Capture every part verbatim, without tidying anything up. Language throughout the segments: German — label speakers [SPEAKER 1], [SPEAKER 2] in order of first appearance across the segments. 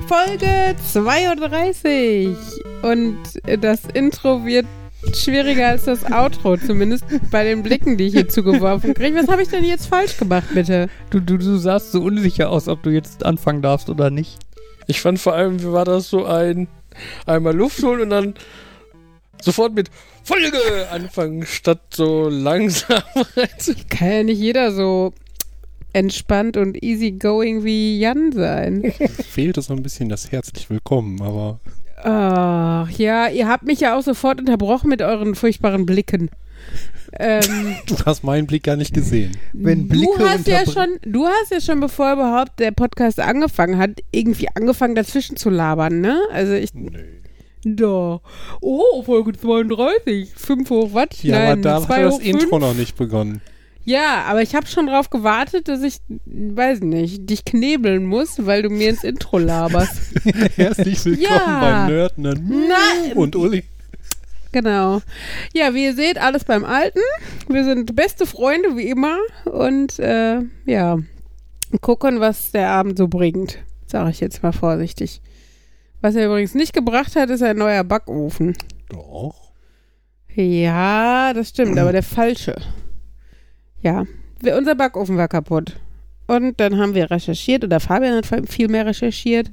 [SPEAKER 1] Folge zweiunddreißig und das Intro wird schwieriger als das Outro, zumindest bei den Blicken, die ich hier zugeworfen kriege. Was habe ich denn jetzt falsch gemacht, bitte?
[SPEAKER 2] Du, du, du sahst so unsicher aus, ob du jetzt anfangen darfst oder nicht.
[SPEAKER 3] Ich fand vor allem, wie war das so ein einmal Luft holen und dann sofort mit Folge anfangen, statt so langsam rein.
[SPEAKER 1] Kann ja nicht jeder so entspannt und easygoing wie Jan sein.
[SPEAKER 4] Fehlt es so ein bisschen das herzlich willkommen, aber...
[SPEAKER 1] Ach ja, ihr habt mich ja auch sofort unterbrochen mit euren furchtbaren Blicken. Ähm,
[SPEAKER 4] du hast meinen Blick gar nicht gesehen.
[SPEAKER 2] Wenn Blicke
[SPEAKER 1] du hast ja schon, du hast ja schon, bevor überhaupt der Podcast angefangen hat, irgendwie angefangen dazwischen zu labern, ne? Also ich...
[SPEAKER 4] Nee.
[SPEAKER 1] Da. Oh, Folge zweiunddreißig. fünf hoch was?
[SPEAKER 4] Ja,
[SPEAKER 1] Nein,
[SPEAKER 4] aber da
[SPEAKER 1] zwei
[SPEAKER 4] hat das
[SPEAKER 1] hoch
[SPEAKER 4] Intro
[SPEAKER 1] fünf.
[SPEAKER 4] noch nicht begonnen.
[SPEAKER 1] Ja, aber ich habe schon drauf gewartet, dass ich, weiß nicht, dich knebeln muss, weil du mir ins Intro laberst.
[SPEAKER 4] Herzlich willkommen
[SPEAKER 1] Ja.
[SPEAKER 4] beim Nerd, Nerd
[SPEAKER 1] Nein.
[SPEAKER 4] und Uli.
[SPEAKER 1] Genau. Ja, wie ihr seht, alles beim Alten. Wir sind beste Freunde, wie immer. Und, äh, ja, gucken, was der Abend so bringt. Sage ich jetzt mal vorsichtig. Was er übrigens nicht gebracht hat, ist ein neuer Backofen.
[SPEAKER 4] Doch.
[SPEAKER 1] Ja, das stimmt, aber der falsche. Ja, wir, unser Backofen war kaputt. Und dann haben wir recherchiert, oder Fabian hat viel mehr recherchiert.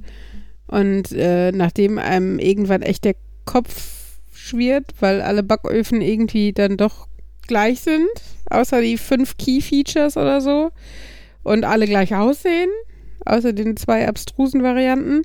[SPEAKER 1] Und äh, nachdem einem irgendwann echt der Kopf schwirrt, weil alle Backöfen irgendwie dann doch gleich sind, außer die fünf Key-Features oder so, und alle gleich aussehen, außer den zwei abstrusen Varianten,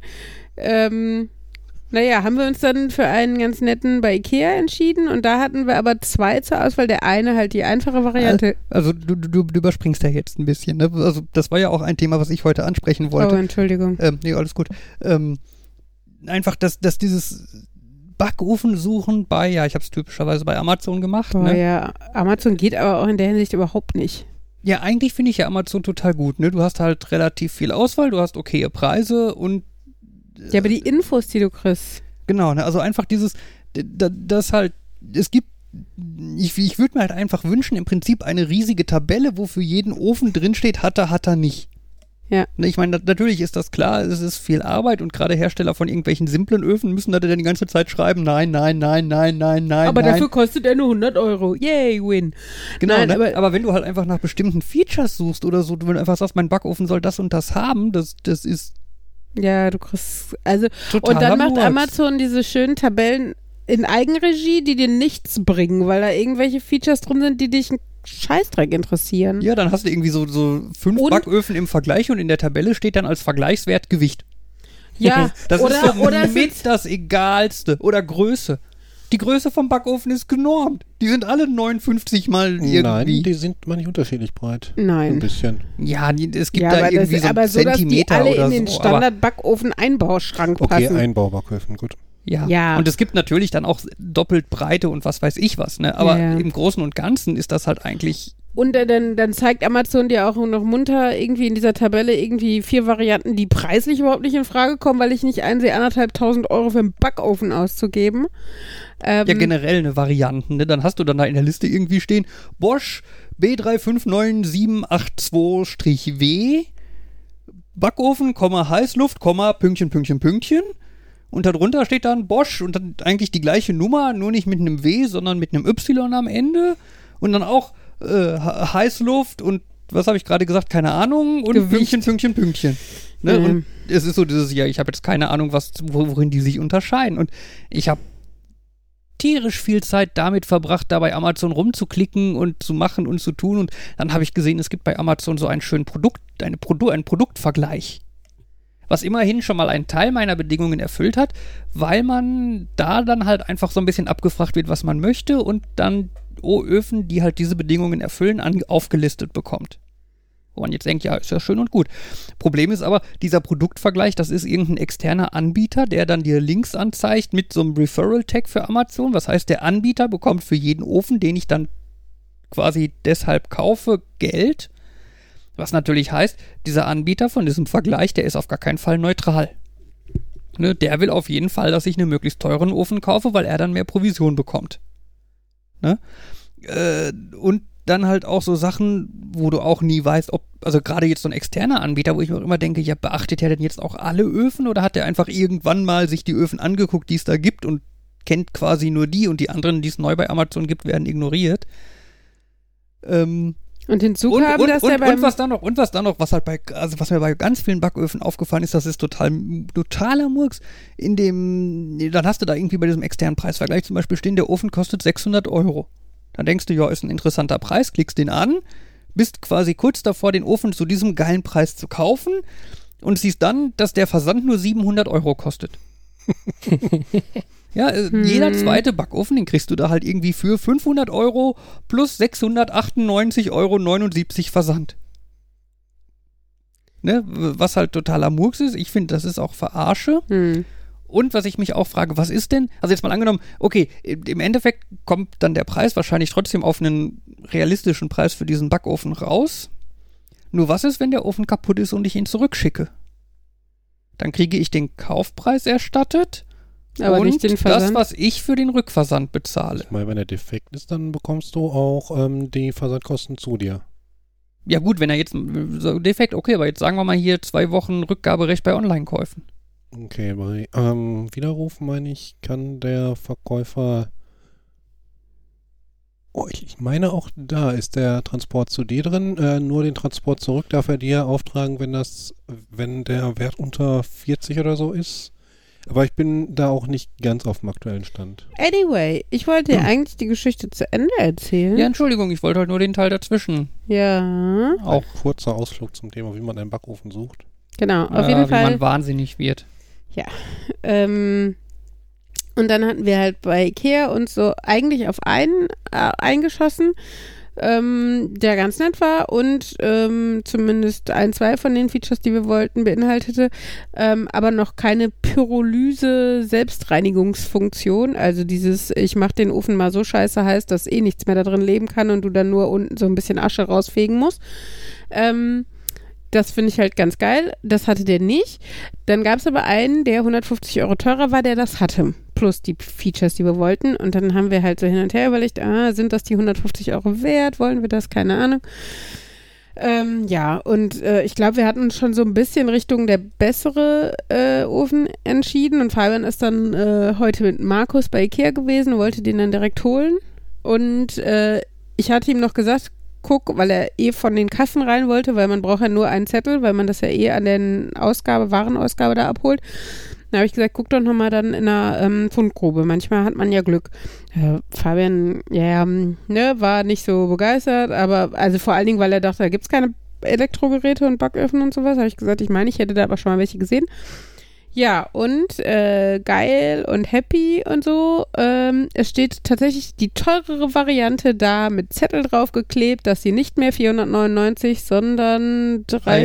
[SPEAKER 1] ähm, naja, haben wir uns dann für einen ganz netten bei Ikea entschieden und da hatten wir aber zwei zur Auswahl. Der eine halt die einfache Variante.
[SPEAKER 2] Also du, du, du überspringst ja jetzt ein bisschen, ne? Also das war ja auch ein Thema, was ich heute ansprechen wollte.
[SPEAKER 1] Oh, Entschuldigung.
[SPEAKER 2] Ähm, nee, alles gut. Ähm, einfach, dass, dass dieses Backofen suchen bei, ja, ich habe es typischerweise bei Amazon gemacht.
[SPEAKER 1] Boah,
[SPEAKER 2] ne?
[SPEAKER 1] ja, Amazon geht aber auch in der Hinsicht überhaupt nicht.
[SPEAKER 2] Ja, eigentlich finde ich ja Amazon total gut, ne? Du hast halt relativ viel Auswahl, du hast okaye Preise und
[SPEAKER 1] Ja, aber die Infos, die du kriegst.
[SPEAKER 2] genau, ne? Also einfach dieses, das halt, es gibt, ich, ich würde mir halt einfach wünschen, im Prinzip eine riesige Tabelle, wo für jeden Ofen drinsteht, hat er, hat er nicht.
[SPEAKER 1] Ja.
[SPEAKER 2] Ne, ich meine, natürlich ist das klar, es ist viel Arbeit und gerade Hersteller von irgendwelchen simplen Öfen müssen da dann die ganze Zeit schreiben, nein, nein, nein, nein, nein, nein,
[SPEAKER 1] Aber
[SPEAKER 2] nein.
[SPEAKER 1] dafür kostet er nur hundert Euro. Yay, win.
[SPEAKER 2] Genau,
[SPEAKER 1] Nein,
[SPEAKER 2] ne?
[SPEAKER 1] aber-
[SPEAKER 2] aber, wenn du halt einfach nach bestimmten Features suchst oder so, wenn du einfach sagst, mein Backofen soll das und das haben, das, das ist
[SPEAKER 1] Ja, du kriegst, also,
[SPEAKER 2] total
[SPEAKER 1] und dann macht Amazon diese schönen Tabellen in Eigenregie, die dir nichts bringen, weil da irgendwelche Features drin sind, die dich einen Scheißdreck interessieren.
[SPEAKER 2] Ja, dann hast du irgendwie so, so fünf
[SPEAKER 1] Und-
[SPEAKER 2] Backöfen im Vergleich und in der Tabelle steht dann als Vergleichswert Gewicht.
[SPEAKER 1] Ja,
[SPEAKER 2] Das
[SPEAKER 1] oder,
[SPEAKER 2] ist so
[SPEAKER 1] oder es
[SPEAKER 2] mit
[SPEAKER 1] sind-
[SPEAKER 2] das Egalste. Oder Größe. Die Größe vom Backofen ist genormt. Die sind alle neunundfünfzig mal irgendwie.
[SPEAKER 4] Nein, die sind manchmal unterschiedlich breit. Ein
[SPEAKER 1] Nein.
[SPEAKER 4] bisschen.
[SPEAKER 2] Ja, die, es gibt
[SPEAKER 1] Ja,
[SPEAKER 2] da
[SPEAKER 1] aber, das,
[SPEAKER 2] irgendwie so
[SPEAKER 1] aber
[SPEAKER 2] einen
[SPEAKER 1] so, dass die
[SPEAKER 2] Zentimeter
[SPEAKER 1] alle
[SPEAKER 2] oder
[SPEAKER 1] in den
[SPEAKER 2] so. Aber,
[SPEAKER 1] Standard-Backofen-Einbauschrank
[SPEAKER 4] Okay,
[SPEAKER 1] passen.
[SPEAKER 4] Einbaubacköfen, gut.
[SPEAKER 2] ja.
[SPEAKER 1] Ja.
[SPEAKER 2] Und es gibt natürlich dann auch doppelt Breite und was weiß ich was. Ne? Aber
[SPEAKER 1] Ja.
[SPEAKER 2] im Großen und Ganzen ist das halt eigentlich.
[SPEAKER 1] Und äh, dann, dann zeigt Amazon dir auch noch munter irgendwie in dieser Tabelle irgendwie vier Varianten, die preislich überhaupt nicht in Frage kommen, weil ich nicht einsehe, anderthalbtausend Euro für einen Backofen auszugeben. Ähm,
[SPEAKER 2] Ja, generell eine Variante. Ne? Dann hast du dann da in der Liste irgendwie stehen, Bosch B drei fünf neun sieben acht zwei W, Backofen, Komma, Heißluft, Komma, Pünktchen, Pünktchen, Pünktchen. Und darunter steht dann Bosch und dann eigentlich die gleiche Nummer, nur nicht mit einem W, sondern mit einem Y am Ende. Und dann auch äh, Heißluft und was habe ich gerade gesagt? Keine Ahnung. Und
[SPEAKER 1] Gewicht.
[SPEAKER 2] Pünktchen, Pünktchen, Pünktchen. Ne?
[SPEAKER 1] Mhm.
[SPEAKER 2] Und es ist so dieses, ja, ich habe jetzt keine Ahnung, was, worin die sich unterscheiden. Und ich habe tierisch viel Zeit damit verbracht, da bei Amazon rumzuklicken und zu machen und zu tun. Und dann habe ich gesehen, es gibt bei Amazon so einen schönen Produkt, eine Produ einen Produktvergleich. Was immerhin schon mal einen Teil meiner Bedingungen erfüllt hat, weil man da dann halt einfach so ein bisschen abgefragt wird, was man möchte und dann oh, Öfen, die halt diese Bedingungen erfüllen, an, aufgelistet bekommt. Wo man jetzt denkt, ja, ist ja schön und gut. Problem ist aber, dieser Produktvergleich, das ist irgendein externer Anbieter, der dann dir Links anzeigt mit so einem Referral-Tag für Amazon. Was heißt, der Anbieter bekommt für jeden Ofen, den ich dann quasi deshalb kaufe, Geld. Was natürlich heißt, dieser Anbieter von diesem Vergleich, der ist auf gar keinen Fall neutral. Ne, der will auf jeden Fall, dass ich einen möglichst teuren Ofen kaufe, weil er dann mehr Provision bekommt. Ne? Äh, und dann halt auch so Sachen, wo du auch nie weißt, ob, also gerade jetzt so ein externer Anbieter, wo ich mir auch immer denke, ja, beachtet der denn jetzt auch alle Öfen oder hat der einfach irgendwann mal sich die Öfen angeguckt, die es da gibt und kennt quasi nur die und die anderen, die es neu bei Amazon gibt, werden ignoriert. Ähm,
[SPEAKER 1] und hinzu
[SPEAKER 2] und,
[SPEAKER 1] kam,
[SPEAKER 2] und,
[SPEAKER 1] dass
[SPEAKER 2] und,
[SPEAKER 1] der beim...
[SPEAKER 2] und was dann noch, und was dann noch, was halt bei, also was mir bei ganz vielen Backöfen aufgefallen ist, das ist total, totaler Murks. In dem, dann hast du da irgendwie bei diesem externen Preisvergleich zum Beispiel stehen, der Ofen kostet sechshundert Euro. Dann denkst du, ja, ist ein interessanter Preis, klickst den an, bist quasi kurz davor, den Ofen zu diesem geilen Preis zu kaufen und siehst dann, dass der Versand nur siebenhundert Euro kostet. Ja, hm. Jeder zweite Backofen, den kriegst du da halt irgendwie für fünfhundert Euro plus sechshundertachtundneunzig Euro neunundsiebzig Versand. Ne, was halt totaler Murks ist. Ich finde, das ist auch Verarsche.
[SPEAKER 1] Hm.
[SPEAKER 2] Und was ich mich auch frage, was ist denn, also jetzt mal angenommen, okay, im Endeffekt kommt dann der Preis wahrscheinlich trotzdem auf einen realistischen Preis für diesen Backofen raus. Nur was ist, wenn der Ofen kaputt ist und ich ihn zurückschicke? Dann kriege ich den Kaufpreis erstattet.
[SPEAKER 1] Aber
[SPEAKER 2] und
[SPEAKER 1] nicht den Versand.
[SPEAKER 2] Das, was ich für den Rückversand bezahle.
[SPEAKER 4] Ich meine, wenn er defekt ist, dann bekommst du auch ähm, die Versandkosten zu dir.
[SPEAKER 2] Ja gut, wenn er jetzt so defekt, okay, aber jetzt sagen wir mal hier zwei Wochen Rückgaberecht bei Online-Käufen.
[SPEAKER 4] Okay, bei ähm, Widerruf, meine ich, kann der Verkäufer... Oh, ich, ich meine auch, da ist der Transport zu dir drin. Äh, nur den Transport zurück darf er dir auftragen, wenn das, wenn der Wert unter vierzig oder so ist. Aber ich bin da auch nicht ganz auf dem aktuellen Stand.
[SPEAKER 1] Anyway, ich wollte dir eigentlich die Geschichte zu Ende erzählen.
[SPEAKER 2] Ja, Entschuldigung, ich wollte halt nur den Teil dazwischen.
[SPEAKER 1] Ja.
[SPEAKER 2] Auch
[SPEAKER 4] Ein kurzer Ausflug zum Thema, wie man einen Backofen sucht.
[SPEAKER 1] Genau, auf
[SPEAKER 2] äh,
[SPEAKER 1] jeden
[SPEAKER 2] wie
[SPEAKER 1] Fall.
[SPEAKER 2] man wahnsinnig wird.
[SPEAKER 1] Ja. Ähm, und dann hatten wir halt bei Ikea uns so eigentlich auf einen äh, eingeschossen, ähm, der ganz nett war und ähm, zumindest ein, zwei von den Features, die wir wollten, beinhaltete, ähm, aber noch keine Pyrolyse-Selbstreinigungsfunktion. Also dieses, ich mach den Ofen mal so scheiße heiß, dass eh nichts mehr da drin leben kann und du dann nur unten so ein bisschen Asche rausfegen musst. Ähm, Das finde ich halt ganz geil. Das hatte der nicht. Dann gab es aber einen, der hundertfünfzig Euro teurer war, der das hatte. Plus die Features, die wir wollten. Und dann haben wir halt so hin und her überlegt, ah, sind das die hundertfünfzig Euro wert? Wollen wir das? Keine Ahnung. Ähm, ja, und äh, ich glaube, wir hatten uns schon so ein bisschen Richtung der bessere äh, Ofen entschieden. Und Fabian ist dann äh, heute mit Markus bei Ikea gewesen, wollte den dann direkt holen. Und äh, ich hatte ihm noch gesagt, guck, weil er eh von den Kassen rein wollte, weil man braucht ja nur einen Zettel, weil man das ja eh an der Ausgabe, Warenausgabe da abholt. Da habe ich gesagt, guck doch nochmal dann in einer ähm, Fundgrube. Manchmal hat man ja Glück. Äh, Fabian, ja, ne, war nicht so begeistert, aber also vor allen Dingen, weil er dachte, da gibt es keine Elektrogeräte und Backöfen und sowas, habe ich gesagt, ich meine, ich hätte da aber schon mal welche gesehen. Ja, und äh, geil und happy und so. Ähm, es steht tatsächlich die teurere Variante da mit Zettel draufgeklebt, dass sie nicht mehr vierhundertneunundneunzig, sondern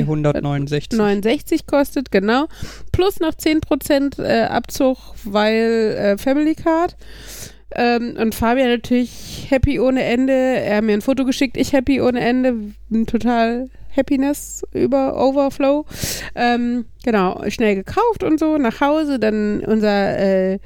[SPEAKER 1] dreihundertneunundsechzig kostet, genau. Plus noch zehn Prozent äh, Abzug, weil äh, Family Card. Ähm, und Fabian natürlich happy ohne Ende. Er hat mir ein Foto geschickt, ich happy ohne Ende. Bin total Happiness über Overflow. Ähm, genau, schnell gekauft und so, nach Hause. Dann unser äh,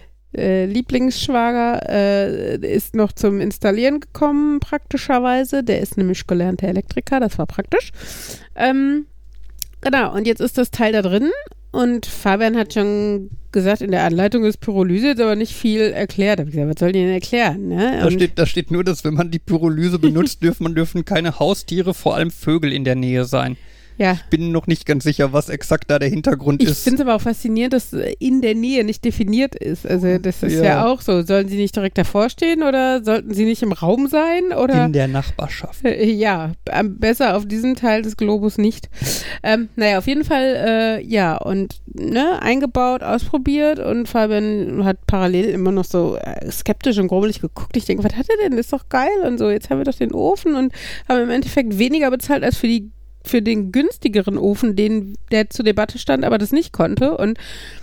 [SPEAKER 1] äh, Lieblingsschwager äh, ist noch zum Installieren gekommen, praktischerweise. Der ist nämlich gelernter Elektriker, das war praktisch. Ähm, genau, und jetzt ist das Teil da drin. Und Fabian hat schon gesagt, in der Anleitung ist Pyrolyse jetzt aber nicht viel erklärt. Da habe ich gesagt, was soll die denn erklären? Ne?
[SPEAKER 2] Da steht, da steht nur, dass wenn man die Pyrolyse benutzt, dürfen, man dürfen keine Haustiere, vor allem Vögel in der Nähe sein.
[SPEAKER 1] Ja.
[SPEAKER 2] Ich bin noch nicht ganz sicher, was exakt da der Hintergrund
[SPEAKER 1] ich
[SPEAKER 2] ist.
[SPEAKER 1] Ich finde es aber auch faszinierend, dass in der Nähe nicht definiert ist. Also das ist ja. ja auch so. Sollen sie nicht direkt davor stehen oder sollten sie nicht im Raum sein? Oder?
[SPEAKER 2] In der Nachbarschaft.
[SPEAKER 1] Ja, besser auf diesem Teil des Globus nicht. Ähm, naja, auf jeden Fall, äh, ja, und ne, eingebaut, ausprobiert und Fabian hat parallel immer noch so äh, skeptisch und grummelig geguckt. Ich denke, was hat er denn? Das ist doch geil und so. Jetzt haben wir doch den Ofen und haben im Endeffekt weniger bezahlt als für die für den günstigeren Ofen, den der zur Debatte stand, aber das nicht konnte. Und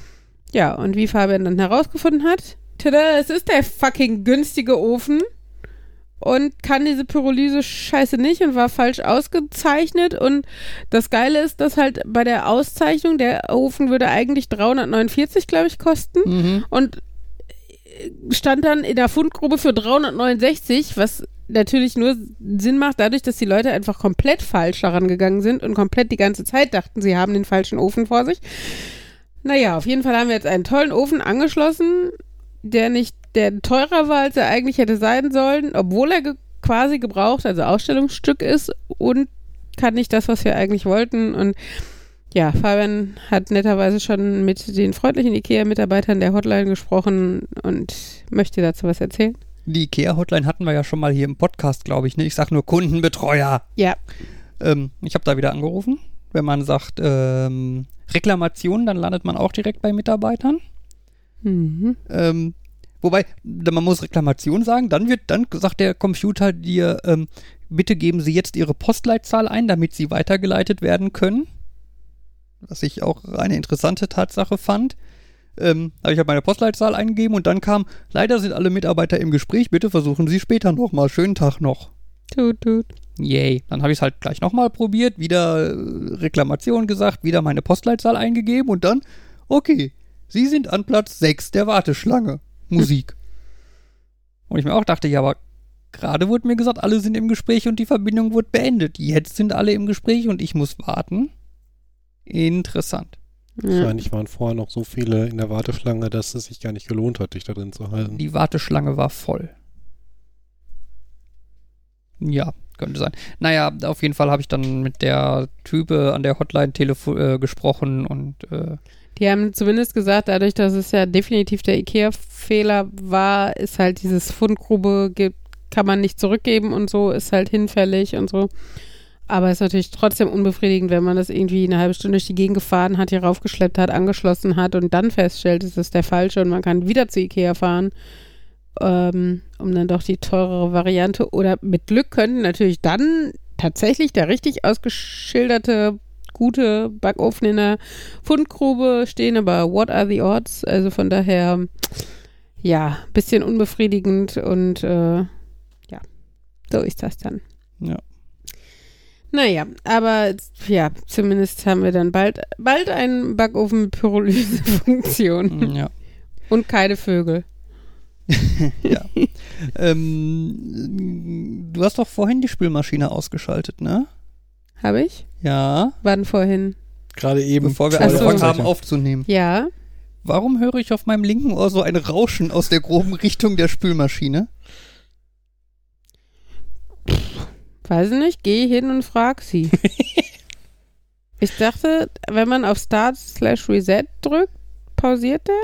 [SPEAKER 1] ja, und wie Fabian dann herausgefunden hat, tada, es ist der fucking günstige Ofen und kann diese Pyrolyse-Scheiße nicht und war falsch ausgezeichnet. Und das Geile ist, dass halt bei der Auszeichnung, der Ofen würde eigentlich dreihundertneunundvierzig, glaube ich, kosten.
[SPEAKER 2] Mhm.
[SPEAKER 1] Und stand dann in der Fundgrube für dreihundertneunundsechzig, was natürlich nur Sinn macht, dadurch, dass die Leute einfach komplett falsch daran gegangen sind und komplett die ganze Zeit dachten, sie haben den falschen Ofen vor sich. Naja, auf jeden Fall haben wir jetzt einen tollen Ofen angeschlossen, der nicht, der teurer war, als er eigentlich hätte sein sollen, obwohl er ge- quasi gebraucht, also Ausstellungsstück ist und kann nicht das, was wir eigentlich wollten. Und ja, Fabian hat netterweise schon mit den freundlichen IKEA-Mitarbeitern der Hotline gesprochen und möchte dazu was erzählen.
[SPEAKER 2] Die IKEA-Hotline hatten wir ja schon mal hier im Podcast, glaube ich. Ne? Ich sage nur Kundenbetreuer.
[SPEAKER 1] Ja.
[SPEAKER 2] Ähm, ich habe da wieder angerufen. Wenn man sagt ähm, Reklamation, dann landet man auch direkt bei Mitarbeitern.
[SPEAKER 1] Mhm.
[SPEAKER 2] Ähm, wobei, man muss Reklamation sagen, dann wird, dann sagt der Computer dir, ähm, bitte geben Sie jetzt Ihre Postleitzahl ein, damit Sie weitergeleitet werden können. Was ich auch eine interessante Tatsache fand. Ähm, aber ich habe meine Postleitzahl eingegeben und dann kam, leider sind alle Mitarbeiter im Gespräch, bitte versuchen Sie später nochmal. Schönen Tag noch.
[SPEAKER 1] Tut, tut.
[SPEAKER 2] Yay. Dann habe ich es halt gleich nochmal probiert, wieder äh, Reklamation gesagt, wieder meine Postleitzahl eingegeben und dann, okay, Sie sind an Platz sechs der Warteschlange. Musik. Und ich mir auch dachte, ja, aber gerade wurde mir gesagt, alle sind im Gespräch und die Verbindung wurde beendet. Jetzt sind alle im Gespräch und ich muss warten. Interessant.
[SPEAKER 1] Ja.
[SPEAKER 4] Wahrscheinlich waren vorher noch so viele in der Warteschlange, dass es sich gar nicht gelohnt hat, dich da drin zu halten.
[SPEAKER 2] Die Warteschlange war voll. Ja, könnte sein. Naja, auf jeden Fall habe ich dann mit der Type an der Hotline telefo- äh, gesprochen und äh,
[SPEAKER 1] Die haben zumindest gesagt, dadurch, dass es ja definitiv der IKEA-Fehler war, ist halt dieses Fundgrube, ge- kann man nicht zurückgeben und so, ist halt hinfällig und so. Aber es ist natürlich trotzdem unbefriedigend, wenn man das irgendwie eine halbe Stunde durch die Gegend gefahren hat, hier raufgeschleppt hat, angeschlossen hat und dann feststellt, es ist der falsche und man kann wieder zu IKEA fahren, ähm, um dann doch die teurere Variante. Oder mit Glück könnten natürlich dann tatsächlich der richtig ausgeschilderte gute Backofen in der Fundgrube stehen, aber what are the odds? Also von daher, ja, bisschen unbefriedigend und äh, ja, so ist das dann.
[SPEAKER 2] ja.
[SPEAKER 1] Naja, aber ja, zumindest haben wir dann bald, bald einen Backofen mit Pyrolyse-Funktion
[SPEAKER 2] Ja.
[SPEAKER 1] und keine Vögel.
[SPEAKER 2] ja. ähm, du hast doch vorhin die Spülmaschine ausgeschaltet, ne?
[SPEAKER 1] Habe ich?
[SPEAKER 2] Ja.
[SPEAKER 1] Wann vorhin?
[SPEAKER 3] Gerade eben.
[SPEAKER 2] Bevor wir
[SPEAKER 1] Ach so.
[SPEAKER 2] angefangen haben aufzunehmen.
[SPEAKER 1] Ja.
[SPEAKER 2] Warum höre ich auf meinem linken Ohr so ein Rauschen aus der groben Richtung der Spülmaschine?
[SPEAKER 1] Weiß ich nicht, geh hin und frag sie. Ich dachte, wenn man auf Start slash Reset drückt, pausiert der?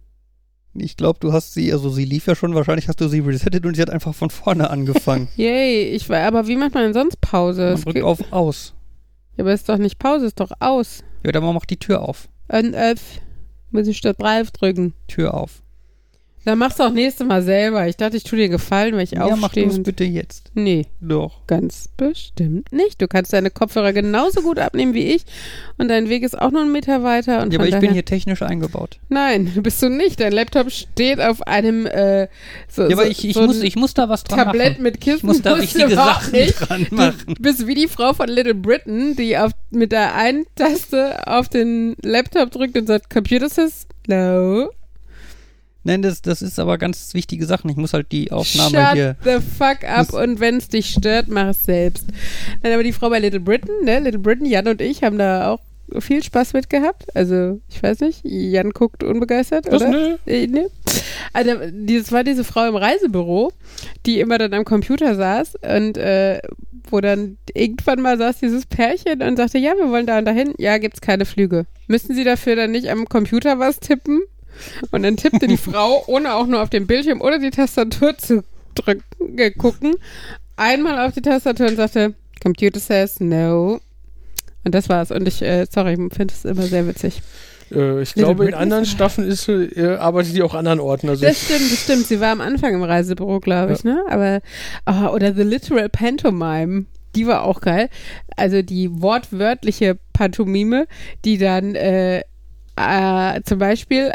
[SPEAKER 2] Ich glaube, du hast sie, also sie lief ja schon, wahrscheinlich hast du sie resettet und sie hat einfach von vorne angefangen.
[SPEAKER 1] Yay, ich war, aber wie macht man denn sonst Pause?
[SPEAKER 2] Man
[SPEAKER 1] Es
[SPEAKER 2] drückt
[SPEAKER 1] gibt-
[SPEAKER 2] auf aus.
[SPEAKER 1] Ja, aber es ist doch nicht Pause, es ist doch aus.
[SPEAKER 2] Ja, dann mach die Tür auf.
[SPEAKER 1] Und F, muss ich statt drauf drücken.
[SPEAKER 2] Tür auf.
[SPEAKER 1] Dann machst du auch nächstes Mal selber. Ich dachte, ich tue dir Gefallen, weil ich
[SPEAKER 2] Ja, mach
[SPEAKER 1] aufstehe.
[SPEAKER 2] du es
[SPEAKER 1] und-
[SPEAKER 2] bitte jetzt.
[SPEAKER 1] Nee,
[SPEAKER 2] Doch.
[SPEAKER 1] ganz bestimmt nicht. Du kannst deine Kopfhörer genauso gut abnehmen wie ich und dein Weg ist auch nur einen Meter weiter. Und
[SPEAKER 2] Ja, aber
[SPEAKER 1] von
[SPEAKER 2] ich
[SPEAKER 1] daher,
[SPEAKER 2] bin hier technisch eingebaut.
[SPEAKER 1] Nein, bist du nicht. Dein Laptop steht auf einem äh, so,
[SPEAKER 2] Ja, aber
[SPEAKER 1] so,
[SPEAKER 2] ich, ich,
[SPEAKER 1] so
[SPEAKER 2] muss,
[SPEAKER 1] ein
[SPEAKER 2] ich muss da was dran
[SPEAKER 1] Tablett
[SPEAKER 2] machen.
[SPEAKER 1] mit Kissen.
[SPEAKER 2] Ich muss da
[SPEAKER 1] musst
[SPEAKER 2] richtige
[SPEAKER 1] du überhaupt
[SPEAKER 2] Sachen
[SPEAKER 1] nicht.
[SPEAKER 2] dran machen.
[SPEAKER 1] Du bist wie die Frau von Little Britain, die auf, mit der einen Taste auf den Laptop drückt und sagt, Computer says no.
[SPEAKER 2] Nein, das, das ist aber ganz wichtige Sachen. Ich muss halt die Aufnahme
[SPEAKER 1] Shut
[SPEAKER 2] hier...
[SPEAKER 1] the fuck up und wenn es dich stört, mach es selbst. Nein, aber die Frau bei Little Britain, ne, Little Britain, Jan und ich haben da auch viel Spaß mit gehabt. Also, ich weiß nicht, Jan guckt unbegeistert,
[SPEAKER 3] Was,
[SPEAKER 1] oder?
[SPEAKER 3] nö?
[SPEAKER 1] Äh, ne? Also, das war diese Frau im Reisebüro, die immer dann am Computer saß und äh, wo dann irgendwann mal saß dieses Pärchen und sagte, ja, wir wollen da und dahin. Ja, gibt's keine Flüge. Müssen Sie dafür dann nicht am Computer was tippen? Und dann tippte die Frau, ohne auch nur auf dem Bildschirm oder die Tastatur zu drücken, äh, gucken, einmal auf die Tastatur und sagte, Computer says no. Und das war's. Und ich, äh, sorry, ich finde es immer sehr witzig.
[SPEAKER 3] Äh, ich
[SPEAKER 1] Little
[SPEAKER 3] glaube, in
[SPEAKER 1] Britain
[SPEAKER 3] anderen
[SPEAKER 1] ist-
[SPEAKER 3] Staffeln ist, äh, arbeitet die auch an anderen Orten. Also
[SPEAKER 1] Das stimmt, das stimmt. Sie war am Anfang im Reisebüro, glaube ich, ne? Aber, ah, oder The Literal Pantomime. Die war auch geil. Also die wortwörtliche Pantomime, die dann äh, äh, zum Beispiel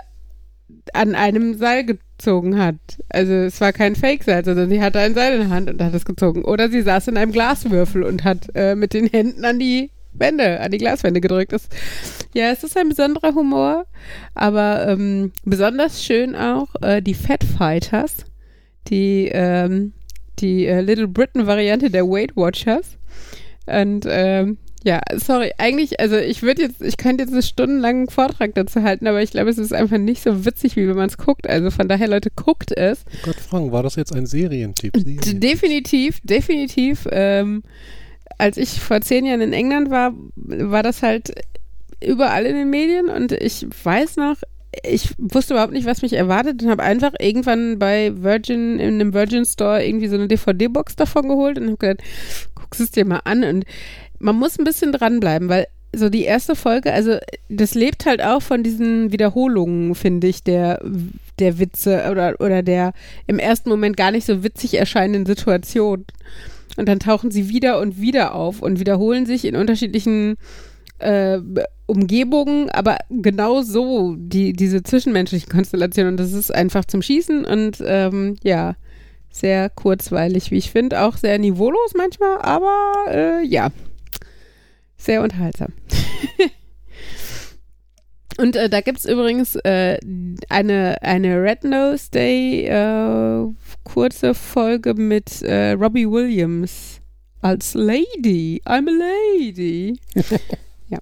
[SPEAKER 1] an einem Seil gezogen hat. Also es war kein Fake-Seil, sondern sie hatte ein Seil in der Hand und hat es gezogen. Oder sie saß in einem Glaswürfel und hat äh, mit den Händen an die Wände, an die Glaswände gedrückt. Das, ja, es ist ein besonderer Humor, aber ähm, besonders schön auch äh, die Fat Fighters, die ähm, die äh, Little Britain-Variante der Weight Watchers. Und ähm, ja, sorry, eigentlich, also ich würde jetzt, ich könnte jetzt einen stundenlangen Vortrag dazu halten, aber ich glaube, es ist einfach nicht so witzig, wie wenn man es guckt. Also von daher, Leute, guckt es.
[SPEAKER 4] Oh Gott, Frank, war das jetzt ein Serientipp? Serien.
[SPEAKER 1] Definitiv, definitiv. Ähm, als ich vor zehn Jahren in England war, war das halt überall in den Medien und ich weiß noch, ich wusste überhaupt nicht, was mich erwartet und habe einfach irgendwann bei Virgin, in einem Virgin Store irgendwie so eine D V D-Box davon geholt und habe gedacht, guckst es dir mal an und man muss ein bisschen dranbleiben, weil so die erste Folge, also das lebt halt auch von diesen Wiederholungen, finde ich, der, der Witze oder, oder der im ersten Moment gar nicht so witzig erscheinenden Situation. Und dann tauchen sie wieder und wieder auf und wiederholen sich in unterschiedlichen äh, Umgebungen, aber genau so die, diese zwischenmenschlichen Konstellationen. Und das ist einfach zum Schießen und ähm, ja, sehr kurzweilig, wie ich finde. Auch sehr niveaulos manchmal, aber äh, ja, sehr unterhaltsam. Und äh, da gibt es übrigens äh, eine, eine Red Nose Day äh, kurze Folge mit äh, Robbie Williams als Lady. I'm a Lady. Ja.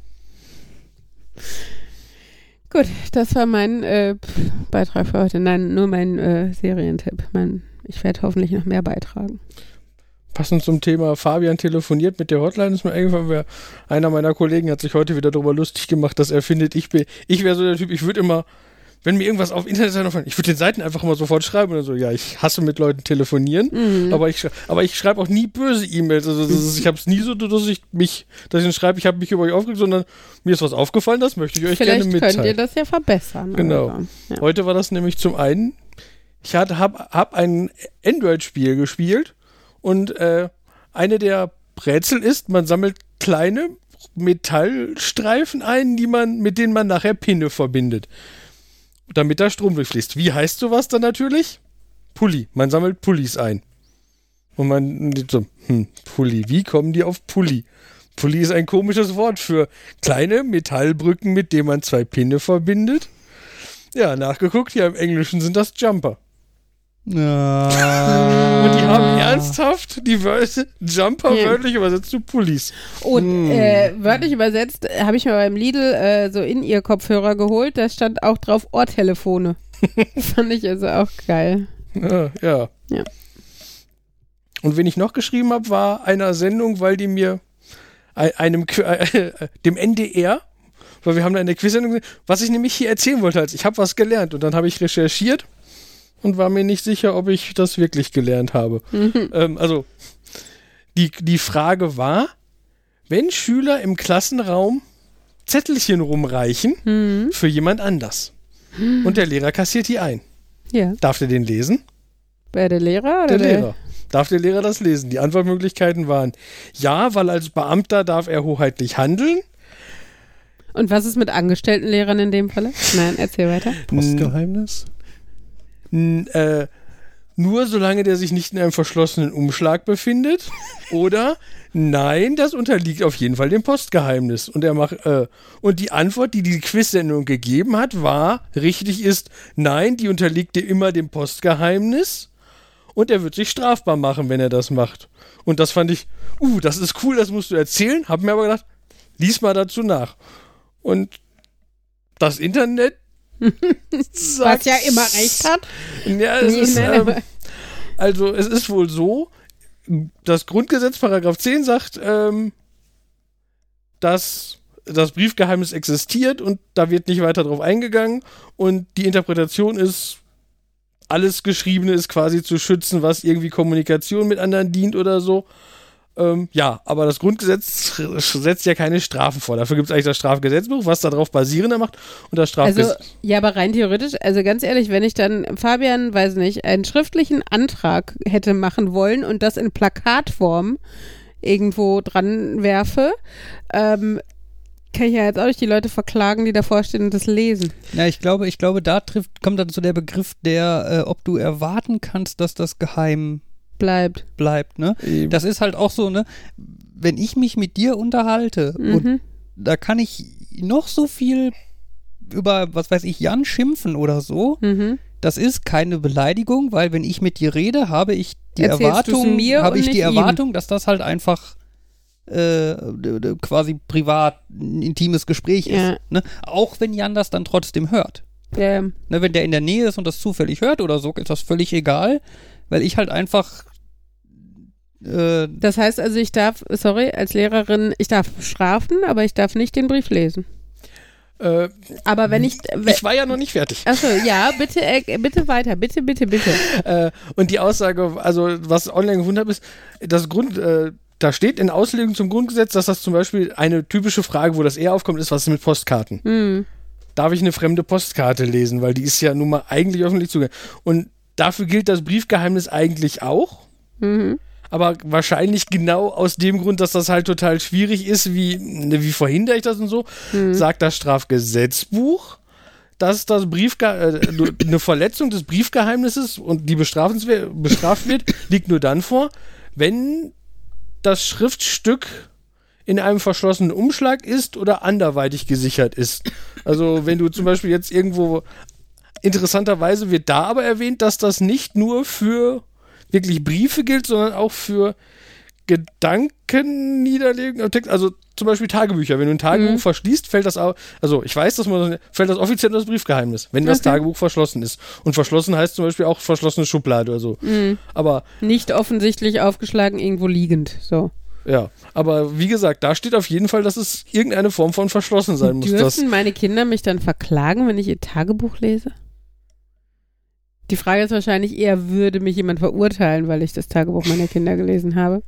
[SPEAKER 1] Gut, das war mein äh, Beitrag für heute. Nein, nur mein äh, Serientipp. Mein, ich werde hoffentlich noch mehr beitragen.
[SPEAKER 3] Passend zum Thema Fabian telefoniert mit der Hotline, ist mir eingefallen, wer, einer meiner Kollegen hat sich heute wieder darüber lustig gemacht, dass er findet, ich bin, ich wäre so der Typ, ich würde immer, wenn mir irgendwas auf Internetseiten auffällt, ich würde den Seiten einfach immer sofort schreiben oder so, ja, ich hasse mit Leuten telefonieren, mhm. aber ich, aber ich schreibe auch nie böse E-Mails, also das ist, ich habe es nie so, dass ich mich, dass ich schreibe, ich habe mich über euch aufgeregt, sondern mir ist was aufgefallen, das möchte ich euch
[SPEAKER 1] Vielleicht
[SPEAKER 3] gerne mitteilen.
[SPEAKER 1] Vielleicht könnt ihr das ja verbessern.
[SPEAKER 3] Genau.
[SPEAKER 1] Also, ja.
[SPEAKER 3] Heute war das nämlich zum einen, ich habe hab ein Android-Spiel gespielt und äh, eine der Rätsel ist, man sammelt kleine Metallstreifen ein, die man, mit denen man nachher Pinne verbindet, damit da Strom durchfließt. Wie heißt sowas dann natürlich? Pulli. Man sammelt Pullis ein. Und man so, hm, Pulli. Wie kommen die auf Pulli? Pulli ist ein komisches Wort für kleine Metallbrücken, mit denen man zwei Pinne verbindet. Ja, nachgeguckt, ja, im Englischen sind das Jumper.
[SPEAKER 2] Ah.
[SPEAKER 3] Und die haben ernsthaft die Wörter Jumper
[SPEAKER 1] Ja.
[SPEAKER 3] wörtlich übersetzt zu Pullis.
[SPEAKER 1] Und
[SPEAKER 3] Hm.
[SPEAKER 1] äh, wörtlich übersetzt habe ich mir beim Lidl äh, so In-Ear-Kopfhörer geholt. Da stand auch drauf Ohrtelefone. Fand ich also auch geil.
[SPEAKER 3] Ja, ja.
[SPEAKER 1] Ja.
[SPEAKER 3] Und wen ich noch geschrieben habe, war einer Sendung, weil die mir ein- einem Qu- äh, dem N D R, weil wir haben da eine Quiz-Sendung gesehen, was ich nämlich hier erzählen wollte, als ich habe was gelernt und dann habe ich recherchiert und war mir nicht sicher, ob ich das wirklich gelernt habe.
[SPEAKER 1] Mhm.
[SPEAKER 3] Ähm, also die, die Frage war, wenn Schüler im Klassenraum Zettelchen rumreichen
[SPEAKER 1] Mhm.
[SPEAKER 3] für jemand anders und der Lehrer kassiert die ein,
[SPEAKER 1] Ja.
[SPEAKER 3] darf der den lesen?
[SPEAKER 1] Wer, der Lehrer? Oder
[SPEAKER 3] Der Lehrer. Darf der Lehrer das lesen? Die Antwortmöglichkeiten waren ja, weil als Beamter darf er hoheitlich handeln.
[SPEAKER 1] Und was ist mit angestellten Lehrern in dem Falle? Nein, erzähl weiter.
[SPEAKER 4] Postgeheimnis?
[SPEAKER 3] N äh, nur solange der sich nicht in einem verschlossenen Umschlag befindet. Oder nein, das unterliegt auf jeden Fall dem Postgeheimnis. Und er macht äh, und die Antwort, die die Quiz-Sendung gegeben hat, war, richtig ist, nein, die unterliegt dir immer dem Postgeheimnis. Und er wird sich strafbar machen, wenn er das macht. Und das fand ich, uh, das ist cool, das musst du erzählen. Hab mir aber gedacht, lies mal dazu nach. Und das Internet
[SPEAKER 1] Was ja immer recht hat.
[SPEAKER 3] Ja, es
[SPEAKER 1] Nee,
[SPEAKER 3] ist,
[SPEAKER 1] nein,
[SPEAKER 3] ähm,
[SPEAKER 1] aber-
[SPEAKER 3] also es ist wohl so, das Grundgesetz, Paragraph zehn sagt, ähm, dass das Briefgeheimnis existiert und da wird nicht weiter drauf eingegangen und die Interpretation ist, alles Geschriebene ist quasi zu schützen, was irgendwie Kommunikation mit anderen dient oder so. Ähm, ja, aber das Grundgesetz setzt ja keine Strafen vor. Dafür gibt es eigentlich das Strafgesetzbuch, was darauf basierender macht und das Strafgesetz.
[SPEAKER 1] Also, ja, aber rein theoretisch, also ganz ehrlich, wenn ich dann, Fabian, weiß nicht, einen schriftlichen Antrag hätte machen wollen und das in Plakatform irgendwo dran werfe, ähm, kann ich ja jetzt auch nicht die Leute verklagen, die davor stehen und das lesen.
[SPEAKER 2] Ja, ich glaube, ich glaube, da trifft, kommt dann so der Begriff, der, äh, ob du erwarten kannst, dass das geheim
[SPEAKER 1] Bleibt.
[SPEAKER 2] bleibt, ne?
[SPEAKER 3] Eben.
[SPEAKER 2] Das ist halt auch so, ne? Wenn ich mich mit dir unterhalte und
[SPEAKER 1] Mhm.
[SPEAKER 2] da kann ich noch so viel über, was weiß ich, Jan schimpfen oder so,
[SPEAKER 1] Mhm.
[SPEAKER 2] das ist keine Beleidigung, weil wenn ich mit dir rede, habe ich die
[SPEAKER 1] erzählst du's
[SPEAKER 2] Erwartung,
[SPEAKER 1] mir
[SPEAKER 2] habe
[SPEAKER 1] und
[SPEAKER 2] ich die
[SPEAKER 1] nicht ihm.
[SPEAKER 2] Erwartung, dass das halt einfach äh, d- d- quasi privat ein intimes Gespräch
[SPEAKER 1] Ja.
[SPEAKER 2] ist. Ne? Auch wenn Jan das dann trotzdem hört.
[SPEAKER 1] Ja,
[SPEAKER 2] Ne, wenn der in der Nähe ist und das zufällig hört oder so, ist das völlig egal, weil ich halt einfach äh,
[SPEAKER 1] das heißt also, ich darf, sorry, als Lehrerin, ich darf strafen, aber ich darf nicht den Brief lesen.
[SPEAKER 3] Äh,
[SPEAKER 1] Aber wenn ich,
[SPEAKER 3] ich war ja noch nicht fertig.
[SPEAKER 1] achso, ja, bitte, äh, bitte weiter, bitte, bitte, bitte.
[SPEAKER 3] Äh, und die Aussage, also was online gefunden habe, ist, das Grund, äh, da steht in Auslegung zum Grundgesetz, dass das zum Beispiel eine typische Frage, wo das eher aufkommt, ist, was ist mit Postkarten?
[SPEAKER 1] Hm.
[SPEAKER 3] Darf ich eine fremde Postkarte lesen? Weil die ist ja nun mal eigentlich öffentlich zugänglich. Und dafür gilt das Briefgeheimnis eigentlich auch.
[SPEAKER 1] Mhm.
[SPEAKER 3] Aber wahrscheinlich genau aus dem Grund, dass das halt total schwierig ist, wie, ne, wie verhindere ich das und so,
[SPEAKER 1] Mhm.
[SPEAKER 3] sagt das Strafgesetzbuch, dass das Briefge äh, eine Verletzung des Briefgeheimnisses und die bestrafenswer- bestraft wird, liegt nur dann vor, wenn das Schriftstück in einem verschlossenen Umschlag ist oder anderweitig gesichert ist. Also wenn du zum Beispiel jetzt irgendwo, interessanterweise wird da aber erwähnt, dass das nicht nur für wirklich Briefe gilt, sondern auch für Gedanken niederlegen, also zum Beispiel Tagebücher. Wenn du ein Tagebuch
[SPEAKER 1] Mhm.
[SPEAKER 3] verschließt, fällt das auch, also ich weiß, dass man, fällt das offiziell unter das Briefgeheimnis, wenn das
[SPEAKER 1] Okay.
[SPEAKER 3] Tagebuch verschlossen ist. Und verschlossen heißt zum Beispiel auch verschlossene Schublade oder so.
[SPEAKER 1] Mhm.
[SPEAKER 3] Aber
[SPEAKER 1] Nicht offensichtlich aufgeschlagen, irgendwo liegend, so.
[SPEAKER 3] ja, aber wie gesagt, da steht auf jeden Fall, dass es irgendeine Form von verschlossen sein muss. Das,
[SPEAKER 1] Dürfen meine Kinder mich dann verklagen, wenn ich ihr Tagebuch lese? Die Frage ist wahrscheinlich eher, würde mich jemand verurteilen, weil ich das Tagebuch meiner Kinder gelesen habe?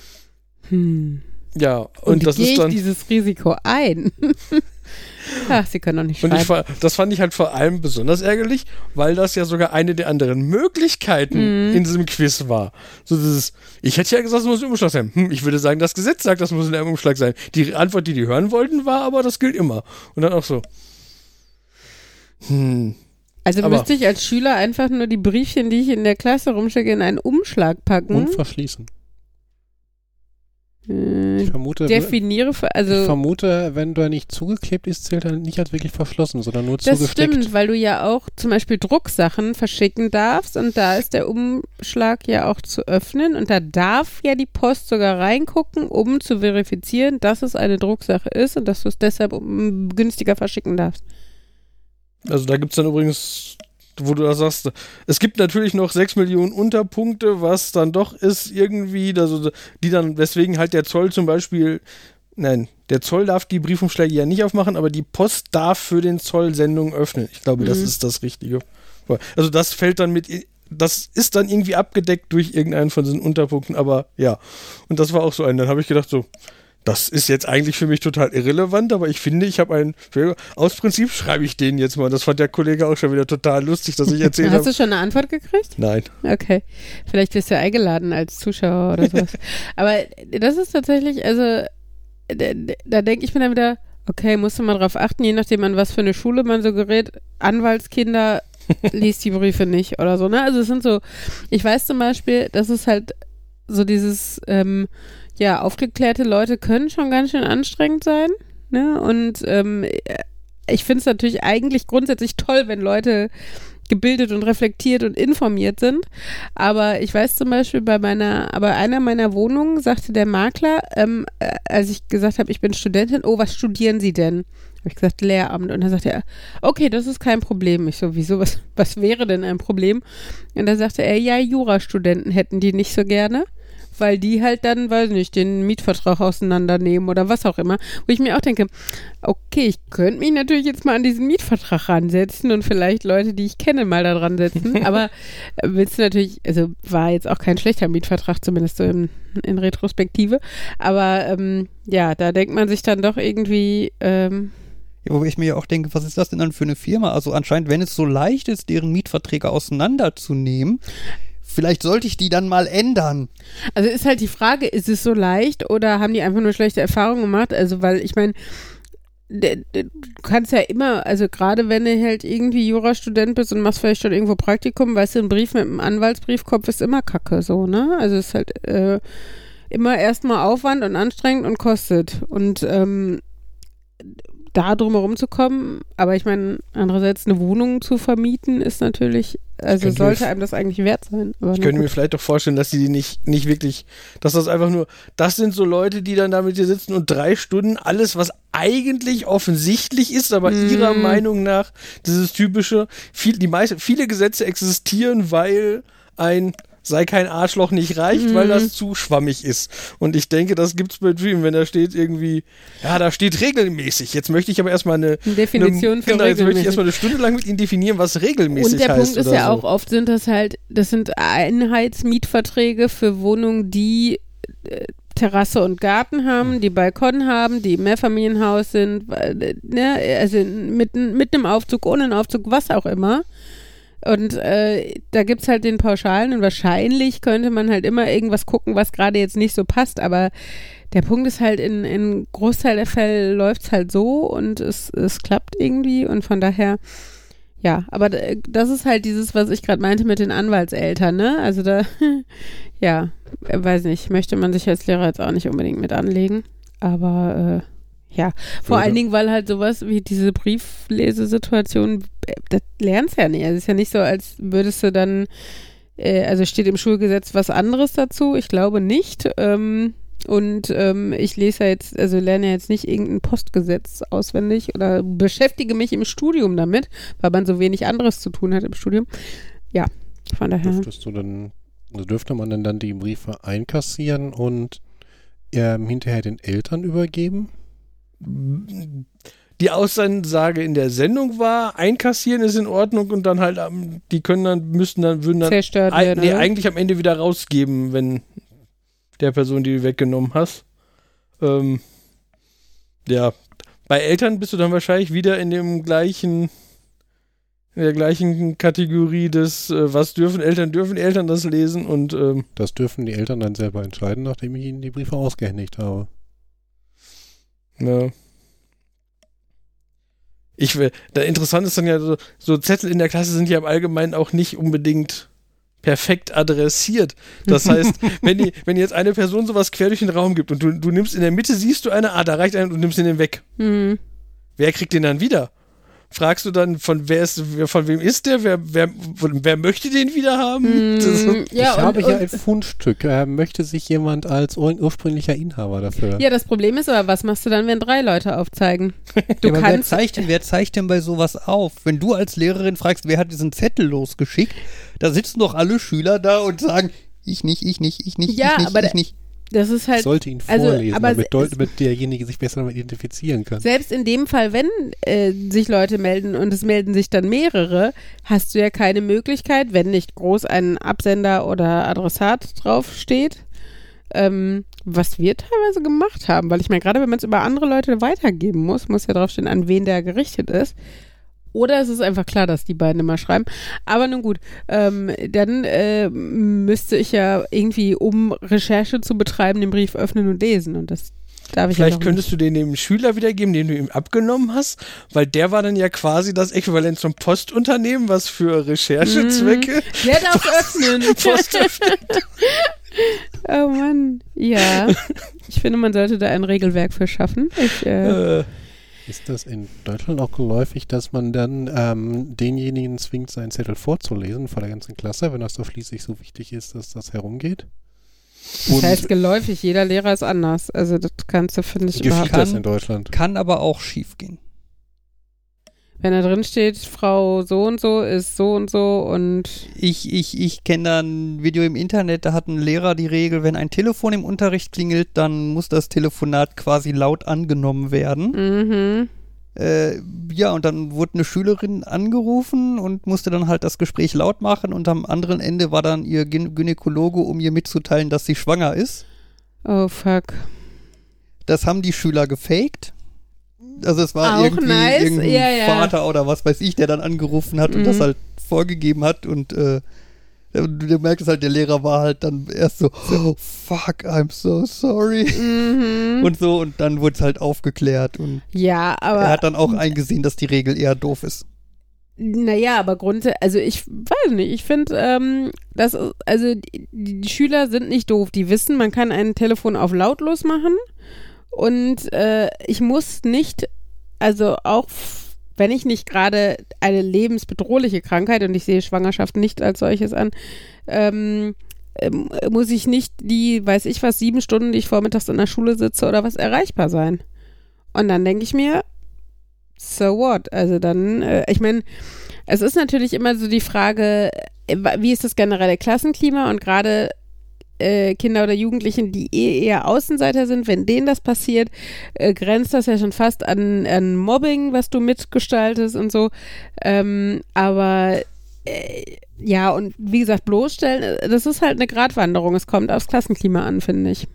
[SPEAKER 1] Hm.
[SPEAKER 3] ja,
[SPEAKER 1] Und,
[SPEAKER 3] und
[SPEAKER 1] wie
[SPEAKER 3] das
[SPEAKER 1] gehe
[SPEAKER 3] ist
[SPEAKER 1] ich
[SPEAKER 3] dann.
[SPEAKER 1] dieses Risiko ein? Ach, sie können doch nicht
[SPEAKER 3] Und ich,
[SPEAKER 1] schreiben.
[SPEAKER 3] fa- das fand ich halt vor allem besonders ärgerlich, weil das ja sogar eine der anderen Möglichkeiten
[SPEAKER 1] Mhm.
[SPEAKER 3] in diesem Quiz war. So dieses, ich hätte ja gesagt, es muss im Umschlag sein. Hm, ich würde sagen, das Gesetz sagt, das muss in einem Umschlag sein. Die Antwort, die die hören wollten, war aber, das gilt immer. Und dann auch so. Hm.
[SPEAKER 1] Also
[SPEAKER 3] aber-
[SPEAKER 1] müsste ich als Schüler einfach nur die Briefchen, die ich in der Klasse rumschicke, in einen Umschlag packen.
[SPEAKER 4] Und verschließen.
[SPEAKER 1] Äh,
[SPEAKER 4] Ich vermute,
[SPEAKER 1] definiere, für-
[SPEAKER 4] ich
[SPEAKER 1] also
[SPEAKER 4] vermute, wenn der nicht zugeklebt ist, zählt er nicht als wirklich verschlossen, sondern nur
[SPEAKER 1] das
[SPEAKER 4] zugesteckt.
[SPEAKER 1] stimmt, weil du ja auch zum Beispiel Drucksachen verschicken darfst und da ist der Umschlag ja auch zu öffnen und da darf ja die Post sogar reingucken, um zu verifizieren, dass es eine Drucksache ist und dass du es deshalb um, günstiger verschicken darfst.
[SPEAKER 3] Also da gibt es dann übrigens, wo du da sagst, es gibt natürlich noch sechs Millionen Unterpunkte, was dann doch ist irgendwie, also die dann, weswegen halt der Zoll zum Beispiel, nein, der Zoll darf die Briefumschläge ja nicht aufmachen, aber die Post darf für den Zoll Sendungen öffnen. Ich glaube, das
[SPEAKER 1] Mhm.
[SPEAKER 3] ist das Richtige. Also das fällt dann mit, das ist dann irgendwie abgedeckt durch irgendeinen von diesen Unterpunkten, aber ja. Und das war auch so ein, dann habe ich gedacht so, das ist jetzt eigentlich für mich total irrelevant, aber ich finde, ich habe einen, aus Prinzip schreibe ich den jetzt mal. Das fand der Kollege auch schon wieder total lustig, dass ich erzählt
[SPEAKER 1] Hast
[SPEAKER 3] habe.
[SPEAKER 1] du schon eine Antwort gekriegt?
[SPEAKER 3] Nein.
[SPEAKER 1] Okay. Vielleicht wirst du eingeladen als Zuschauer oder sowas. Aber das ist tatsächlich, also da, da denke ich mir dann wieder, okay, musst du mal drauf achten, je nachdem an was für eine Schule man so gerät, Anwaltskinder liest die Briefe nicht oder so, ne? Also es sind so, ich weiß zum Beispiel, das ist halt so dieses, ähm, ja, aufgeklärte Leute können schon ganz schön anstrengend sein, ne? Und ähm, ich finde es natürlich eigentlich grundsätzlich toll, wenn Leute gebildet und reflektiert und informiert sind. Aber ich weiß zum Beispiel bei meiner, aber einer meiner Wohnungen sagte der Makler, ähm, äh, als ich gesagt habe, ich bin Studentin, oh, was studieren Sie denn? Habe ich gesagt, Lehramt. Und dann sagte er, okay, das ist kein Problem. Ich so, wieso, was, was wäre denn ein Problem? Und dann sagte er, ja, Jurastudenten hätten die nicht so gerne, weil die halt dann, weiß nicht, den Mietvertrag auseinandernehmen oder was auch immer. Wo ich mir auch denke, okay, ich könnte mich natürlich jetzt mal an diesen Mietvertrag ransetzen und vielleicht Leute, die ich kenne, mal da dran setzen. Aber äh, willst du natürlich, also war jetzt auch kein schlechter Mietvertrag, zumindest so in, in Retrospektive. Aber ähm, ja, da denkt man sich dann doch irgendwie, ähm,
[SPEAKER 2] Ja, wo ich mir ja auch denke, was ist das denn dann für eine Firma? Also anscheinend, wenn es so leicht ist, deren Mietverträge auseinanderzunehmen, vielleicht sollte ich die dann mal ändern.
[SPEAKER 1] also ist halt die Frage, ist es so leicht oder haben die einfach nur schlechte Erfahrungen gemacht? Also, weil ich meine, d- d- du kannst ja immer, also gerade wenn du halt irgendwie Jurastudent bist und machst vielleicht schon irgendwo Praktikum, weißt du, ein Brief mit einem Anwaltsbriefkopf ist immer kacke, so, ne? Also es ist halt äh, immer erstmal Aufwand und anstrengend und kostet. Und ähm, da drumherum zu kommen. Aber ich meine, andererseits eine Wohnung zu vermieten ist natürlich, also sollte einem das eigentlich wert sein. Aber
[SPEAKER 3] ich könnte mir vielleicht doch vorstellen, dass die nicht, nicht wirklich, dass das einfach nur, das sind so Leute, die dann da mit dir sitzen und drei Stunden alles, was eigentlich offensichtlich ist, aber mm. ihrer Meinung nach dieses typische, viel, die meisten, viele Gesetze existieren, weil ein sei kein Arschloch nicht reicht, mhm. weil das zu schwammig ist. Und ich denke, das gibt's bei Dream, wenn da steht irgendwie, ja, da steht regelmäßig. Jetzt möchte ich aber erstmal eine,
[SPEAKER 1] eine Definition
[SPEAKER 3] eine,
[SPEAKER 1] für
[SPEAKER 3] genau, jetzt
[SPEAKER 1] regelmäßig.
[SPEAKER 3] möchte ich erstmal eine Stunde lang mit Ihnen definieren, was regelmäßig heißt.
[SPEAKER 1] Und der
[SPEAKER 3] heißt
[SPEAKER 1] Punkt ist ja so. Auch, oft sind das halt, das sind Einheitsmietverträge für Wohnungen, die äh, Terrasse und Garten haben, die Balkon haben, die im Mehrfamilienhaus sind, äh, ne, also mit, mit einem Aufzug, ohne einen Aufzug, was auch immer. Und äh, da gibt's halt den Pauschalen und wahrscheinlich könnte man halt immer irgendwas gucken, was gerade jetzt nicht so passt, aber der Punkt ist halt, in, in Großteil der Fälle läuft's halt so und es, es klappt irgendwie und von daher, ja, aber das ist halt dieses, was ich gerade meinte mit den Anwaltseltern, ne? Also da, ja, weiß nicht, möchte man sich als Lehrer jetzt auch nicht unbedingt mit anlegen, aber äh, ja, vor allen Dingen, weil halt sowas wie diese Brieflesesituation, das lernst ja nicht. Also es ist ja nicht so, als würdest du dann, äh, also steht im Schulgesetz was anderes dazu? Ich glaube nicht. Ähm, und ähm, ich lese ja jetzt, also lerne ja jetzt nicht irgendein Postgesetz auswendig oder beschäftige mich im Studium damit, weil man so wenig anderes zu tun hat im Studium. Ja, von daher.
[SPEAKER 4] Dürftest du dann, also dürfte man denn dann die Briefe einkassieren und ähm, hinterher den Eltern übergeben?
[SPEAKER 3] Die Aussage in der Sendung war, einkassieren ist in Ordnung und dann halt, die können dann, müssten dann, würden dann
[SPEAKER 1] zerstört
[SPEAKER 3] ein,
[SPEAKER 1] werden,
[SPEAKER 3] nee,
[SPEAKER 1] oder?
[SPEAKER 3] eigentlich am Ende wieder rausgeben, wenn der Person, die du weggenommen hast. Ähm, ja, bei Eltern bist du dann wahrscheinlich wieder in dem gleichen, in der gleichen Kategorie des, äh, was dürfen Eltern, dürfen Eltern das lesen und ähm,
[SPEAKER 4] das dürfen die Eltern dann selber entscheiden, nachdem ich ihnen die Briefe ausgehändigt habe.
[SPEAKER 3] Ja. Ich will, da interessant ist dann ja so, so Zettel in der Klasse sind ja im Allgemeinen auch nicht unbedingt perfekt adressiert. Das heißt, wenn die, wenn jetzt eine Person sowas quer durch den Raum gibt und du, du nimmst in der Mitte, siehst du eine, ah, da reicht einer und du nimmst den weg.
[SPEAKER 1] Mhm.
[SPEAKER 3] Wer kriegt den dann wieder? Fragst du dann, von wer ist, von wem ist der? Wer, wer, wer möchte den wieder haben?
[SPEAKER 1] Mm,
[SPEAKER 3] das,
[SPEAKER 1] ja,
[SPEAKER 4] ich
[SPEAKER 1] und,
[SPEAKER 4] habe hier
[SPEAKER 1] und,
[SPEAKER 4] ein Fundstück. Äh, möchte sich jemand als ur- ursprünglicher Inhaber dafür?
[SPEAKER 1] Ja, das Problem ist aber, was machst du dann, wenn drei Leute aufzeigen? Du
[SPEAKER 2] ja, aber
[SPEAKER 1] kannst.
[SPEAKER 2] wer zeigt, denn, wer zeigt denn bei sowas auf? Wenn du als Lehrerin fragst, wer hat diesen Zettel losgeschickt, da sitzen doch alle Schüler da und sagen, ich nicht, ich nicht, ich nicht,
[SPEAKER 1] ja,
[SPEAKER 2] ich nicht,
[SPEAKER 1] aber
[SPEAKER 2] ich nicht.
[SPEAKER 1] Das ist halt.
[SPEAKER 4] Ich sollte ihn
[SPEAKER 1] also,
[SPEAKER 4] vorlesen,
[SPEAKER 1] aber
[SPEAKER 4] damit,
[SPEAKER 1] es-
[SPEAKER 4] deut- damit derjenige sich besser damit identifizieren kann.
[SPEAKER 1] Selbst in dem Fall, wenn äh, sich Leute melden und es melden sich dann mehrere, hast du ja keine Möglichkeit, wenn nicht groß ein Absender oder Adressat draufsteht, ähm, was wir teilweise gemacht haben, weil ich meine, gerade wenn man es über andere Leute weitergeben muss, muss ja draufstehen, an wen der gerichtet ist. Oder es ist einfach klar, dass die beiden immer schreiben. Aber nun gut, ähm, dann äh, müsste ich ja irgendwie, um Recherche zu betreiben, den Brief öffnen und lesen. Und das darf ich
[SPEAKER 3] vielleicht
[SPEAKER 1] ja
[SPEAKER 3] könntest du den dem Schüler wiedergeben, den du ihm abgenommen hast, weil der war dann ja quasi das Äquivalent zum Postunternehmen, was für Recherchezwecke
[SPEAKER 1] Der darf öffnen.
[SPEAKER 3] Post öffnet.
[SPEAKER 1] Oh Mann, ja. Ich finde, man sollte da ein Regelwerk für schaffen. Ich, äh,
[SPEAKER 3] Äh,
[SPEAKER 4] Ist das in Deutschland auch geläufig, dass man dann ähm, denjenigen zwingt, seinen Zettel vorzulesen vor der ganzen Klasse, wenn das doch schließlich so wichtig ist, dass das herumgeht?
[SPEAKER 1] das heißt geläufig, jeder Lehrer ist anders. Also das kannst du, finde ich, überhaupt
[SPEAKER 4] Geschieht das
[SPEAKER 2] kann-
[SPEAKER 4] in Deutschland?
[SPEAKER 2] Kann aber auch schief gehen.
[SPEAKER 1] Wenn da drin steht, Frau so und so ist so und so und
[SPEAKER 2] Ich, ich, ich kenne da ein Video im Internet, da hat ein Lehrer die Regel, wenn ein Telefon im Unterricht klingelt, dann muss das Telefonat quasi laut angenommen werden.
[SPEAKER 1] mhm.
[SPEAKER 2] Äh, ja, und dann wurde eine Schülerin angerufen und musste dann halt das Gespräch laut machen und am anderen Ende war dann ihr Gyn- Gynäkologe, um ihr mitzuteilen, dass sie schwanger ist.
[SPEAKER 1] Oh fuck.
[SPEAKER 2] Das haben die Schüler gefaked. Also es war
[SPEAKER 1] Auch
[SPEAKER 2] irgendwie
[SPEAKER 1] nice.
[SPEAKER 2] irgendein
[SPEAKER 1] Ja, ja.
[SPEAKER 2] Vater oder was weiß ich, der dann angerufen hat und
[SPEAKER 1] Mhm.
[SPEAKER 2] das halt vorgegeben hat und äh, du, du merkst halt, der Lehrer war halt dann erst so, oh, fuck, I'm so sorry
[SPEAKER 1] Mhm.
[SPEAKER 2] und so und dann wurde es halt aufgeklärt und
[SPEAKER 1] Ja, aber
[SPEAKER 2] er hat dann auch eingesehen, dass die Regel eher doof ist.
[SPEAKER 1] naja, aber grundsätzlich, also ich weiß nicht, ich finde, ähm, das ist, also die, die Schüler sind nicht doof, die wissen, man kann ein Telefon auf lautlos machen und äh, ich muss nicht also auch f- wenn ich nicht gerade eine lebensbedrohliche Krankheit, und ich sehe Schwangerschaft nicht als solches an, ähm, ähm, muss ich nicht die, weiß ich was, sieben Stunden, die ich vormittags in der Schule sitze oder was, erreichbar sein. Und dann denke ich mir, so what? Also dann, äh, ich meine, es ist natürlich immer so die Frage, äh, wie ist das generelle Klassenklima, und gerade äh, Kinder oder Jugendlichen, die eh eher Außenseiter sind, wenn denen das passiert, äh, grenzt das ja schon fast an, an Mobbing, was du mitgestaltest und so. Ähm, aber äh, ja, und wie gesagt, bloßstellen, äh, das ist halt eine Gratwanderung. Es kommt aufs Klassenklima an, finde ich.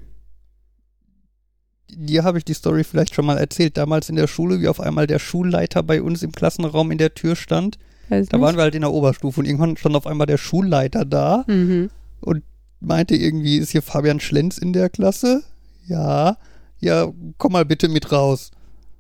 [SPEAKER 2] Dir habe ich die Story vielleicht schon mal erzählt, damals in der Schule, wie auf einmal der Schulleiter bei uns im Klassenraum in der Tür stand.
[SPEAKER 1] Weiß
[SPEAKER 2] Da
[SPEAKER 1] nicht.
[SPEAKER 2] waren wir halt in der Oberstufe und irgendwann stand auf einmal der Schulleiter da
[SPEAKER 1] Mhm.
[SPEAKER 2] und meinte irgendwie, ist hier Fabian Schlenz in der Klasse? Ja. Ja, komm mal bitte mit raus.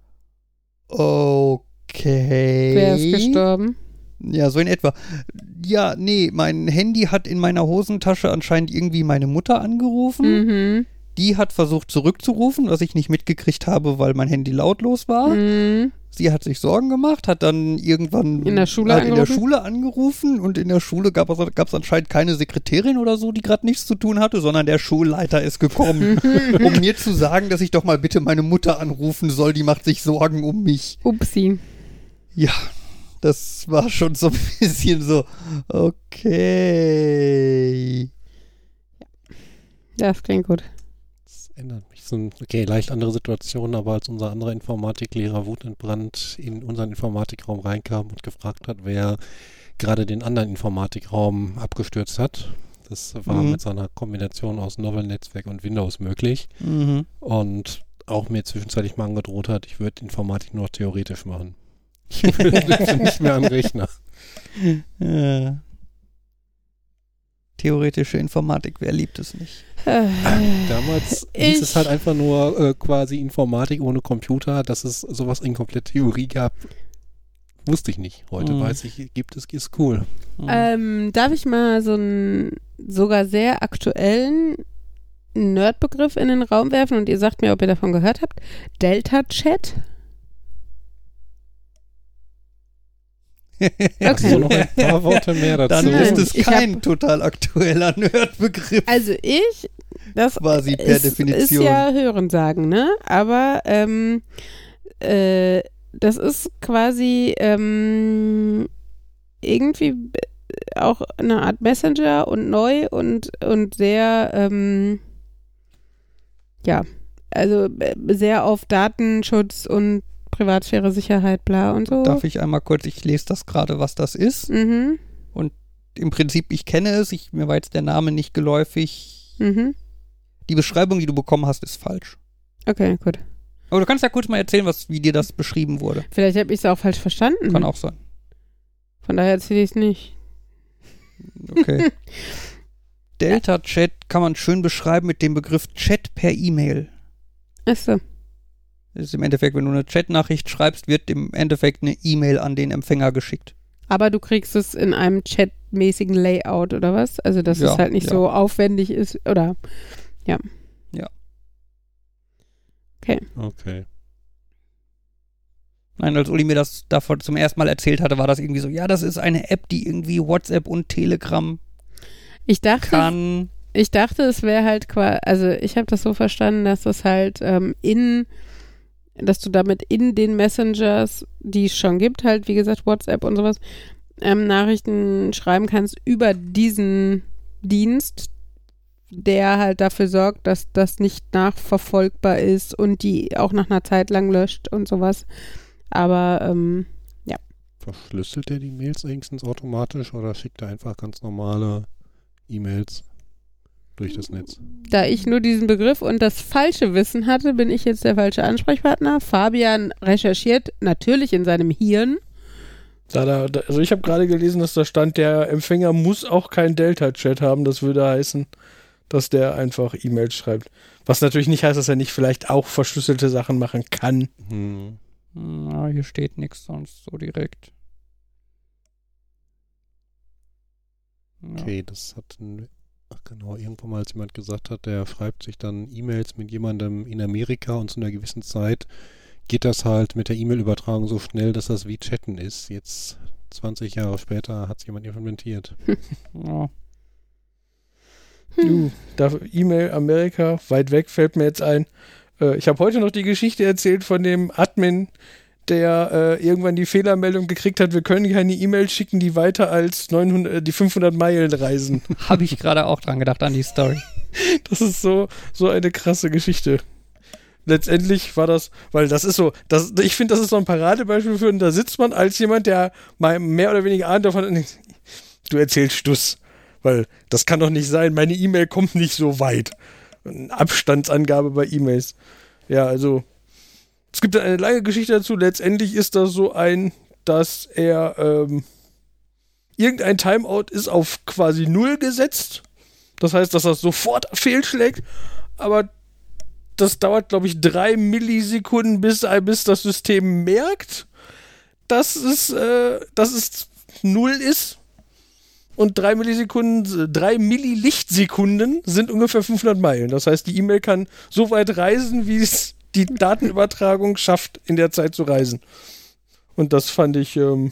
[SPEAKER 2] Okay.
[SPEAKER 1] Wer ist gestorben?
[SPEAKER 2] Ja, so in etwa. Ja, nee, mein Handy hat in meiner Hosentasche anscheinend irgendwie meine Mutter angerufen.
[SPEAKER 1] Mhm.
[SPEAKER 2] Die hat versucht zurückzurufen, was ich nicht mitgekriegt habe, weil mein Handy lautlos war.
[SPEAKER 1] Mhm.
[SPEAKER 2] Sie hat sich Sorgen gemacht, hat dann irgendwann
[SPEAKER 1] In der Schule
[SPEAKER 2] halt in der
[SPEAKER 1] angerufen?
[SPEAKER 2] Schule angerufen und in der Schule gab es, gab es anscheinend keine Sekretärin oder so, die gerade nichts zu tun hatte, sondern der Schulleiter ist gekommen, um mir zu sagen, dass ich doch mal bitte meine Mutter anrufen soll, die macht sich Sorgen um mich.
[SPEAKER 1] Upsi.
[SPEAKER 2] Ja, das war schon so ein bisschen so, okay.
[SPEAKER 1] Ja, das klingt gut.
[SPEAKER 4] Das ändert mich. So ein, okay, leicht andere Situation, aber als unser anderer Informatiklehrer wutentbrannt in unseren Informatikraum reinkam und gefragt hat, wer gerade den anderen Informatikraum abgestürzt hat. Das war
[SPEAKER 2] Mhm.
[SPEAKER 4] mit seiner Kombination aus Novel-Netzwerk und Windows möglich.
[SPEAKER 2] Mhm.
[SPEAKER 4] Und auch mir zwischenzeitlich mal angedroht hat, ich würde Informatik nur theoretisch machen. Ich würde nicht mehr am Rechner.
[SPEAKER 2] Ja. Theoretische Informatik, wer liebt es nicht?
[SPEAKER 1] Äh,
[SPEAKER 4] Damals
[SPEAKER 1] Ich-
[SPEAKER 4] hieß es halt einfach nur äh, quasi Informatik ohne Computer, dass es sowas in komplett Theorie gab. Wusste ich nicht. Heute
[SPEAKER 2] Mhm.
[SPEAKER 4] weiß ich, gibt es, ist cool.
[SPEAKER 2] Mhm.
[SPEAKER 1] Ähm, darf ich mal so einen sogar sehr aktuellen Nerdbegriff in den Raum werfen, und ihr sagt mir, ob ihr davon gehört habt? Delta-Chat?
[SPEAKER 4] Also noch ein paar Worte mehr dazu.
[SPEAKER 2] Dann
[SPEAKER 1] Nein,
[SPEAKER 2] ist es
[SPEAKER 1] ich
[SPEAKER 2] kein
[SPEAKER 1] hab-
[SPEAKER 2] total aktueller Nerdbegriff,
[SPEAKER 1] Also ich, das
[SPEAKER 2] quasi per
[SPEAKER 1] ist, ist
[SPEAKER 2] Definition.
[SPEAKER 1] ja Hörensagen, ne? Aber ähm, äh, das ist quasi ähm, irgendwie auch eine Art Messenger und neu und, und sehr, ähm, ja, also äh, sehr auf Datenschutz und Privatsphäre, Sicherheit, bla und so.
[SPEAKER 2] Darf ich einmal kurz, ich lese das gerade, was das ist.
[SPEAKER 1] Mhm,
[SPEAKER 2] Im Prinzip, ich kenne es, ich, mir war jetzt der Name nicht geläufig.
[SPEAKER 1] mhm.
[SPEAKER 2] Die Beschreibung, die du bekommen hast, ist falsch.
[SPEAKER 1] Okay, gut.
[SPEAKER 2] Aber du kannst ja kurz mal erzählen, was, wie dir das beschrieben wurde.
[SPEAKER 1] Vielleicht habe ich es auch falsch verstanden.
[SPEAKER 2] Kann auch sein.
[SPEAKER 1] Von daher erzähle ich es nicht.
[SPEAKER 2] Okay. Delta-Chat kann man schön beschreiben mit dem Begriff Chat per E-Mail.
[SPEAKER 1] Achso.
[SPEAKER 2] Das ist im Endeffekt, wenn du eine Chat-Nachricht schreibst, wird im Endeffekt eine E-Mail an den Empfänger geschickt.
[SPEAKER 1] Aber du kriegst es in einem chatmäßigen Layout, oder was? Also, dass
[SPEAKER 2] Ja,
[SPEAKER 1] es halt nicht
[SPEAKER 2] ja.
[SPEAKER 1] so aufwendig ist, oder? Ja.
[SPEAKER 2] Ja.
[SPEAKER 1] Okay.
[SPEAKER 4] Okay.
[SPEAKER 2] Nein, als Uli mir das davon zum ersten Mal erzählt hatte, war das irgendwie so, ja, das ist eine App, die irgendwie WhatsApp und Telegram
[SPEAKER 1] Ich dachte,
[SPEAKER 2] kann.
[SPEAKER 1] ich dachte, es wäre halt quasi, also ich habe das so verstanden, dass das halt ähm, in, dass du damit in den Messengers, die es schon gibt, halt wie gesagt WhatsApp und sowas, ähm, Nachrichten schreiben kannst über diesen Dienst, der halt dafür sorgt, dass das nicht nachverfolgbar ist und die auch nach einer Zeit lang löscht und sowas. Aber ähm,
[SPEAKER 4] Verschlüsselt er die Mails wenigstens automatisch oder schickt er einfach ganz normale E-Mails durch das Netz?
[SPEAKER 1] da ich nur diesen Begriff und das falsche Wissen hatte, bin ich jetzt der falsche Ansprechpartner. Fabian recherchiert natürlich in seinem Hirn.
[SPEAKER 3] Da, da, da- also ich habe gerade gelesen, dass da stand, der Empfänger muss auch kein Delta-Chat haben. Das würde heißen, dass der einfach E-Mails schreibt. Was natürlich nicht heißt, dass er nicht vielleicht auch verschlüsselte Sachen machen kann.
[SPEAKER 4] Hm.
[SPEAKER 2] Na, hier steht nichts sonst so direkt. Ja.
[SPEAKER 4] Okay, das hat ein, ach genau, irgendwann mal als jemand gesagt hat, der schreibt sich dann E-Mails mit jemandem in Amerika und zu einer gewissen Zeit geht das halt mit der E-Mail-Übertragung so schnell, dass das wie Chatten ist. Jetzt zwanzig Jahre später hat es jemand implementiert.
[SPEAKER 2] Ja.
[SPEAKER 3] Du, da E-Mail Amerika, weit weg, fällt mir jetzt ein. Äh, ich habe heute noch die Geschichte erzählt von dem Admin, der äh, irgendwann die Fehlermeldung gekriegt hat, wir können keine E-Mail schicken, die weiter als neunhundert, äh, die fünfhundert Meilen reisen.
[SPEAKER 2] Habe ich gerade auch dran gedacht, an die Story.
[SPEAKER 3] Das ist so, so eine krasse Geschichte. Letztendlich war das, weil das ist so, das, ich finde, das ist so ein Paradebeispiel für, und da sitzt man als jemand, der mal mehr oder weniger ahnt davon, du erzählst Stuss, weil das kann doch nicht sein, meine E-Mail kommt nicht so weit. Eine Abstandsangabe bei E-Mails. Ja, also es gibt eine lange Geschichte dazu. Letztendlich ist das so ein, dass er ähm, irgendein Timeout ist auf quasi null gesetzt. Das heißt, dass das sofort fehlschlägt, aber das dauert, glaube ich, drei Millisekunden, bis, bis das System merkt, dass es, äh, dass es null ist. Und drei Millisekunden, drei Milliliichtsekunden sind ungefähr fünfhundert Meilen. Das heißt, die E-Mail kann so weit reisen, wie es die Datenübertragung schafft, in der Zeit zu reisen. Und das fand ich ähm,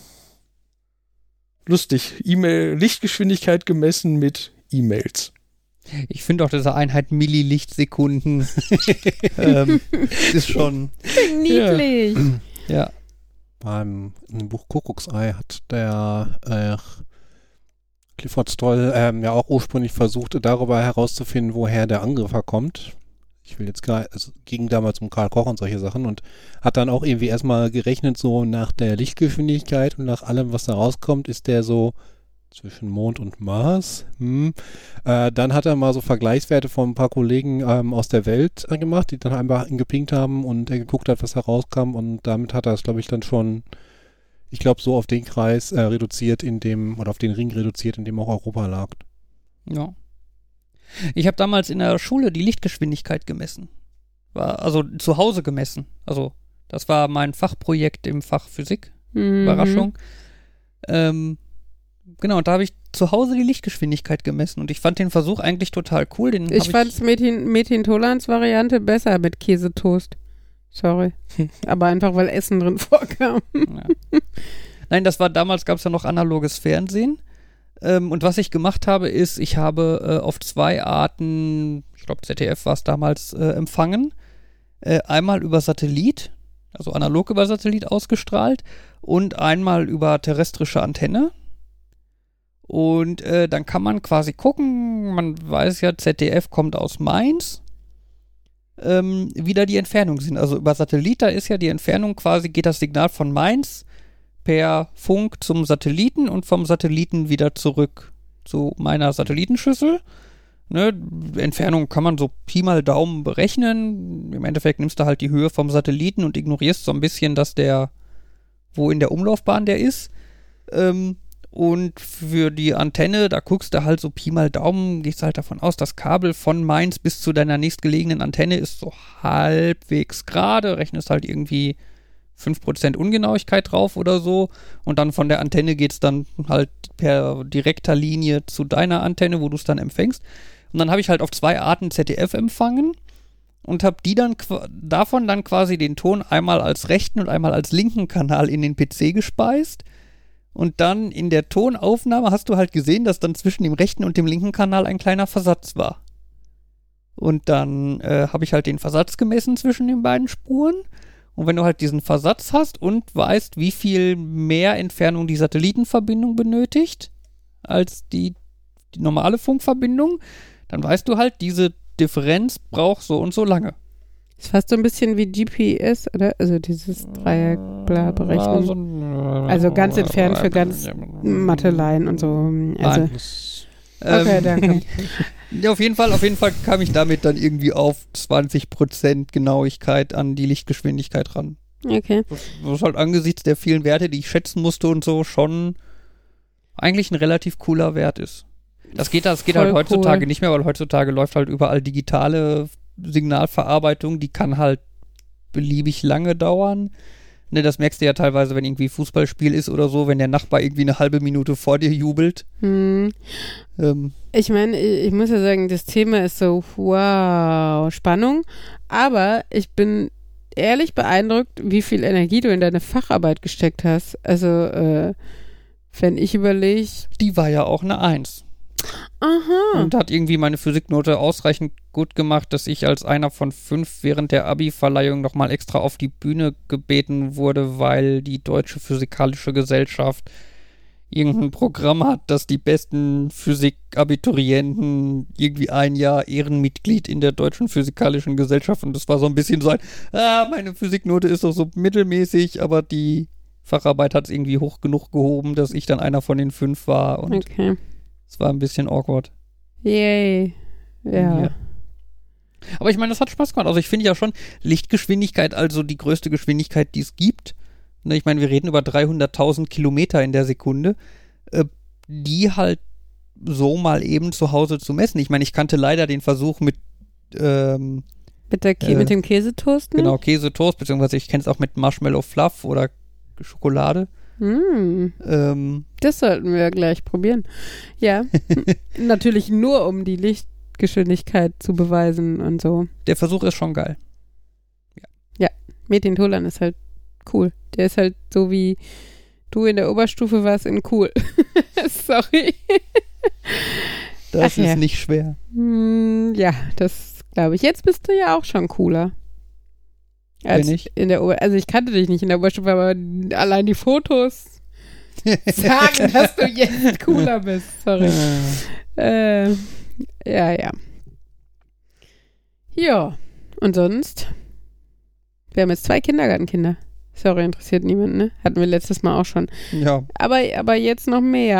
[SPEAKER 3] lustig. E-Mail-Lichtgeschwindigkeit gemessen mit E-Mails.
[SPEAKER 2] Ich finde auch diese Einheit Milliliichtsekunden ähm, ist schon
[SPEAKER 1] Niedlich.
[SPEAKER 2] Ja. ja.
[SPEAKER 4] Beim im Buch Kuckucksei hat der äh, Clifford Stoll ähm, ja auch ursprünglich versucht, darüber herauszufinden, woher der Angreifer kommt. Ich will jetzt gar, also ging damals um Karl Koch und solche Sachen und hat dann auch irgendwie erstmal gerechnet, so nach der Lichtgeschwindigkeit und nach allem, was da rauskommt, ist der so zwischen Mond und Mars. Hm. Äh, dann hat er mal so Vergleichswerte von ein paar Kollegen ähm, aus der Welt äh, gemacht, die dann einfach ihn gepinkt haben und er geguckt hat, was da rauskam und damit hat er es, glaube ich, dann schon, ich glaube, so auf den Kreis äh, reduziert, in dem, oder auf den Ring reduziert, in dem auch Europa lag.
[SPEAKER 2] Ja. Ich habe damals in der Schule die Lichtgeschwindigkeit gemessen. War also zu Hause gemessen. Also das war mein Fachprojekt im Fach Physik.
[SPEAKER 1] Mhm.
[SPEAKER 2] Überraschung. Ähm, genau, und da habe ich zu Hause die Lichtgeschwindigkeit gemessen und ich fand den Versuch eigentlich total cool. Den
[SPEAKER 1] Ich fand Metin, Metin Tolans Variante besser mit Käsetoast. Sorry. Aber einfach, weil Essen drin vorkam.
[SPEAKER 2] Ja. Nein, das war damals, gab es ja noch analoges Fernsehen. Ähm, und was ich gemacht habe, ist, ich habe äh, auf zwei Arten, ich glaube Z D F war es damals, äh, empfangen. Äh, einmal über Satellit, also analog über Satellit ausgestrahlt und einmal über terrestrische Antenne. Und äh, dann kann man quasi gucken, man weiß ja, Z D F kommt aus Mainz, ähm, wie da die Entfernungen sind. Also über Satellit, da ist ja die Entfernung quasi, geht das Signal von Mainz per Funk zum Satelliten und vom Satelliten wieder zurück zu meiner Satellitenschüssel. Ne, Entfernung kann man so Pi mal Daumen berechnen. Im Endeffekt nimmst du halt die Höhe vom Satelliten und ignorierst so ein bisschen, dass der, wo in der Umlaufbahn der ist. Ähm, und für die Antenne, da guckst du halt so Pi mal Daumen, gehst halt davon aus, das Kabel von Mainz bis zu deiner nächstgelegenen Antenne ist so halbwegs gerade, rechnest halt irgendwie fünf Prozent Ungenauigkeit drauf oder so und dann von der Antenne geht es dann halt per direkter Linie zu deiner Antenne, wo du es dann empfängst. Und dann habe ich halt auf zwei Arten Z D F empfangen und habe die dann davon dann quasi den Ton einmal als rechten und einmal als linken Kanal in den P C gespeist. Und dann in der Tonaufnahme hast du halt gesehen, dass dann zwischen dem rechten und dem linken Kanal ein kleiner Versatz war. Und dann äh, habe ich halt den Versatz gemessen zwischen den beiden Spuren. Und wenn du halt diesen Versatz hast und weißt, wie viel mehr Entfernung die Satellitenverbindung benötigt als die, die normale Funkverbindung, dann weißt du halt, diese Differenz braucht so und so lange.
[SPEAKER 1] Ist fast so ein bisschen wie G P S, oder? Also dieses Dreieck, bla, berechnen.
[SPEAKER 2] Also,
[SPEAKER 1] also ganz entfernt für ganz Matheleien und so. Also,
[SPEAKER 2] Nein.
[SPEAKER 1] okay,
[SPEAKER 2] ähm,
[SPEAKER 1] danke.
[SPEAKER 2] Ja, auf jeden Fall, auf jeden Fall kam ich damit dann irgendwie auf zwanzig Prozent Genauigkeit an die Lichtgeschwindigkeit ran.
[SPEAKER 1] Okay.
[SPEAKER 2] Was halt angesichts der vielen Werte, die ich schätzen musste und so, schon eigentlich ein relativ cooler Wert ist. Das geht, das geht
[SPEAKER 1] Voll
[SPEAKER 2] halt heutzutage
[SPEAKER 1] cool.
[SPEAKER 2] nicht mehr, weil heutzutage läuft halt überall digitale Signalverarbeitung, die kann halt beliebig lange dauern. Ne, das merkst du ja teilweise, wenn irgendwie Fußballspiel ist oder so, wenn der Nachbar irgendwie eine halbe Minute vor dir jubelt.
[SPEAKER 1] Hm.
[SPEAKER 2] Ähm,
[SPEAKER 1] Ich meine, ich, ich muss ja sagen, das Thema ist so, wow, Spannung. Aber ich bin ehrlich beeindruckt, wie viel Energie du in deine Facharbeit gesteckt hast. Also, äh, wenn ich überlege.
[SPEAKER 2] Die war ja auch eine Eins.
[SPEAKER 1] Aha.
[SPEAKER 2] Und hat irgendwie meine Physiknote ausreichend gut gemacht, dass ich als einer von fünf während der Abi-Verleihung nochmal extra auf die Bühne gebeten wurde, weil die Deutsche Physikalische Gesellschaft irgendein Programm hat, dass die besten Physik-Abiturienten irgendwie ein Jahr Ehrenmitglied in der Deutschen Physikalischen Gesellschaft, und das war so ein bisschen so ein, ah, meine Physiknote ist doch so mittelmäßig, aber die Facharbeit hat es irgendwie hoch genug gehoben, dass ich dann einer von den fünf war, und
[SPEAKER 1] Okay.
[SPEAKER 2] es war ein bisschen awkward.
[SPEAKER 1] Yay. Ja.
[SPEAKER 2] Ja. Aber ich meine, das hat Spaß gemacht. Also ich finde ja schon, Lichtgeschwindigkeit, also die größte Geschwindigkeit, die es gibt. Ne, ich meine, wir reden über dreihunderttausend Kilometer in der Sekunde. Äh, die halt so mal eben zu Hause zu messen. Ich meine, ich kannte leider den Versuch mit ähm,
[SPEAKER 1] Mit, der Kä-
[SPEAKER 2] Äh,
[SPEAKER 1] mit dem Käsetoast? Ne?
[SPEAKER 2] genau, Käsetoast, beziehungsweise ich kenne es auch mit Marshmallow Fluff oder Schokolade.
[SPEAKER 1] Mm,
[SPEAKER 2] Ähm,
[SPEAKER 1] das sollten wir gleich probieren. Ja. Natürlich nur, um die Lichtgeschwindigkeit zu beweisen und so.
[SPEAKER 2] der Versuch ist schon geil.
[SPEAKER 1] Metin Tolan ist halt cool. Der ist halt so wie du in der Oberstufe warst in cool. Sorry.
[SPEAKER 2] Das
[SPEAKER 1] Ach
[SPEAKER 2] ist
[SPEAKER 1] ja.
[SPEAKER 2] nicht schwer.
[SPEAKER 1] Hm, ja, das glaube ich. Jetzt bist du ja auch schon cooler. Als
[SPEAKER 2] Bin ich?
[SPEAKER 1] In der Ober- also ich kannte dich nicht in der Oberstufe, aber allein die Fotos sagen, dass du jetzt cooler bist. Sorry. Äh, ja, ja. Ja, und sonst? Wir haben jetzt zwei Kindergartenkinder. Sorry, interessiert niemanden, ne? Hatten wir letztes Mal auch schon.
[SPEAKER 2] Ja.
[SPEAKER 1] Aber, aber jetzt noch mehr.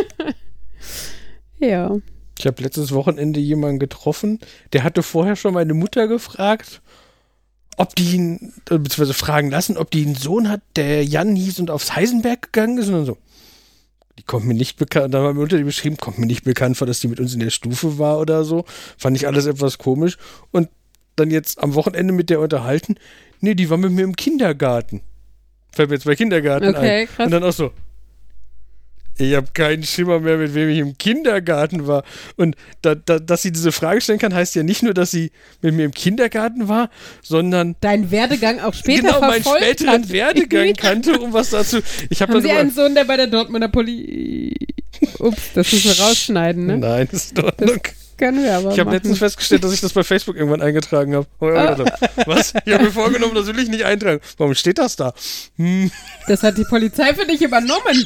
[SPEAKER 1] Ja.
[SPEAKER 3] Ich habe letztes Wochenende jemanden getroffen, der hatte vorher schon meine Mutter gefragt, ob die ihn, äh, beziehungsweise fragen lassen, ob die einen Sohn hat, der Jan hieß und aufs Heisenberg gegangen ist und dann so. Die kommt mir nicht bekannt, da haben wir unter die beschrieben, kommt mir nicht bekannt vor, dass die mit uns in der Stufe war oder so. Fand ich alles etwas komisch. Und dann jetzt am Wochenende mit der unterhalten, nee, die war mit mir im Kindergarten. Fällt mir jetzt bei Kindergarten
[SPEAKER 1] Okay,
[SPEAKER 3] ein.
[SPEAKER 1] krass.
[SPEAKER 3] Und dann auch so, ich habe keinen Schimmer mehr, mit wem ich im Kindergarten war. Und da, da, dass sie diese Frage stellen kann, heißt ja nicht nur, dass sie mit mir im Kindergarten war, sondern
[SPEAKER 1] Dein Werdegang auch später
[SPEAKER 3] genau meinen
[SPEAKER 1] verfolgt
[SPEAKER 3] späteren
[SPEAKER 1] hat.
[SPEAKER 3] Werdegang kannte, um was dazu. Ich habe
[SPEAKER 1] Haben
[SPEAKER 3] dann
[SPEAKER 1] Sie einen
[SPEAKER 3] immer,
[SPEAKER 1] Sohn, der bei der Dortmunder Poli... Ups, das müssen wir rausschneiden, ne?
[SPEAKER 3] Nein, das ist in Ordnung.
[SPEAKER 1] Können wir aber
[SPEAKER 3] Ich habe
[SPEAKER 1] machen.
[SPEAKER 3] letztens festgestellt, dass ich das bei Facebook irgendwann eingetragen habe. Oh, ja, oh. Was? Ich habe mir vorgenommen, das will ich nicht eintragen. Warum steht das da? Hm.
[SPEAKER 1] Das hat die Polizei für dich übernommen.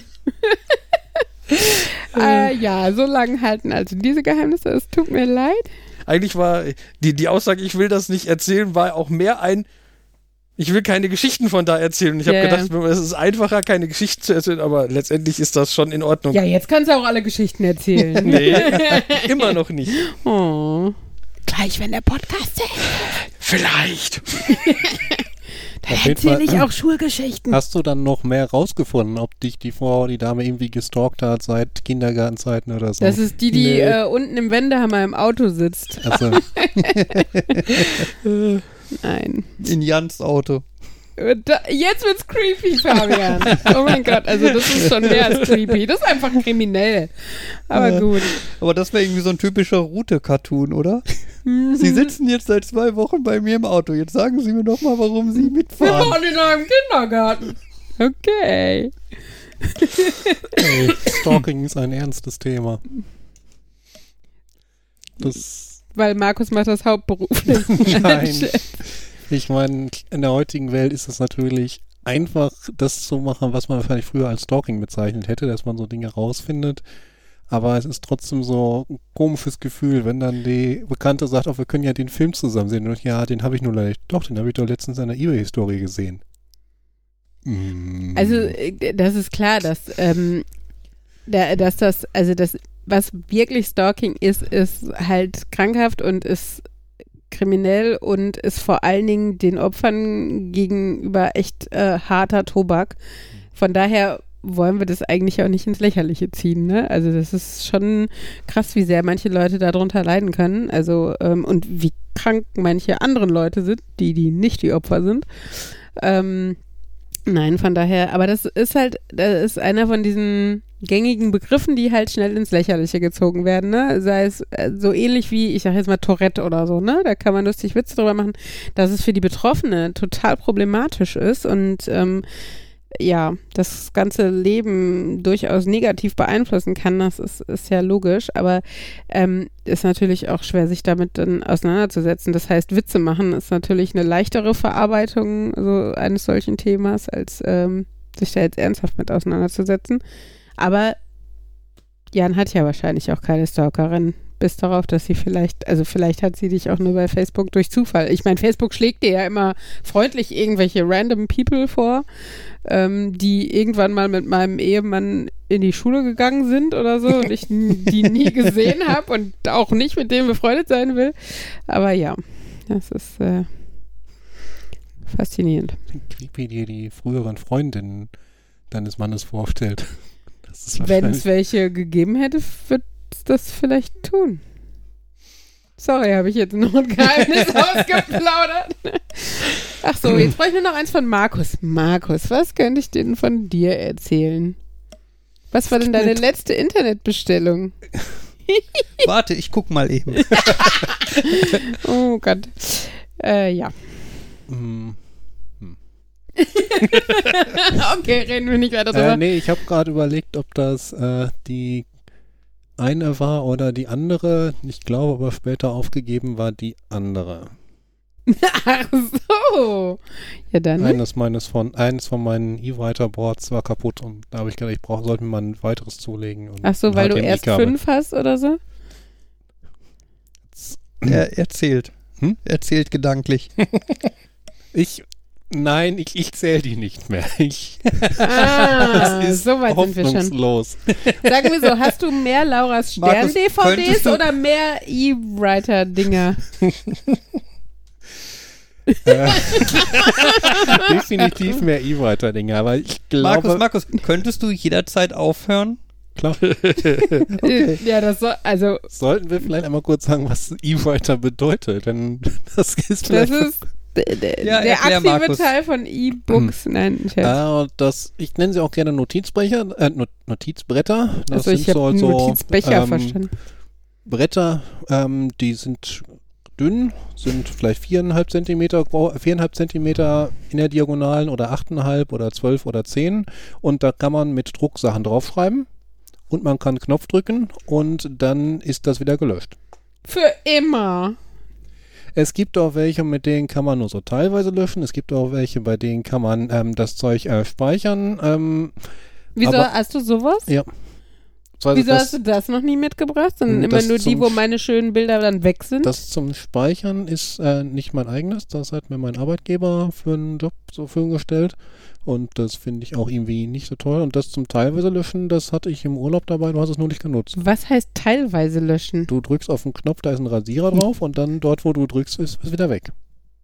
[SPEAKER 1] äh, ja, so lang halten also diese Geheimnisse. Es tut mir leid.
[SPEAKER 3] Eigentlich war die, die Aussage, ich will das nicht erzählen, war auch mehr ein, ich will keine Geschichten von da erzählen. Und ich habe
[SPEAKER 1] Ja,
[SPEAKER 3] gedacht, es ist einfacher, keine Geschichten zu erzählen, aber letztendlich ist das schon in Ordnung.
[SPEAKER 1] Ja, jetzt kannst du auch alle Geschichten erzählen.
[SPEAKER 3] Nee, immer noch nicht.
[SPEAKER 1] Oh. Gleich, wenn der Podcast ist.
[SPEAKER 3] Vielleicht.
[SPEAKER 1] Dann
[SPEAKER 4] Auf jeden
[SPEAKER 1] erzähle ich
[SPEAKER 4] Fall.
[SPEAKER 1] auch Schulgeschichten.
[SPEAKER 4] Hast du dann noch mehr rausgefunden, ob dich die Frau, die Dame irgendwie gestalkt hat seit Kindergartenzeiten oder so?
[SPEAKER 1] Das ist die, die
[SPEAKER 3] Nee.
[SPEAKER 1] äh, unten im Wendehammer im Auto sitzt.
[SPEAKER 4] Also,
[SPEAKER 1] Nein.
[SPEAKER 2] In Jans Auto.
[SPEAKER 1] Und Da, jetzt wird's creepy, Fabian. Oh mein Gott, also das ist schon mehr als creepy. Das ist einfach kriminell. Aber
[SPEAKER 2] Ja.
[SPEAKER 1] gut.
[SPEAKER 2] Aber das wäre irgendwie so ein typischer Route-Cartoon, oder? Sie sitzen jetzt seit zwei Wochen bei mir im Auto. Jetzt sagen Sie mir doch mal, warum Sie
[SPEAKER 1] Wir
[SPEAKER 2] mitfahren.
[SPEAKER 1] waren in einem Kindergarten. Okay.
[SPEAKER 4] ey, Stalking ist ein ernstes Thema. Das,
[SPEAKER 1] Weil Markus macht das hauptberuflich.
[SPEAKER 4] nein. Ich meine, in der heutigen Welt ist es natürlich einfach, das zu machen, was man vielleicht früher als Stalking bezeichnet hätte, dass man so Dinge rausfindet. Aber es ist trotzdem so ein komisches Gefühl, wenn dann die Bekannte sagt, oh, wir können ja den Film zusammen sehen. Und ja, den habe ich nur leider, doch, den habe ich doch letztens in der eBay-Historie gesehen. Mm.
[SPEAKER 1] Also, äh, das ist klar, dass, ähm, da, dass das, also das, was wirklich Stalking ist, ist halt krankhaft und ist kriminell und ist vor allen Dingen den Opfern gegenüber echt äh, harter Tobak. Von daher wollen wir das eigentlich auch nicht ins Lächerliche ziehen, ne? Also das ist schon krass, wie sehr manche Leute darunter leiden können. Also ähm, und wie krank manche anderen Leute sind, die, die nicht die Opfer sind. Ähm, nein, von daher, aber das ist halt, das ist einer von diesen gängigen Begriffen, die halt schnell ins Lächerliche gezogen werden, ne? Sei es äh, so ähnlich wie, ich sag jetzt mal Tourette oder so, ne? Da kann man lustig Witze drüber machen, dass es für die Betroffene total problematisch ist und ähm, ja, das ganze Leben durchaus negativ beeinflussen kann, das ist, ist ja logisch, aber ähm, ist natürlich auch schwer, sich damit dann auseinanderzusetzen. Das heißt, Witze machen ist natürlich eine leichtere Verarbeitung so eines solchen Themas, als ähm, sich da jetzt ernsthaft mit auseinanderzusetzen. Aber Jan hat ja wahrscheinlich auch keine Stalkerin, bis darauf, dass sie vielleicht, also vielleicht hat sie dich auch nur bei Facebook durch Zufall. Ich meine, Facebook schlägt dir ja immer freundlich irgendwelche random People vor, ähm, die irgendwann mal mit meinem Ehemann in die Schule gegangen sind oder so und ich n- die nie gesehen habe und auch nicht mit denen befreundet sein will. Aber ja, das ist äh, faszinierend.
[SPEAKER 4] Wie dir die früheren Freundinnen deines Mannes vorstellt. Das ist
[SPEAKER 1] Wenn
[SPEAKER 4] wahrscheinlich-
[SPEAKER 1] es welche gegeben hätte, wird es das vielleicht tun. Sorry, habe ich jetzt noch ein Geheimnis ausgeplaudert. Ach so, jetzt brauche ich nur noch eins von Markus. Markus, was könnte ich denn von dir erzählen? Was war denn deine letzte Internetbestellung?
[SPEAKER 2] Warte, ich guck mal eben.
[SPEAKER 1] Oh Gott. Äh, ja.
[SPEAKER 4] Mm,
[SPEAKER 1] Okay, reden wir nicht weiter drüber.
[SPEAKER 4] Äh, nee, ich habe gerade überlegt, ob das äh, die eine war oder die andere. Ich glaube aber später aufgegeben war die andere.
[SPEAKER 1] Ach so. Ja, dann.
[SPEAKER 4] Eines meines von eines von meinen E-Writer-Boards war kaputt und da habe ich gedacht, ich brauche, sollte mir mal ein weiteres zulegen. Und
[SPEAKER 1] Ach so, weil du erst fünf hast oder so?
[SPEAKER 2] Er erzählt.
[SPEAKER 4] Hm?
[SPEAKER 2] Erzählt gedanklich.
[SPEAKER 4] Ich, nein, ich, ich zähle die nicht mehr. Ich,
[SPEAKER 1] Ah,
[SPEAKER 4] das ist
[SPEAKER 1] so weit sind wir schon.
[SPEAKER 4] hoffnungslos.
[SPEAKER 1] Sagen wir so, hast du mehr Lauras
[SPEAKER 2] Markus,
[SPEAKER 1] Stern-D V Ds
[SPEAKER 2] könntest du-
[SPEAKER 1] oder mehr E-Writer-Dinger?
[SPEAKER 4] Äh, Definitiv mehr E-Writer-Dinge, aber ich glaube,
[SPEAKER 2] Markus, Markus, könntest du jederzeit aufhören?
[SPEAKER 4] klar,
[SPEAKER 1] Okay. Ja, das soll, also,
[SPEAKER 4] sollten wir vielleicht einmal kurz sagen, was E-Writer bedeutet, denn das ist
[SPEAKER 1] das
[SPEAKER 4] vielleicht...
[SPEAKER 1] ist d- d-
[SPEAKER 2] Ja,
[SPEAKER 1] der
[SPEAKER 2] erklär,
[SPEAKER 1] aktive
[SPEAKER 2] Markus.
[SPEAKER 1] Teil von E-Books. Nein, Scherz.
[SPEAKER 4] Ja, das, ich nenne sie auch gerne Notizbrecher, äh, Not- Notizbretter. Das
[SPEAKER 1] Also ich
[SPEAKER 4] sind
[SPEAKER 1] habe
[SPEAKER 4] so, so
[SPEAKER 1] Notizbecher
[SPEAKER 4] ähm,
[SPEAKER 1] verstanden.
[SPEAKER 4] Bretter, ähm, die sind dünn, sind vielleicht viereinhalb Zentimeter, gro- viereinhalb Zentimeter in der Diagonalen oder achteinhalb oder zwölf oder zehn und da kann man mit Druck Sachen draufschreiben und man kann einen Knopf drücken und dann ist das wieder gelöscht.
[SPEAKER 1] Für immer.
[SPEAKER 4] Es gibt auch welche, mit denen kann man nur so teilweise löschen. Es gibt auch welche, bei denen kann man ähm, das Zeug äh, speichern. Ähm,
[SPEAKER 1] Wieso
[SPEAKER 4] aber-
[SPEAKER 1] hast du sowas?
[SPEAKER 4] ja. Also
[SPEAKER 1] Wieso
[SPEAKER 4] das,
[SPEAKER 1] hast du das noch nie mitgebracht? Sondern
[SPEAKER 4] Mm,
[SPEAKER 1] immer
[SPEAKER 4] das
[SPEAKER 1] nur die,
[SPEAKER 4] zum
[SPEAKER 1] wo
[SPEAKER 4] Sch-
[SPEAKER 1] meine schönen Bilder dann weg sind?
[SPEAKER 4] Das zum Speichern ist äh, nicht mein eigenes. Das hat mir mein Arbeitgeber für einen Job zur Verfügung gestellt. Und das finde ich auch irgendwie nicht so toll. Und das zum teilweise löschen, das hatte ich im Urlaub dabei. Du hast es nur nicht genutzt.
[SPEAKER 1] Was heißt teilweise löschen?
[SPEAKER 4] Du drückst auf den Knopf, da ist ein Rasierer drauf und dann dort, wo du drückst, ist es wieder weg.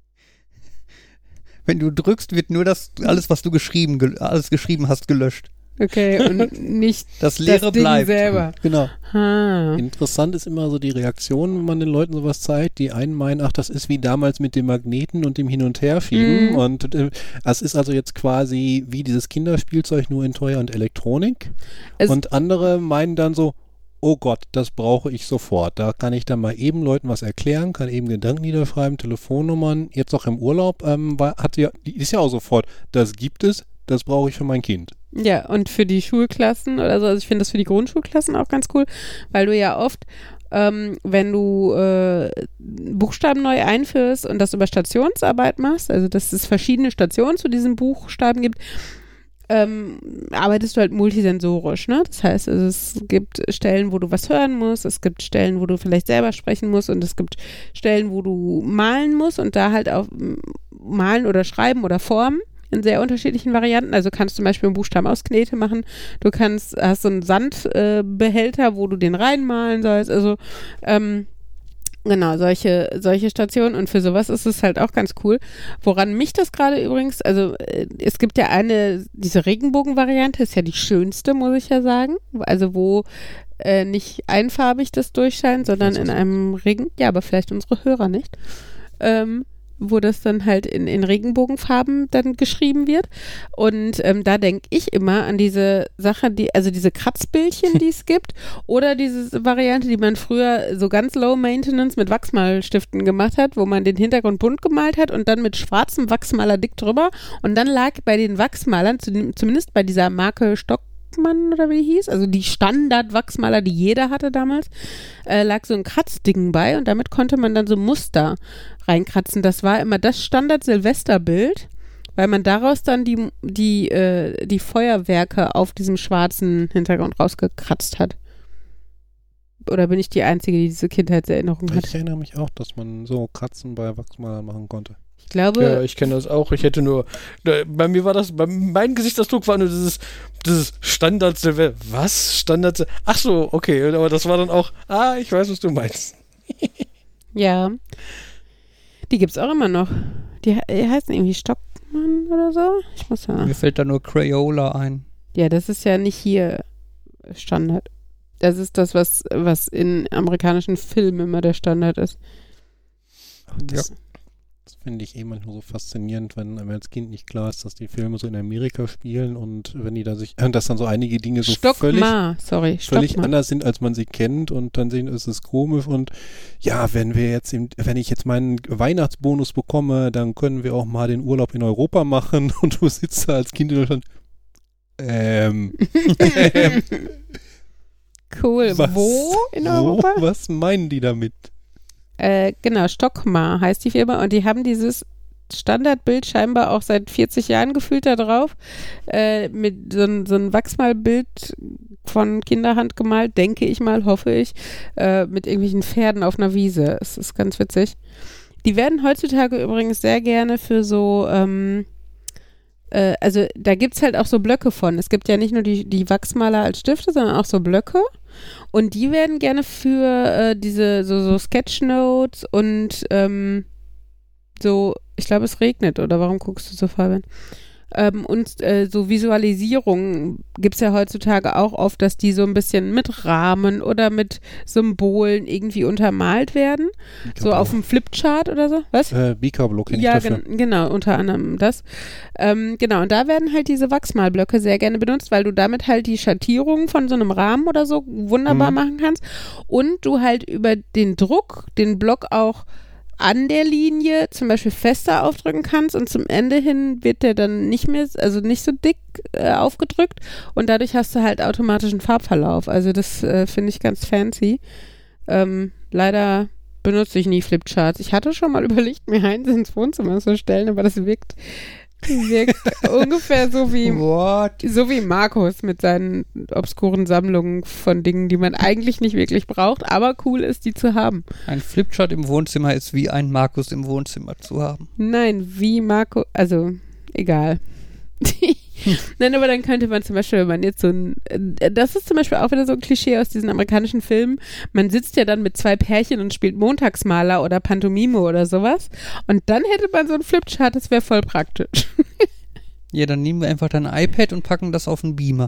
[SPEAKER 2] Wenn du drückst, wird nur das alles, was du geschrieben, gel- alles geschrieben hast, gelöscht.
[SPEAKER 1] Okay, und nicht
[SPEAKER 2] Das Leere
[SPEAKER 1] das Ding
[SPEAKER 2] bleibt.
[SPEAKER 1] selber.
[SPEAKER 4] Genau.
[SPEAKER 1] Ha.
[SPEAKER 4] Interessant ist immer so die Reaktion, wenn man den Leuten sowas zeigt. Die einen meinen, ach, das ist wie damals mit dem Magneten und dem Hin- und Herschieben.
[SPEAKER 1] Mhm.
[SPEAKER 4] Und äh, es ist also jetzt quasi wie dieses Kinderspielzeug, nur in teuer und Elektronik.
[SPEAKER 1] Es-
[SPEAKER 4] und andere meinen dann so, oh Gott, das brauche ich sofort. Da kann ich dann mal eben Leuten was erklären, kann eben Gedanken niederschreiben, Telefonnummern. Jetzt auch im Urlaub ähm, war, hat ja, die ist ja auch sofort, das gibt es, das brauche ich für mein Kind.
[SPEAKER 1] Ja, und für die Schulklassen oder so, also ich finde das für die Grundschulklassen auch ganz cool, weil du ja oft, ähm, wenn du äh, Buchstaben neu einführst und das über Stationsarbeit machst, also dass es verschiedene Stationen zu diesen Buchstaben gibt, ähm, arbeitest du halt multisensorisch, ne? Das heißt, also es gibt Stellen, wo du was hören musst, es gibt Stellen, wo du vielleicht selber sprechen musst und es gibt Stellen, wo du malen musst und da halt auch m, malen oder schreiben oder formen in sehr unterschiedlichen Varianten. Also kannst du zum Beispiel einen Buchstaben aus Knete machen. Du kannst, hast so einen Sandbehälter, äh, Behälter, wo du den reinmalen sollst. Also ähm, genau, solche, solche Stationen. Und für sowas ist es halt auch ganz cool. Woran mich das gerade übrigens, also äh, es gibt ja eine, diese Regenbogen-Variante ist ja die schönste, muss ich ja sagen. Also wo äh, nicht einfarbig das durchscheint, sondern in einem Regen, ja, aber vielleicht unsere Hörer nicht. Ähm, wo das dann halt in, in Regenbogenfarben dann geschrieben wird. Und ähm, da denke ich immer an diese Sache, die, also diese Kratzbildchen, die es gibt, oder diese Variante, die man früher so ganz low maintenance mit Wachsmalstiften gemacht hat, wo man den Hintergrund bunt gemalt hat und dann mit schwarzem Wachsmaler dick drüber. Und dann lag bei den Wachsmalern, zumindest bei dieser Marke Stock, Mann oder wie die hieß, also die Standard-Wachsmaler, die jeder hatte damals, äh, lag so ein Kratzding bei und damit konnte man dann so Muster reinkratzen. Das war immer das Standard-Silvesterbild, weil man daraus dann die, die, äh, die Feuerwerke auf diesem schwarzen Hintergrund rausgekratzt hat. Oder bin ich die Einzige, die diese Kindheitserinnerung hat?
[SPEAKER 4] Ich erinnere mich auch, dass man so Kratzen bei Wachsmalern machen konnte.
[SPEAKER 1] Ich glaube.
[SPEAKER 3] Ja, ich kenne das auch. Ich hätte nur, bei mir war das, bei mein Gesichtsausdruck war nur dieses, dieses Standard Silvester. Was? Standard Silvester? Ach so, okay. Aber das war dann auch, ah, ich weiß, was du meinst.
[SPEAKER 1] Ja. Die gibt's auch immer noch. Die, die heißen irgendwie Stockmann oder so. Ich muss ja.
[SPEAKER 2] Mir fällt da nur Crayola ein.
[SPEAKER 1] Ja, das ist ja nicht hier Standard. Das ist das, was, was in amerikanischen Filmen immer der Standard ist.
[SPEAKER 4] Ach, das, ja. Das finde ich eh manchmal so faszinierend, wenn einem als Kind nicht klar ist, dass die Filme so in Amerika spielen und wenn die da sich, dass dann so einige Dinge so
[SPEAKER 1] Stockmar,
[SPEAKER 4] völlig,
[SPEAKER 1] sorry,
[SPEAKER 4] völlig
[SPEAKER 1] Stockmar.
[SPEAKER 4] anders sind, als man sie kennt und dann sehen, es ist komisch und ja, wenn wir jetzt, im, wenn ich jetzt meinen Weihnachtsbonus bekomme, dann können wir auch mal den Urlaub in Europa machen und du sitzt da als Kind in Deutschland, ähm, ähm
[SPEAKER 1] cool.
[SPEAKER 4] Was,
[SPEAKER 1] wo in
[SPEAKER 4] wo,
[SPEAKER 1] Europa?
[SPEAKER 4] Was meinen die damit?
[SPEAKER 1] Äh, genau, Stockmar heißt die Firma und die haben dieses Standardbild scheinbar auch seit vierzig Jahren gefühlt da drauf, äh, mit so, ein- so ein Wachsmalbild von Kinderhand gemalt, denke ich mal, hoffe ich, äh, mit irgendwelchen Pferden auf einer Wiese. Es ist ganz witzig. Die werden heutzutage übrigens sehr gerne für so, ähm, äh, also da gibt es halt auch so Blöcke von. Es gibt ja nicht nur die, die Wachsmaler als Stifte, sondern auch so Blöcke. Und die werden gerne für äh, diese so, so Sketchnotes und ähm, so, ich glaube, es regnet, oder warum guckst du so, Fabian? Ähm, und äh, so Visualisierungen gibt es ja heutzutage auch oft, dass die so ein bisschen mit Rahmen oder mit Symbolen irgendwie untermalt werden. So auf dem Flipchart oder so. Was?
[SPEAKER 4] Äh, Bika-Block kenne ich
[SPEAKER 1] Ja,
[SPEAKER 4] dafür.
[SPEAKER 1] gen genau, unter anderem das. Ähm, genau, und da werden halt diese Wachsmalblöcke sehr gerne benutzt, weil du damit halt die Schattierungen von so einem Rahmen oder so wunderbar
[SPEAKER 4] Mhm.
[SPEAKER 1] machen kannst und du halt über den Druck den Block auch an der Linie zum Beispiel fester aufdrücken kannst und zum Ende hin wird der dann nicht mehr, also nicht so dick äh, aufgedrückt und dadurch hast du halt automatischen Farbverlauf. Also das äh, finde ich ganz fancy. Ähm, leider benutze ich nie Flipcharts. Ich hatte schon mal überlegt, mir eins ins Wohnzimmer zu stellen, aber das wirkt, wirkt ungefähr so wie,
[SPEAKER 2] What?
[SPEAKER 1] so wie Markus mit seinen obskuren Sammlungen von Dingen, die man eigentlich nicht wirklich braucht, aber cool ist, die zu haben.
[SPEAKER 2] Ein Flipchart im Wohnzimmer ist wie ein Markus im Wohnzimmer zu haben.
[SPEAKER 1] Nein, wie Marco, also egal. Nein, aber dann könnte man zum Beispiel, wenn man jetzt so ein, äh, das ist zum Beispiel auch wieder so ein Klischee aus diesen amerikanischen Filmen, man sitzt ja dann mit zwei Pärchen und spielt Montagsmaler oder Pantomime oder sowas und dann hätte man so ein Flipchart, das wäre voll praktisch.
[SPEAKER 2] Ja, dann nehmen wir einfach dein iPad und packen das auf den Beamer.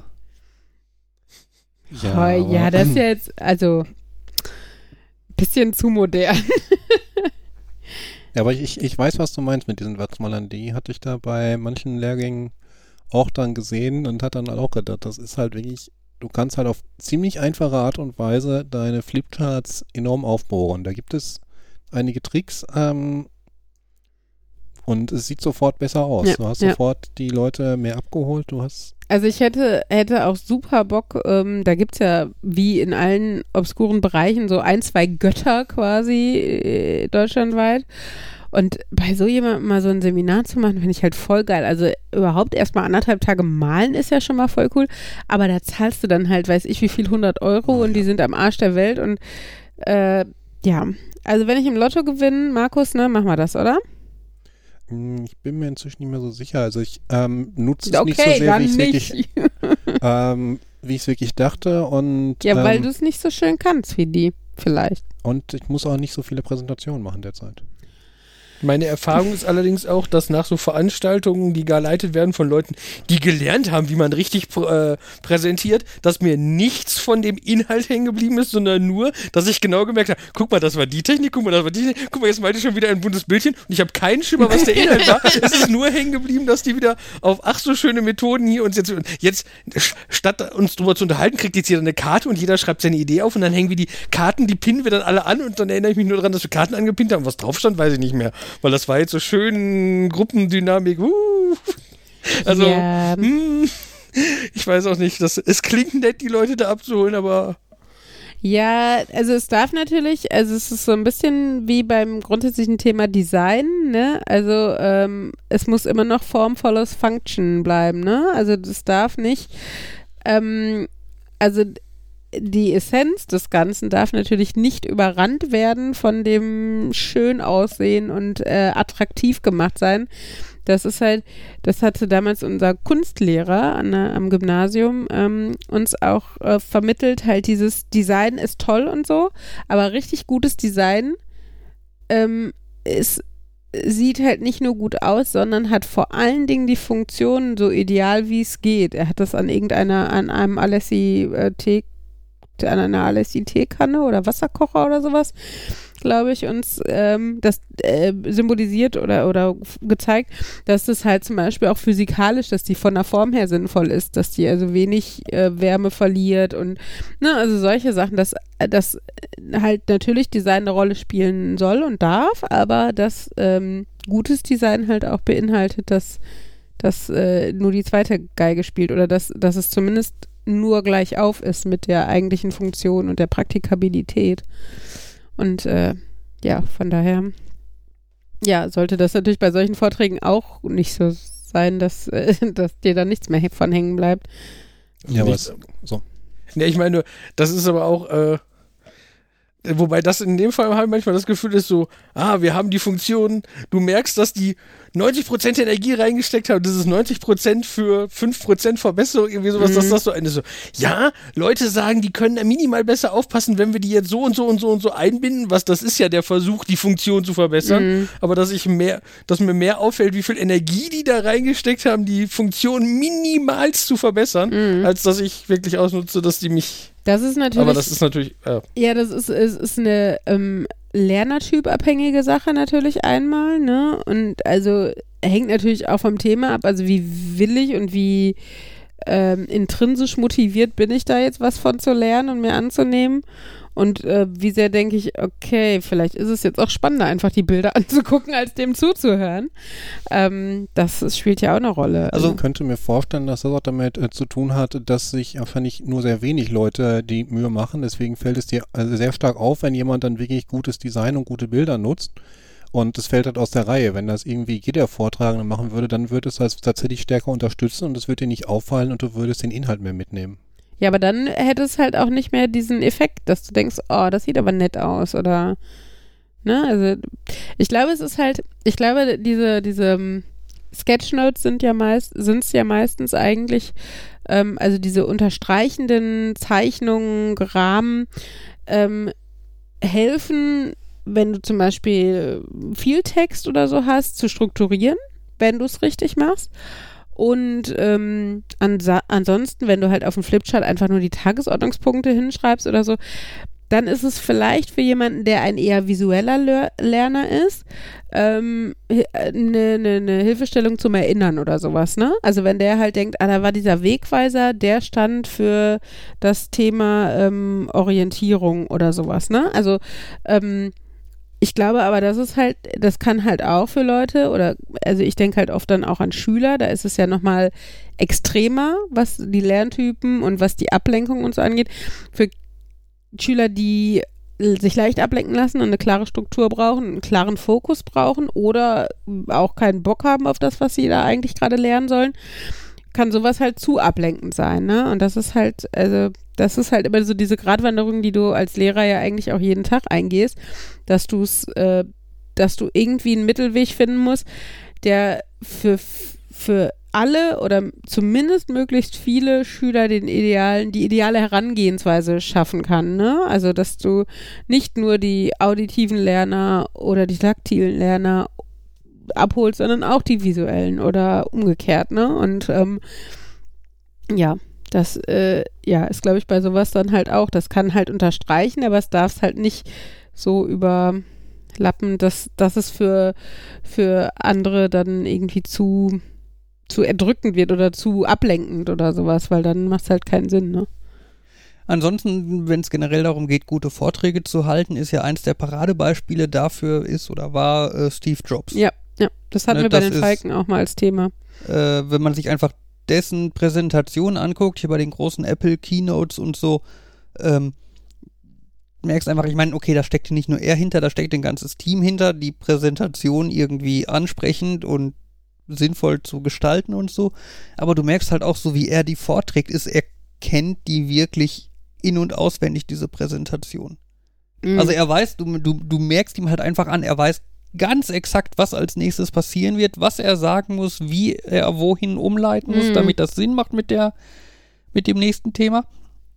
[SPEAKER 1] Ja, oh, ja das ist ja jetzt, also ein bisschen zu modern.
[SPEAKER 4] Ja, aber ich, ich weiß, was du meinst mit diesen Wachsmalern. Die hatte ich da bei manchen Lehrgängen auch dann gesehen und hat dann auch gedacht, das ist halt wirklich, du kannst halt auf ziemlich einfache Art und Weise deine Flipcharts enorm aufbohren. Da gibt es einige Tricks ähm, und es sieht sofort besser aus.
[SPEAKER 1] Ja,
[SPEAKER 4] du hast
[SPEAKER 1] ja.
[SPEAKER 4] sofort die Leute mehr abgeholt, du hast
[SPEAKER 1] Also ich hätte, hätte auch super Bock, ähm, da gibt es ja wie in allen obskuren Bereichen so ein, zwei Götter quasi äh, deutschlandweit. Und bei so jemandem mal so ein Seminar zu machen, finde ich halt voll geil. Also überhaupt erstmal anderthalb Tage malen ist ja schon mal voll cool. Aber da zahlst du dann halt, weiß ich wie viel, hundert Euro
[SPEAKER 4] Oh,
[SPEAKER 1] und
[SPEAKER 4] ja.
[SPEAKER 1] die sind am Arsch der Welt. Und äh, ja, also wenn ich im Lotto gewinne, Markus, ne, machen wir das, oder?
[SPEAKER 4] Hm, Ich bin mir inzwischen nicht mehr so sicher. Also ich ähm, nutze es
[SPEAKER 1] Okay,
[SPEAKER 4] nicht so sehr,
[SPEAKER 1] dann
[SPEAKER 4] wie ich es
[SPEAKER 1] nicht.
[SPEAKER 4] wirklich, ähm, wie ich es wirklich dachte. Und,
[SPEAKER 1] Ja, weil
[SPEAKER 4] ähm,
[SPEAKER 1] du es nicht so schön kannst wie die, vielleicht.
[SPEAKER 4] und ich muss auch nicht so viele Präsentationen machen derzeit.
[SPEAKER 3] Meine Erfahrung ist allerdings auch, dass nach so Veranstaltungen, die geleitet werden von Leuten, die gelernt haben, wie man richtig pr- äh, präsentiert, dass mir nichts von dem Inhalt hängen geblieben ist, sondern nur, dass ich genau gemerkt habe, guck mal, das war die Technik, guck mal, das war die Technik, guck mal, jetzt malte ich schon wieder ein buntes Bildchen und ich habe keinen Schimmer, was der Inhalt war. Es ist nur hängen geblieben, dass die wieder auf ach so schöne Methoden hier uns jetzt, jetzt statt uns drüber zu unterhalten, kriegt jetzt jeder eine Karte und jeder schreibt seine Idee auf und dann hängen wir die Karten, die pinnen wir dann alle an und dann erinnere ich mich nur daran, dass wir Karten angepinnt haben. Was drauf stand, weiß ich nicht mehr. Weil das war jetzt so schön Gruppendynamik. Uh. Also,
[SPEAKER 1] Ja.
[SPEAKER 3] hm, ich weiß auch nicht. Das, es klingt nett, die Leute da abzuholen, aber
[SPEAKER 1] Ja, also es darf natürlich, also es ist so ein bisschen wie beim grundsätzlichen Thema Design, ne? Also ähm, es muss immer noch Form follows Function bleiben, ne? Also das darf nicht, ähm, also die Essenz des Ganzen darf natürlich nicht überrannt werden von dem schön aussehen und äh, attraktiv gemacht sein. Das ist halt, das hatte damals unser Kunstlehrer an der, am Gymnasium ähm, uns auch äh, vermittelt, halt dieses Design ist toll und so, aber richtig gutes Design ähm, ist, sieht halt nicht nur gut aus, sondern hat vor allen Dingen die Funktion so ideal wie es geht. Er hat das an irgendeiner, an einem Alessi äh, Tee an einer Alessi-Teekanne oder Wasserkocher oder sowas, glaube ich, uns ähm, das äh, symbolisiert oder, oder gezeigt, dass das halt zum Beispiel auch physikalisch, dass die von der Form her sinnvoll ist, dass die also wenig äh, Wärme verliert und ne, also solche Sachen, dass, dass halt natürlich Design eine Rolle spielen soll und darf, aber dass ähm, gutes Design halt auch beinhaltet, dass, dass äh, nur die zweite Geige spielt oder dass, dass es zumindest nur gleich auf ist mit der eigentlichen Funktion und der Praktikabilität. Und äh, ja, von daher, ja, sollte das natürlich bei solchen Vorträgen auch nicht so sein, dass, äh, dass dir da nichts mehr von hängen bleibt.
[SPEAKER 4] Ja,
[SPEAKER 3] Nichts.
[SPEAKER 4] was so.
[SPEAKER 3] ne, ich meine, das ist aber auch, äh, wobei das in dem Fall halt manchmal das Gefühl ist so, ah, wir haben die Funktion, du merkst, dass die neunzig Prozent Energie reingesteckt haben, das ist neunzig Prozent für fünf Prozent Verbesserung, irgendwie sowas,
[SPEAKER 1] Mhm.
[SPEAKER 3] dass das so eine so, ja, Leute sagen, die können da minimal besser aufpassen, wenn wir die jetzt so und so und so und so einbinden, was das ist ja der Versuch, die Funktion zu verbessern,
[SPEAKER 1] Mhm.
[SPEAKER 3] aber dass ich mehr, dass mir mehr auffällt, wie viel Energie die da reingesteckt haben, die Funktion minimals zu verbessern,
[SPEAKER 1] Mhm.
[SPEAKER 3] als dass ich wirklich ausnutze, dass die mich,
[SPEAKER 1] Das ist natürlich,
[SPEAKER 3] aber das ist natürlich, äh,
[SPEAKER 1] ja, das ist, ist, ist eine ähm, lernertypabhängige Sache natürlich einmal, ne? Und also hängt natürlich auch vom Thema ab, also wie willig und wie ähm, intrinsisch motiviert bin ich da jetzt was von zu lernen und mir anzunehmen. Und äh, wie sehr denke ich, okay, vielleicht ist es jetzt auch spannender, einfach die Bilder anzugucken, als dem zuzuhören. Ähm, das, das spielt ja auch eine Rolle.
[SPEAKER 4] Also ich könnte mir vorstellen, dass das auch damit äh, zu tun hat, dass sich einfach nicht nur sehr wenig Leute die Mühe machen. Deswegen fällt es dir also sehr stark auf, wenn jemand dann wirklich gutes Design und gute Bilder nutzt. Und das fällt halt aus der Reihe. Wenn das irgendwie jeder Vortragende machen würde, dann würde es das tatsächlich stärker unterstützen und es würde dir nicht auffallen und du würdest den Inhalt mehr mitnehmen.
[SPEAKER 1] Ja, aber dann hätte es halt auch nicht mehr diesen Effekt, dass du denkst, oh, das sieht aber nett aus oder, ne, also ich glaube, es ist halt, ich glaube, diese, diese ähm, Sketchnotes sind ja meist, sind es ja meistens eigentlich, ähm, also diese unterstreichenden Zeichnungen, Rahmen, ähm, helfen, wenn du zum Beispiel viel Text oder so hast, zu strukturieren, wenn du es richtig machst. Und ähm, ansa- ansonsten, wenn du halt auf dem Flipchart einfach nur die Tagesordnungspunkte hinschreibst oder so, dann ist es vielleicht für jemanden, der ein eher visueller Lör- Lerner ist, ähm, eine ne, ne Hilfestellung zum Erinnern oder sowas, ne? Also wenn der halt denkt, ah, da war dieser Wegweiser, der stand für das Thema ähm, Orientierung oder sowas, ne? Also ähm, ich glaube aber, das ist halt, das kann halt auch für Leute oder, also ich denke halt oft dann auch an Schüler, da ist es ja nochmal extremer, was die Lerntypen und was die Ablenkung und so angeht. Für Schüler, die sich leicht ablenken lassen und eine klare Struktur brauchen, einen klaren Fokus brauchen oder auch keinen Bock haben auf das, was sie da eigentlich gerade lernen sollen, kann sowas halt zu ablenkend sein, ne? Und das ist halt, also das ist halt immer so diese Gratwanderung, die du als Lehrer ja eigentlich auch jeden Tag eingehst, dass du es, äh, dass du irgendwie einen Mittelweg finden musst, der für, für alle oder zumindest möglichst viele Schüler den idealen, die ideale Herangehensweise schaffen kann, ne? Also, dass du nicht nur die auditiven Lerner oder die taktilen Lerner abholt, sondern auch die visuellen oder umgekehrt, ne? Und ähm, ja, das äh, ja, ist, glaube ich, bei sowas dann halt auch. Das kann halt unterstreichen, aber es darf es halt nicht so überlappen, dass, dass es für, für andere dann irgendwie zu, zu erdrückend wird oder zu ablenkend oder sowas, weil dann macht es halt keinen Sinn, ne?
[SPEAKER 2] Ansonsten, wenn es generell darum geht, gute Vorträge zu halten, ist ja eins der Paradebeispiele dafür ist oder war äh, Steve Jobs.
[SPEAKER 1] Ja, ja, das hatten
[SPEAKER 2] Ne,
[SPEAKER 1] wir bei
[SPEAKER 2] das
[SPEAKER 1] den
[SPEAKER 2] ist-
[SPEAKER 1] Falken auch mal als Thema.
[SPEAKER 2] Äh, wenn man sich einfach dessen Präsentation anguckt, hier bei den großen Apple Keynotes und so, ähm, merkst einfach, ich meine, okay, da steckt nicht nur er hinter, da steckt ein ganzes Team hinter, die Präsentation irgendwie ansprechend und sinnvoll zu gestalten und so, aber du merkst halt auch, so wie er die vorträgt, ist, er kennt die wirklich in- und auswendig, diese Präsentation.
[SPEAKER 1] Mhm.
[SPEAKER 2] Also er weiß, du, du, du merkst ihm halt einfach an, er weiß ganz exakt, was als nächstes passieren wird, was er sagen muss, wie er wohin umleiten muss,
[SPEAKER 1] Mhm.
[SPEAKER 2] damit das Sinn macht mit der, mit dem nächsten Thema.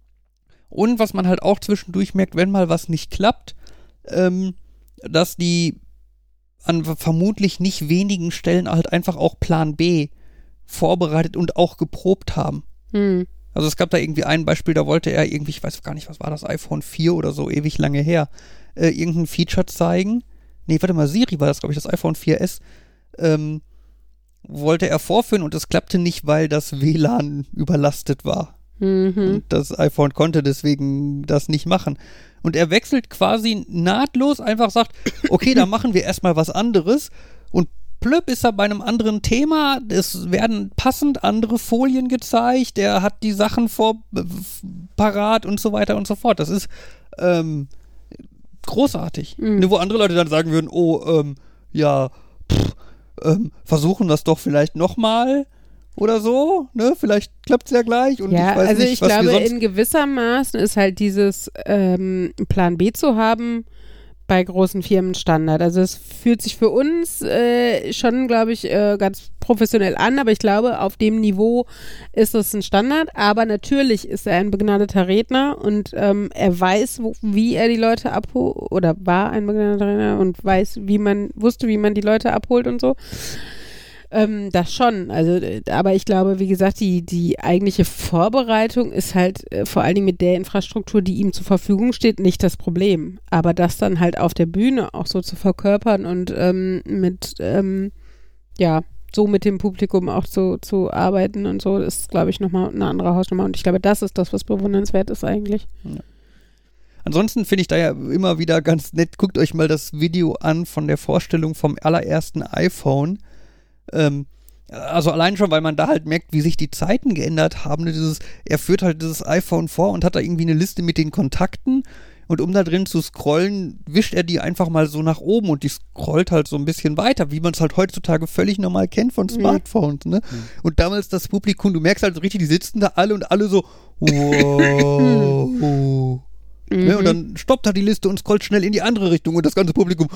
[SPEAKER 2] Und was man halt auch zwischendurch merkt, wenn mal was nicht klappt, ähm, dass die an vermutlich nicht wenigen Stellen halt einfach auch Plan B vorbereitet und auch geprobt haben.
[SPEAKER 1] Mhm.
[SPEAKER 2] Also es gab da irgendwie ein Beispiel, da wollte er irgendwie, ich weiß gar nicht, was war das, iPhone vier oder so, ewig lange her, äh, irgendein Feature zeigen. Nee, warte mal, Siri war das, glaube ich, das iPhone vier S. Ähm, wollte er vorführen und es klappte nicht, weil das W L A N überlastet war.
[SPEAKER 1] Mhm.
[SPEAKER 2] Und das iPhone konnte deswegen das nicht machen. Und er wechselt quasi nahtlos, einfach sagt, okay, dann machen wir erstmal was anderes. Und plöpp ist er bei einem anderen Thema. Es werden passend andere Folien gezeigt. Er hat die Sachen vor äh, parat und so weiter und so fort. Das ist ähm, großartig.
[SPEAKER 1] Mhm.
[SPEAKER 2] Ne, wo andere Leute dann sagen würden, oh, ähm, ja, pff, ähm, versuchen das doch vielleicht nochmal oder so, ne? Vielleicht klappt es ja gleich und
[SPEAKER 1] Ja,
[SPEAKER 2] ich weiß
[SPEAKER 1] also
[SPEAKER 2] nicht,
[SPEAKER 1] ich
[SPEAKER 2] was
[SPEAKER 1] glaube,
[SPEAKER 2] wir sonst...
[SPEAKER 1] in gewissermaßen ist halt dieses ähm, Plan B zu haben bei großen Firmen Standard. Also es fühlt sich für uns äh, schon, glaube ich, äh, ganz professionell an, aber ich glaube, auf dem Niveau ist es ein Standard. Aber natürlich ist er ein begnadeter Redner und ähm, er weiß, wo, wie er die Leute abholt, oder war ein begnadeter Redner und weiß, wie man, wusste, wie man die Leute abholt und so. Ähm, das schon, also, äh, aber ich glaube, wie gesagt, die, die eigentliche Vorbereitung ist halt äh, vor allen Dingen mit der Infrastruktur, die ihm zur Verfügung steht, nicht das Problem. Aber das dann halt auf der Bühne auch so zu verkörpern und ähm, mit, ähm, ja, so mit dem Publikum auch zu, zu arbeiten und so, ist, glaube ich, nochmal eine andere Hausnummer. Und ich glaube, das ist das, was bewundernswert ist eigentlich.
[SPEAKER 2] Ja. Ansonsten finde ich da ja immer wieder ganz nett, guckt euch mal das Video an von der Vorstellung vom allerersten iPhone. Ähm, also allein schon, weil man da halt merkt, wie sich die Zeiten geändert haben. Dieses, er führt halt dieses iPhone vor und hat da irgendwie eine Liste mit den Kontakten und um da drin zu scrollen, wischt er die einfach mal so nach oben und die scrollt halt so ein bisschen weiter, wie man es halt heutzutage völlig normal kennt von Smartphones, ne?
[SPEAKER 4] Mhm.
[SPEAKER 2] Und damals das Publikum, du merkst halt so richtig, die sitzen da alle und alle so, wow. Ne, und dann stoppt er die Liste und scrollt schnell in die andere Richtung und das ganze Publikum,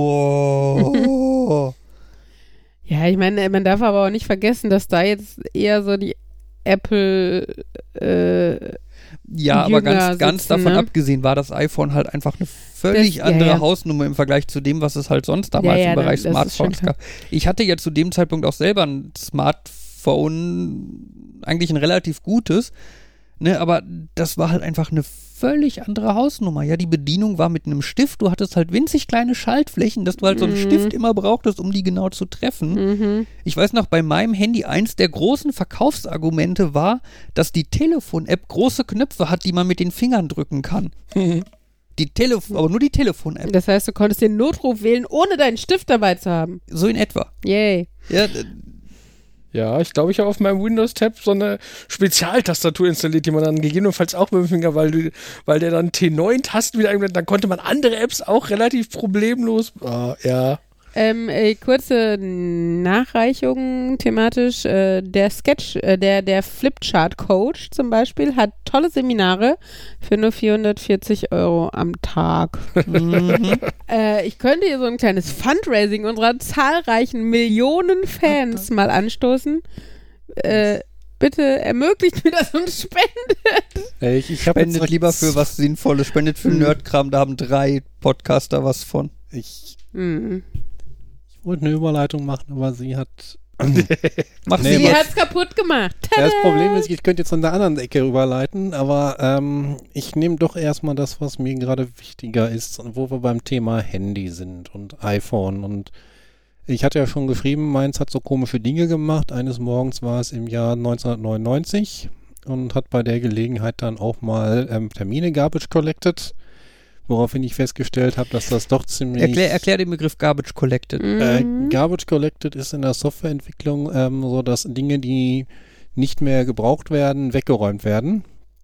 [SPEAKER 2] wow.
[SPEAKER 1] Ja, ich meine, man darf aber auch nicht vergessen, dass da jetzt eher so die Apple äh,
[SPEAKER 2] Ja, aber ganz,
[SPEAKER 1] Jünger
[SPEAKER 2] ganz
[SPEAKER 1] sitzen,
[SPEAKER 2] davon
[SPEAKER 1] ne?
[SPEAKER 2] abgesehen war das iPhone halt einfach eine völlig
[SPEAKER 1] Das- ja,
[SPEAKER 2] andere
[SPEAKER 1] ja.
[SPEAKER 2] Hausnummer im Vergleich zu dem, was es halt sonst damals
[SPEAKER 1] Ja, ja,
[SPEAKER 2] im Bereich
[SPEAKER 1] das ist schon
[SPEAKER 2] Smartphones
[SPEAKER 1] klar.
[SPEAKER 2] gab. Ich hatte ja zu dem Zeitpunkt auch selber ein Smartphone, eigentlich ein relativ gutes, ne, aber das war halt einfach eine völlig andere Hausnummer. Ja, die Bedienung war mit einem Stift, du hattest halt winzig kleine Schaltflächen, dass du halt so einen
[SPEAKER 1] Mhm.
[SPEAKER 2] Stift immer brauchtest, um die genau zu treffen.
[SPEAKER 1] mhm.
[SPEAKER 2] Ich weiß noch, bei meinem Handy eins der großen Verkaufsargumente war, dass die Telefon-App große Knöpfe hat, die man mit den Fingern drücken kann. Die Telefon, aber nur die Telefon-App.
[SPEAKER 1] Das heißt, du konntest den Notruf wählen, ohne deinen Stift dabei zu haben.
[SPEAKER 2] So in etwa.
[SPEAKER 1] Yay.
[SPEAKER 2] Ja, d-
[SPEAKER 3] Ja, ich glaube, ich habe auf meinem Windows-Tab so eine Spezialtastatur installiert, die man dann gegebenenfalls auch mit dem Finger, weil, du, weil der dann T neun Tasten wieder einblendet, dann konnte man andere Apps auch relativ problemlos. Ah, ja.
[SPEAKER 1] Ähm, äh, kurze Nachreichung thematisch. Äh, der Sketch, äh, der, der Flipchart-Coach zum Beispiel hat tolle Seminare für nur vierhundertvierzig Euro am Tag.
[SPEAKER 2] mhm.
[SPEAKER 1] Äh, ich könnte hier so ein kleines Fundraising unserer zahlreichen Millionen Fans mal anstoßen. Äh, bitte ermöglicht mir das und spendet.
[SPEAKER 4] Ey, ich ich habe jetzt
[SPEAKER 2] Spendet lieber für was Sinnvolles, spendet für
[SPEAKER 1] Hm.
[SPEAKER 2] Nerdkram, da haben drei Podcaster was von.
[SPEAKER 4] Ich,
[SPEAKER 1] Hm.
[SPEAKER 4] ich wollte eine Überleitung machen, aber sie hat...
[SPEAKER 2] Mach
[SPEAKER 4] Nee,
[SPEAKER 1] Sie
[SPEAKER 4] aber-
[SPEAKER 1] hat's kaputt gemacht.
[SPEAKER 4] Ja, das
[SPEAKER 1] Tada!
[SPEAKER 4] Problem ist, ich könnte jetzt von der anderen Ecke überleiten, aber ähm, ich nehme doch erstmal das, was mir gerade wichtiger ist, wo wir beim Thema Handy sind und iPhone. Und ich hatte ja schon geschrieben, meins hat so komische Dinge gemacht. Eines Morgens war es im Jahr neunzehnhundertneunundneunzig und hat bei der Gelegenheit dann auch mal ähm, Termine Garbage collected, woraufhin ich festgestellt habe, dass das doch ziemlich...
[SPEAKER 2] Erklär, erklär den Begriff Garbage Collected.
[SPEAKER 4] Äh,
[SPEAKER 1] Mhm.
[SPEAKER 4] Garbage Collected ist in der Softwareentwicklung ähm, so, dass Dinge, die nicht mehr gebraucht werden, weggeräumt werden.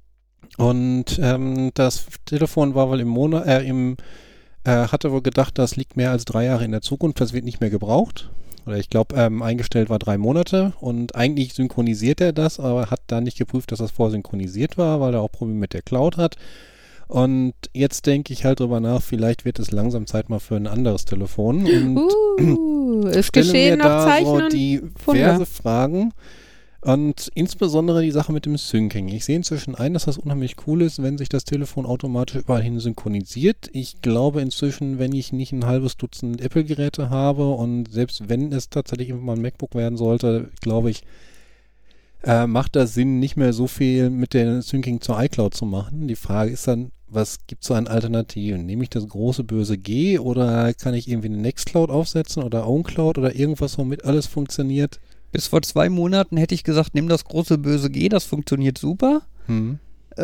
[SPEAKER 4] Und ähm, das Telefon war wohl im Monat, äh, im, äh, hatte wohl gedacht, das liegt mehr als drei Jahre in der Zukunft, das wird nicht mehr gebraucht. Oder ich glaube, ähm, eingestellt war drei Monate und eigentlich synchronisiert er das, aber hat da nicht geprüft, dass das vorsynchronisiert war, weil er auch Probleme mit der Cloud hat. Und jetzt denke ich halt drüber nach, vielleicht wird es langsam Zeit mal für ein anderes Telefon. Und
[SPEAKER 1] Uh, es
[SPEAKER 4] stelle
[SPEAKER 1] geschehen
[SPEAKER 4] mir
[SPEAKER 1] noch
[SPEAKER 4] da
[SPEAKER 1] Zeichen
[SPEAKER 4] so
[SPEAKER 1] und
[SPEAKER 4] diverse
[SPEAKER 1] Wunder.
[SPEAKER 4] Fragen und insbesondere die Sache mit dem Syncing. Ich sehe inzwischen ein, dass das unheimlich cool ist, wenn sich das Telefon automatisch überall hin synchronisiert. Ich glaube inzwischen, wenn ich nicht ein halbes Dutzend Apple-Geräte habe und selbst wenn es tatsächlich irgendwann mal ein MacBook werden sollte, glaube ich, äh, macht das Sinn, nicht mehr so viel mit der Syncing zur iCloud zu machen. Die Frage ist dann, was gibt es so an Alternativen? Nehme ich das große böse G oder kann ich irgendwie eine Nextcloud aufsetzen oder OwnCloud oder irgendwas, womit alles funktioniert?
[SPEAKER 2] Bis vor zwei Monaten hätte ich gesagt, nimm das große böse G, das funktioniert super.
[SPEAKER 4] Hm.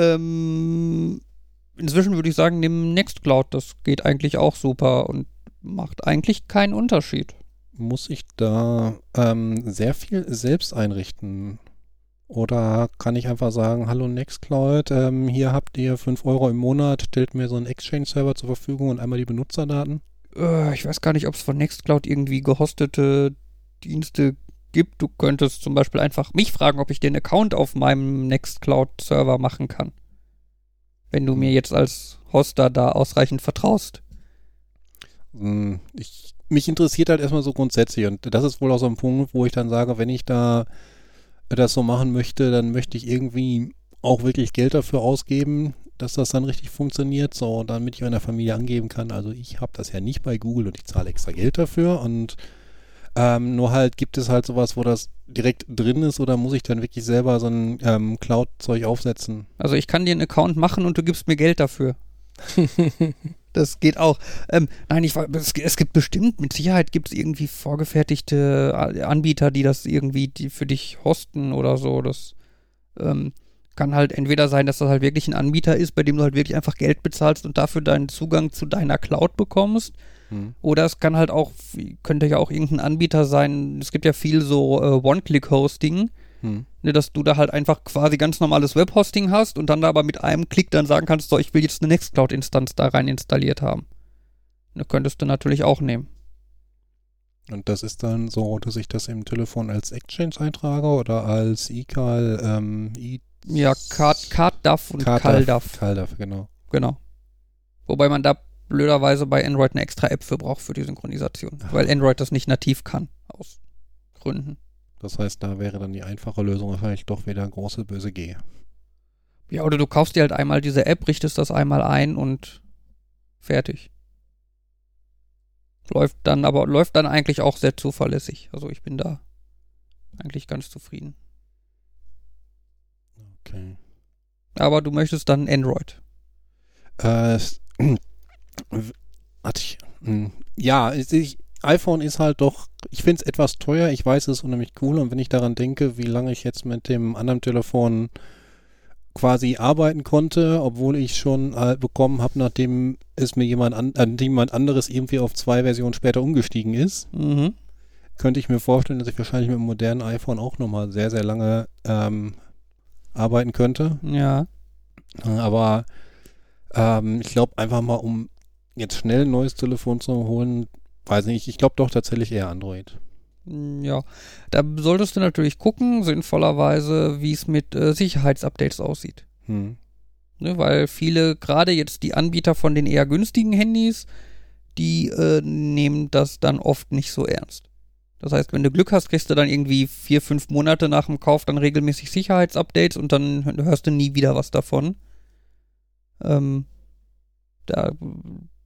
[SPEAKER 2] Ähm, inzwischen würde ich sagen, nimm Nextcloud, das geht eigentlich auch super und macht eigentlich keinen Unterschied.
[SPEAKER 4] Muss ich da ähm, sehr viel selbst einrichten? Oder kann ich einfach sagen, hallo Nextcloud, ähm, hier habt ihr fünf Euro im Monat, stellt mir so einen Exchange-Server zur Verfügung und einmal die Benutzerdaten?
[SPEAKER 2] Äh, ich weiß gar nicht, ob es von Nextcloud irgendwie gehostete Dienste gibt. Du könntest zum Beispiel einfach mich fragen, ob ich dir einen Account auf meinem Nextcloud-Server machen kann. Wenn du mir jetzt als Hoster da ausreichend vertraust.
[SPEAKER 4] Hm, Ich, mich interessiert halt erstmal so grundsätzlich und das ist wohl auch so ein Punkt, wo ich dann sage, wenn ich da das so machen möchte, dann möchte ich irgendwie auch wirklich Geld dafür ausgeben, dass das dann richtig funktioniert, so damit ich meiner Familie angeben kann, also ich habe das ja nicht bei Google und ich zahle extra Geld dafür und ähm, nur halt gibt es halt sowas, wo das direkt drin ist oder muss ich dann wirklich selber so ein ähm, Cloud-Zeug aufsetzen?
[SPEAKER 2] Also ich kann dir einen Account machen und du gibst mir Geld dafür. Das geht auch. Ähm, nein, ich, es, es gibt bestimmt, mit Sicherheit gibt es irgendwie vorgefertigte Anbieter, die das irgendwie die für dich hosten oder so. Das ähm, kann halt entweder sein, dass das halt wirklich ein Anbieter ist, bei dem du halt wirklich einfach Geld bezahlst und dafür deinen Zugang zu deiner Cloud bekommst.
[SPEAKER 4] Hm.
[SPEAKER 2] Oder es kann halt auch, könnte ja auch irgendein Anbieter sein, es gibt ja viel so äh, One-Click-Hosting,
[SPEAKER 4] Hm.
[SPEAKER 2] ne, dass du da halt einfach quasi ganz normales Web-Hosting hast und dann da aber mit einem Klick dann sagen kannst, so, ich will jetzt eine Nextcloud-Instanz da rein installiert haben. Ne, könntest du natürlich auch nehmen.
[SPEAKER 4] Und das ist dann so, dass ich das im Telefon als Exchange eintrage oder als I C A L, ähm, I
[SPEAKER 2] Ja, CardDAV und
[SPEAKER 4] CardDAV,
[SPEAKER 2] CalDAV,
[SPEAKER 4] CalDAV, genau.
[SPEAKER 2] genau. Wobei man da blöderweise bei Android eine extra App für braucht für die Synchronisation,
[SPEAKER 4] Ach.
[SPEAKER 2] weil Android das nicht nativ kann, aus Gründen.
[SPEAKER 4] Das heißt, da wäre dann die einfache Lösung wahrscheinlich doch wieder große böse G.
[SPEAKER 2] Ja, oder du kaufst dir halt einmal diese App, richtest das einmal ein und fertig. Läuft dann, aber läuft dann eigentlich auch sehr zuverlässig. Also ich bin da eigentlich ganz zufrieden.
[SPEAKER 4] Okay.
[SPEAKER 2] Aber du möchtest dann Android.
[SPEAKER 4] Äh, es- hatte ich, mh, ja, es- ich, iPhone ist halt doch, ich finde es etwas teuer, ich weiß, es ist unheimlich cool und wenn ich daran denke, wie lange ich jetzt mit dem anderen Telefon quasi arbeiten konnte, obwohl ich schon äh, bekommen habe, nachdem es mir jemand, an, äh, jemand anderes irgendwie auf zwei Versionen später umgestiegen ist,
[SPEAKER 2] Mhm.
[SPEAKER 4] könnte ich mir vorstellen, dass ich wahrscheinlich mit dem modernen iPhone auch nochmal sehr, sehr lange ähm, arbeiten könnte.
[SPEAKER 2] Ja.
[SPEAKER 4] Aber ähm, ich glaube einfach mal, um jetzt schnell ein neues Telefon zu holen, weiß nicht, ich glaube doch tatsächlich eher Android.
[SPEAKER 2] Ja. Da solltest du natürlich gucken, sinnvollerweise, wie es mit äh, Sicherheitsupdates aussieht.
[SPEAKER 4] Hm.
[SPEAKER 2] Ne, weil viele, gerade jetzt die Anbieter von den eher günstigen Handys, die äh, nehmen das dann oft nicht so ernst. Das heißt, wenn du Glück hast, kriegst du dann irgendwie vier, fünf Monate nach dem Kauf dann regelmäßig Sicherheitsupdates und dann hörst du nie wieder was davon. Ähm, da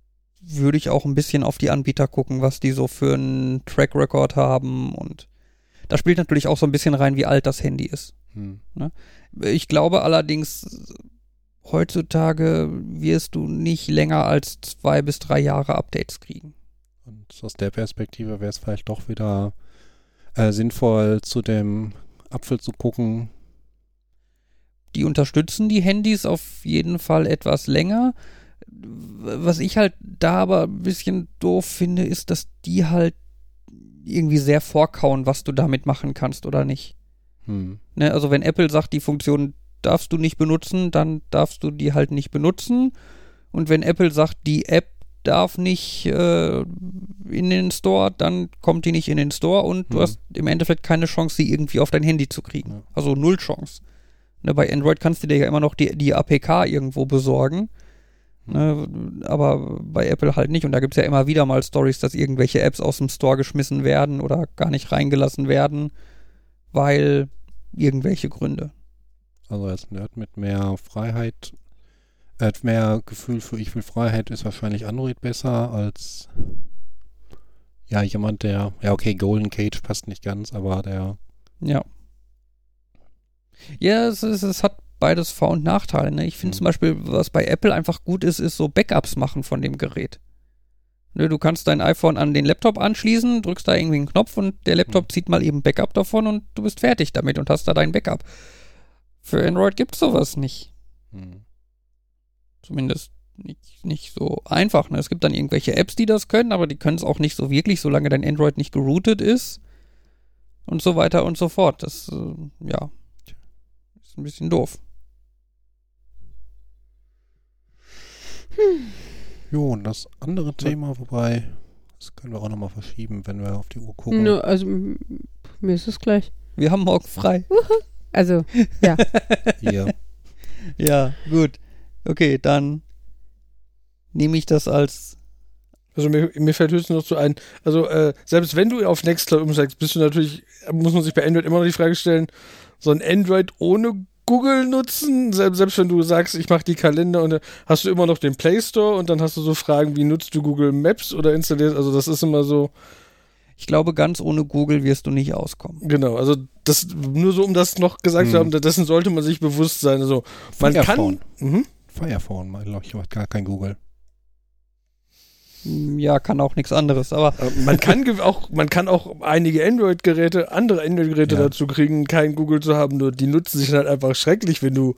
[SPEAKER 2] würde ich auch ein bisschen auf die Anbieter gucken, was die so für einen Track Record haben, und da spielt natürlich auch so ein bisschen rein, wie alt das Handy ist.
[SPEAKER 4] Hm.
[SPEAKER 2] Ne? Ich glaube allerdings, heutzutage wirst du nicht länger als zwei bis drei Jahre Updates kriegen.
[SPEAKER 4] Und aus der Perspektive wäre es vielleicht doch wieder äh, sinnvoll, zu dem Apfel zu gucken.
[SPEAKER 2] Die unterstützen die Handys auf jeden Fall etwas länger. Was ich halt da aber ein bisschen doof finde, ist, dass die halt irgendwie sehr vorkauen, was du damit machen kannst oder nicht.
[SPEAKER 4] Hm.
[SPEAKER 2] Ne, also wenn Apple sagt, die Funktion darfst du nicht benutzen, dann darfst du die halt nicht benutzen. Und wenn Apple sagt, die App darf nicht äh, in den Store, dann kommt die nicht in den Store und du
[SPEAKER 4] Hm.
[SPEAKER 2] hast im Endeffekt keine Chance, sie irgendwie auf dein Handy zu kriegen.
[SPEAKER 4] Ja.
[SPEAKER 2] Also null Chance. Ne, bei Android kannst du dir ja immer noch die, die A P K irgendwo besorgen. Ne, aber bei Apple halt nicht. Und da gibt es ja immer wieder mal Stories, dass irgendwelche Apps aus dem Store geschmissen werden oder gar nicht reingelassen werden, weil irgendwelche Gründe.
[SPEAKER 4] Also als Nerd mit mehr Freiheit, äh, mehr Gefühl für ich will Freiheit, ist wahrscheinlich Android besser als ja jemand, der, ja okay, Golden Cage passt nicht ganz, aber der
[SPEAKER 2] Ja. Ja, es, ist, es hat beides Vor- und Nachteile. Ne? Ich finde
[SPEAKER 4] Mhm.
[SPEAKER 2] zum Beispiel, was bei Apple einfach gut ist, ist so Backups machen von dem Gerät. Ne, du kannst dein iPhone an den Laptop anschließen, drückst da irgendwie einen Knopf und der Laptop
[SPEAKER 4] Mhm.
[SPEAKER 2] zieht mal eben Backup davon und du bist fertig damit und hast da dein Backup. Für Android gibt es sowas nicht.
[SPEAKER 4] hm.
[SPEAKER 2] Zumindest nicht, nicht so einfach. Ne? Es gibt dann irgendwelche Apps, die das können, aber die können es auch nicht so wirklich, solange dein Android nicht geroutet ist. Und so weiter und so fort. Das, äh, ja, ist ein bisschen doof.
[SPEAKER 4] Jo, und das andere Thema, wobei, das können wir auch nochmal verschieben, wenn wir auf die Uhr gucken.
[SPEAKER 1] Nö, also m- mir ist es gleich.
[SPEAKER 2] Wir haben morgen frei.
[SPEAKER 1] Also, ja.
[SPEAKER 4] Hier.
[SPEAKER 2] Ja, gut. Okay, dann nehme ich das als...
[SPEAKER 3] Also mir, mir fällt höchstens noch so ein, also äh, selbst wenn du auf Nextcloud umsteigst, bist du natürlich, muss man sich bei Android immer noch die Frage stellen, so ein Android ohne Google nutzen, selbst, selbst wenn du sagst, ich mache die Kalender und dann hast du immer noch den Play Store und dann hast du so Fragen, wie nutzt du Google Maps oder installierst, also das ist immer so,
[SPEAKER 2] Ich glaube, ganz ohne Google wirst du nicht auskommen.
[SPEAKER 3] genau, also das, nur so um das noch gesagt zu
[SPEAKER 4] Hm.
[SPEAKER 3] haben, dessen sollte man sich bewusst sein, also man
[SPEAKER 4] Firephone.
[SPEAKER 3] kann, mhm.
[SPEAKER 4] Firephone, glaube ich, hat gar kein Google.
[SPEAKER 2] Ja, kann auch nichts anderes, aber
[SPEAKER 3] Äh, man kann ge- auch, man kann auch einige Android-Geräte, andere Android-Geräte
[SPEAKER 4] Ja.
[SPEAKER 3] dazu kriegen, kein Google zu haben, nur die nutzen sich halt einfach schrecklich, wenn du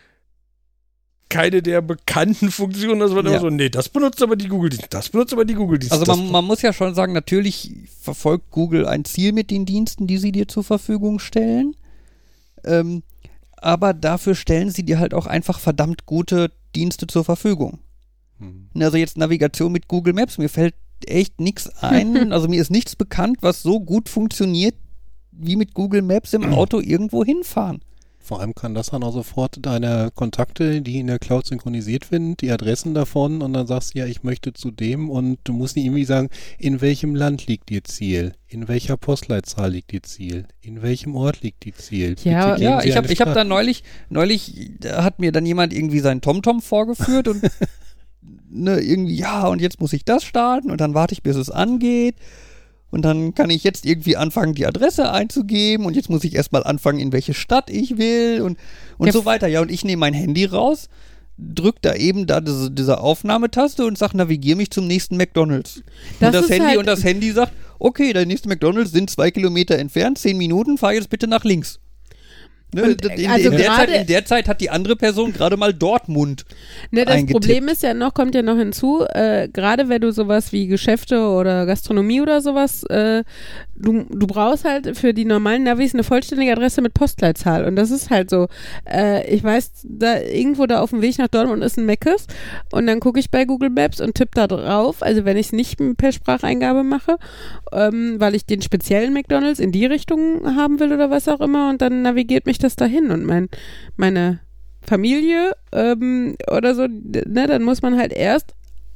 [SPEAKER 3] keine der bekannten Funktionen hast, man
[SPEAKER 2] Ja.
[SPEAKER 3] immer so, nee, das benutzt aber die Google-Dienste, das benutzt aber die Google-Dienste.
[SPEAKER 2] also
[SPEAKER 3] das
[SPEAKER 2] man, man muss ja schon sagen, natürlich verfolgt Google ein Ziel mit den Diensten, die sie dir zur Verfügung stellen. Ähm, aber dafür stellen sie dir halt auch einfach verdammt gute Dienste zur Verfügung.
[SPEAKER 4] Hm.
[SPEAKER 2] Also jetzt Navigation mit Google Maps, mir fällt echt nichts ein. Also mir ist nichts bekannt, was so gut funktioniert, wie mit Google Maps im Auto irgendwo hinfahren.
[SPEAKER 4] Vor allem kann das dann auch sofort deine Kontakte, die in der Cloud synchronisiert sind, die Adressen davon und dann sagst du ja, ich möchte zu dem und du musst nicht irgendwie sagen, in welchem Land liegt ihr Ziel? In welcher Postleitzahl liegt ihr Ziel? In welchem Ort liegt ihr Ziel?
[SPEAKER 1] Ja,
[SPEAKER 4] Bitte geben
[SPEAKER 2] Ja,
[SPEAKER 4] Sie
[SPEAKER 2] ich habe
[SPEAKER 4] eine
[SPEAKER 2] ich hab
[SPEAKER 4] Stadt.
[SPEAKER 2] da neulich, neulich da hat mir dann jemand irgendwie seinen TomTom vorgeführt und ne, irgendwie, ja, und jetzt muss ich das starten und dann warte ich, bis es angeht. Und dann kann ich jetzt irgendwie anfangen, die Adresse einzugeben und jetzt muss ich erstmal anfangen, in welche Stadt ich will und, und
[SPEAKER 1] Ja,
[SPEAKER 2] so weiter. Ja, und ich nehme mein Handy raus, drück da eben da diese, diese Aufnahmetaste und sag, navigier mich zum nächsten McDonalds.
[SPEAKER 1] Das
[SPEAKER 2] und, das
[SPEAKER 1] ist
[SPEAKER 2] Handy,
[SPEAKER 1] halt-
[SPEAKER 2] und das Handy sagt, okay, der nächste McDonalds sind zwei Kilometer entfernt, zehn Minuten, fahr jetzt bitte nach links. Ne,
[SPEAKER 1] Und,
[SPEAKER 2] in,
[SPEAKER 1] also
[SPEAKER 2] in, der Zeit,
[SPEAKER 1] gerade-
[SPEAKER 2] in der Zeit hat die andere Person gerade mal Dortmund.
[SPEAKER 1] Ne, das
[SPEAKER 2] eingetippt.
[SPEAKER 1] Problem ist ja noch, kommt ja noch hinzu, äh, gerade wenn du sowas wie Geschäfte oder Gastronomie oder sowas, äh, du, du brauchst halt für die normalen Navis eine vollständige Adresse mit Postleitzahl und das ist halt so, äh, ich weiß, da irgendwo da auf dem Weg nach Dortmund ist ein Meckes und dann gucke ich bei Google Maps und tippe da drauf, also wenn ich es nicht per Spracheingabe mache, ähm, weil ich den speziellen McDonalds in die Richtung haben will oder was auch immer und dann navigiert mich das dahin und mein, meine Familie ähm, oder so, ne, dann muss man halt erst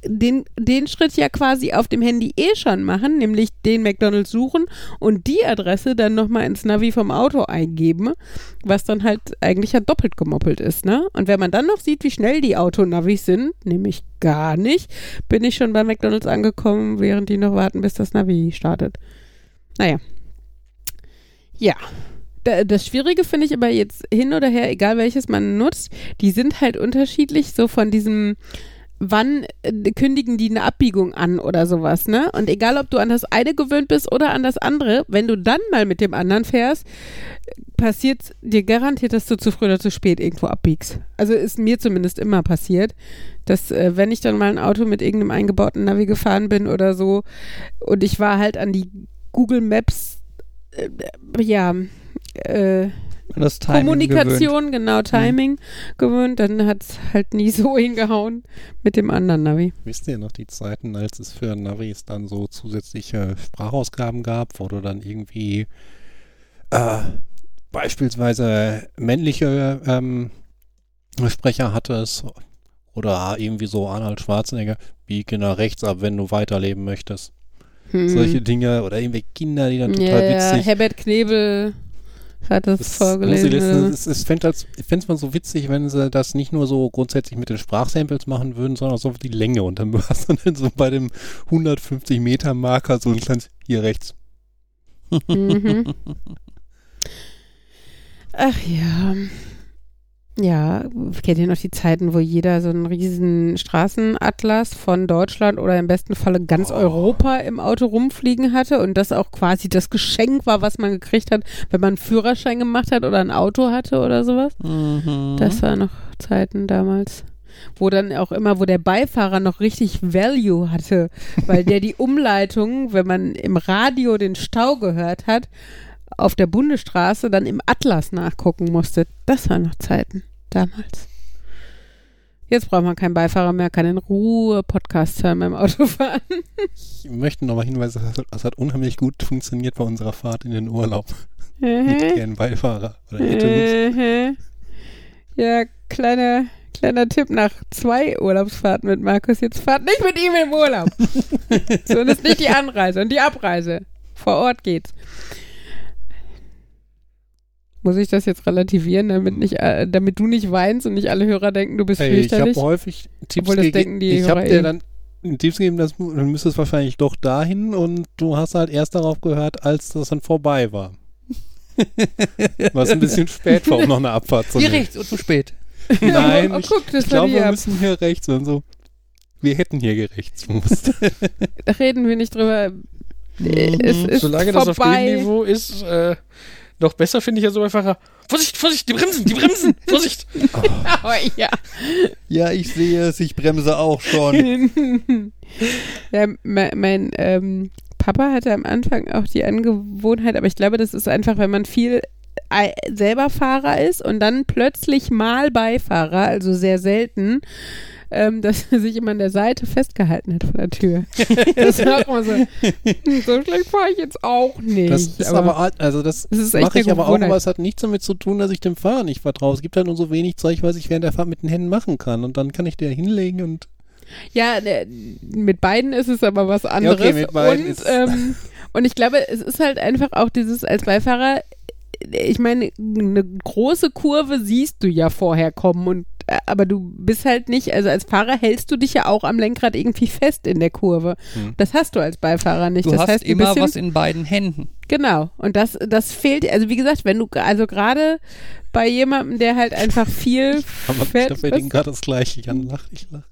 [SPEAKER 1] den, den Schritt ja quasi auf dem Handy eh schon machen, nämlich den McDonald's suchen und die Adresse dann nochmal ins Navi vom Auto eingeben, was dann halt eigentlich ja doppelt gemoppelt ist, ne? Und wenn man dann noch sieht, wie schnell die Autonavis sind, nämlich gar nicht, bin ich schon bei McDonald's angekommen, während die noch warten, bis das Navi startet. Naja. Ja. Das Schwierige finde ich aber jetzt hin oder her, egal welches man nutzt, die sind halt unterschiedlich, so von diesem, wann äh, kündigen die eine Abbiegung an oder sowas, ne? Und egal, ob du an das eine gewöhnt bist oder an das andere, wenn du dann mal mit dem anderen fährst, passiert dir garantiert, dass du zu früh oder zu spät irgendwo abbiegst. Also ist mir zumindest immer passiert, dass äh, wenn ich dann mal ein Auto mit irgendeinem eingebauten Navi gefahren bin oder so und ich war halt an die Google Maps, äh, ja, Äh,
[SPEAKER 2] das Timing
[SPEAKER 1] Kommunikation,
[SPEAKER 2] gewöhnt.
[SPEAKER 1] genau, Timing mhm. gewöhnt, dann hat es halt nie so hingehauen mit dem anderen Navi.
[SPEAKER 4] Wisst ihr noch die Zeiten, als es für Navis dann so zusätzliche Sprachausgaben gab, wo du dann irgendwie äh, beispielsweise männliche ähm, Sprecher hattest oder irgendwie so Arnold Schwarzenegger, biege nach rechts ab, wenn du weiterleben möchtest. Hm. Solche Dinge oder irgendwelche Kinder, die dann total
[SPEAKER 1] yeah,
[SPEAKER 4] witzig.
[SPEAKER 1] Herbert Knebel hat das, das vorgelesen.
[SPEAKER 4] Ich fände es mal so witzig, wenn sie das nicht nur so grundsätzlich mit den Sprachsamples machen würden, sondern auch so die Länge. Und dann hast du dann so bei dem hundertfünfzig Meter Marker so ein kleines, hier rechts.
[SPEAKER 1] Mhm. Ach ja. Ja, kennt ihr noch die Zeiten, wo jeder so einen riesen Straßenatlas von Deutschland oder im besten Falle ganz oh. Europa im Auto rumfliegen hatte und das auch quasi das Geschenk war, was man gekriegt hat, wenn man einen Führerschein gemacht hat oder ein Auto hatte oder sowas? Mhm. Das waren noch Zeiten damals. Wo dann auch immer, wo der Beifahrer noch richtig Value hatte, weil der die Umleitung, wenn man im Radio den Stau gehört hat, auf der Bundesstraße dann im Atlas nachgucken musste. Das waren noch Zeiten damals. Jetzt braucht man keinen Beifahrer mehr, kann in Ruhe Podcasts hören beim Autofahren.
[SPEAKER 4] Ich möchte nochmal hinweisen, das hat unheimlich gut funktioniert bei unserer Fahrt in den Urlaub. Mit keinem Beifahrer. Oder
[SPEAKER 1] hätte ja, kleiner, kleiner Tipp nach zwei Urlaubsfahrten mit Markus. Jetzt fahrt nicht mit ihm im Urlaub. So, das ist nicht die Anreise und die Abreise. Vor Ort geht's. Muss ich das jetzt relativieren, damit nicht, äh, damit du nicht weinst und nicht alle Hörer denken, du bist
[SPEAKER 4] hey,
[SPEAKER 1] fürchterlich?
[SPEAKER 4] Ich habe häufig Tipps
[SPEAKER 1] Obwohl, das
[SPEAKER 4] gegeben.
[SPEAKER 1] denken die
[SPEAKER 4] ich
[SPEAKER 1] Hörer
[SPEAKER 4] habe dir
[SPEAKER 1] eh.
[SPEAKER 4] dann Tipps gegeben, dass du müsstest wahrscheinlich doch dahin und du hast halt erst darauf gehört, als das dann vorbei war. Was ein bisschen spät war, um noch eine Abfahrt zu
[SPEAKER 2] Hier
[SPEAKER 4] nehmen.
[SPEAKER 2] rechts und zu spät.
[SPEAKER 4] Nein,
[SPEAKER 1] oh,
[SPEAKER 4] ich,
[SPEAKER 1] guck, das
[SPEAKER 4] ich glaube, wir
[SPEAKER 1] ab.
[SPEAKER 4] müssen hier rechts und so. Wir hätten hier gerechtsmusst.
[SPEAKER 1] Da reden wir nicht drüber. Es ist
[SPEAKER 3] Solange
[SPEAKER 1] vorbei.
[SPEAKER 3] das auf dem Niveau ist, äh, noch besser finde ich ja so einfacher. Vorsicht, Vorsicht, die Bremsen, die Bremsen, Vorsicht.
[SPEAKER 1] Oh. Oh, ja.
[SPEAKER 2] Ja, ich sehe es, ich bremse auch schon.
[SPEAKER 1] Ja, mein mein ähm, Papa hatte am Anfang auch die Angewohnheit, aber ich glaube, das ist einfach, wenn man viel äh, selber Fahrer ist und dann plötzlich mal Beifahrer, also sehr selten, ähm, dass er sich immer an der Seite festgehalten hat von der Tür. Das war auch mal so, hm, so schlecht fahre ich jetzt auch nicht.
[SPEAKER 4] Das ist aber, aber also das, das mache ich aber auch, aber es hat nichts damit zu tun, dass ich dem Fahrer nicht vertraue. Es gibt halt nur so wenig Zeug, was ich während der Fahrt mit den Händen machen kann und dann kann ich der hinlegen und
[SPEAKER 1] ja, ne, mit beiden ist es aber was anderes.
[SPEAKER 4] Ja, okay, mit beiden
[SPEAKER 1] und,
[SPEAKER 4] ist
[SPEAKER 1] ähm, und ich glaube, es ist halt einfach auch dieses als Beifahrer, ich meine, eine große Kurve siehst du ja vorher kommen und aber du bist halt nicht, also als Fahrer hältst du dich ja auch am Lenkrad irgendwie fest in der Kurve. Hm. Das hast du als Beifahrer nicht.
[SPEAKER 2] Du
[SPEAKER 1] das
[SPEAKER 2] hast
[SPEAKER 1] heißt,
[SPEAKER 2] immer
[SPEAKER 1] bisschen,
[SPEAKER 2] was in beiden Händen.
[SPEAKER 1] Genau. Und das, das fehlt, also wie gesagt, wenn du, also gerade bei jemandem, der halt einfach viel
[SPEAKER 4] aber
[SPEAKER 1] fährt.
[SPEAKER 4] Ich glaube, gerade das Gleiche. Ich lach, ich lach.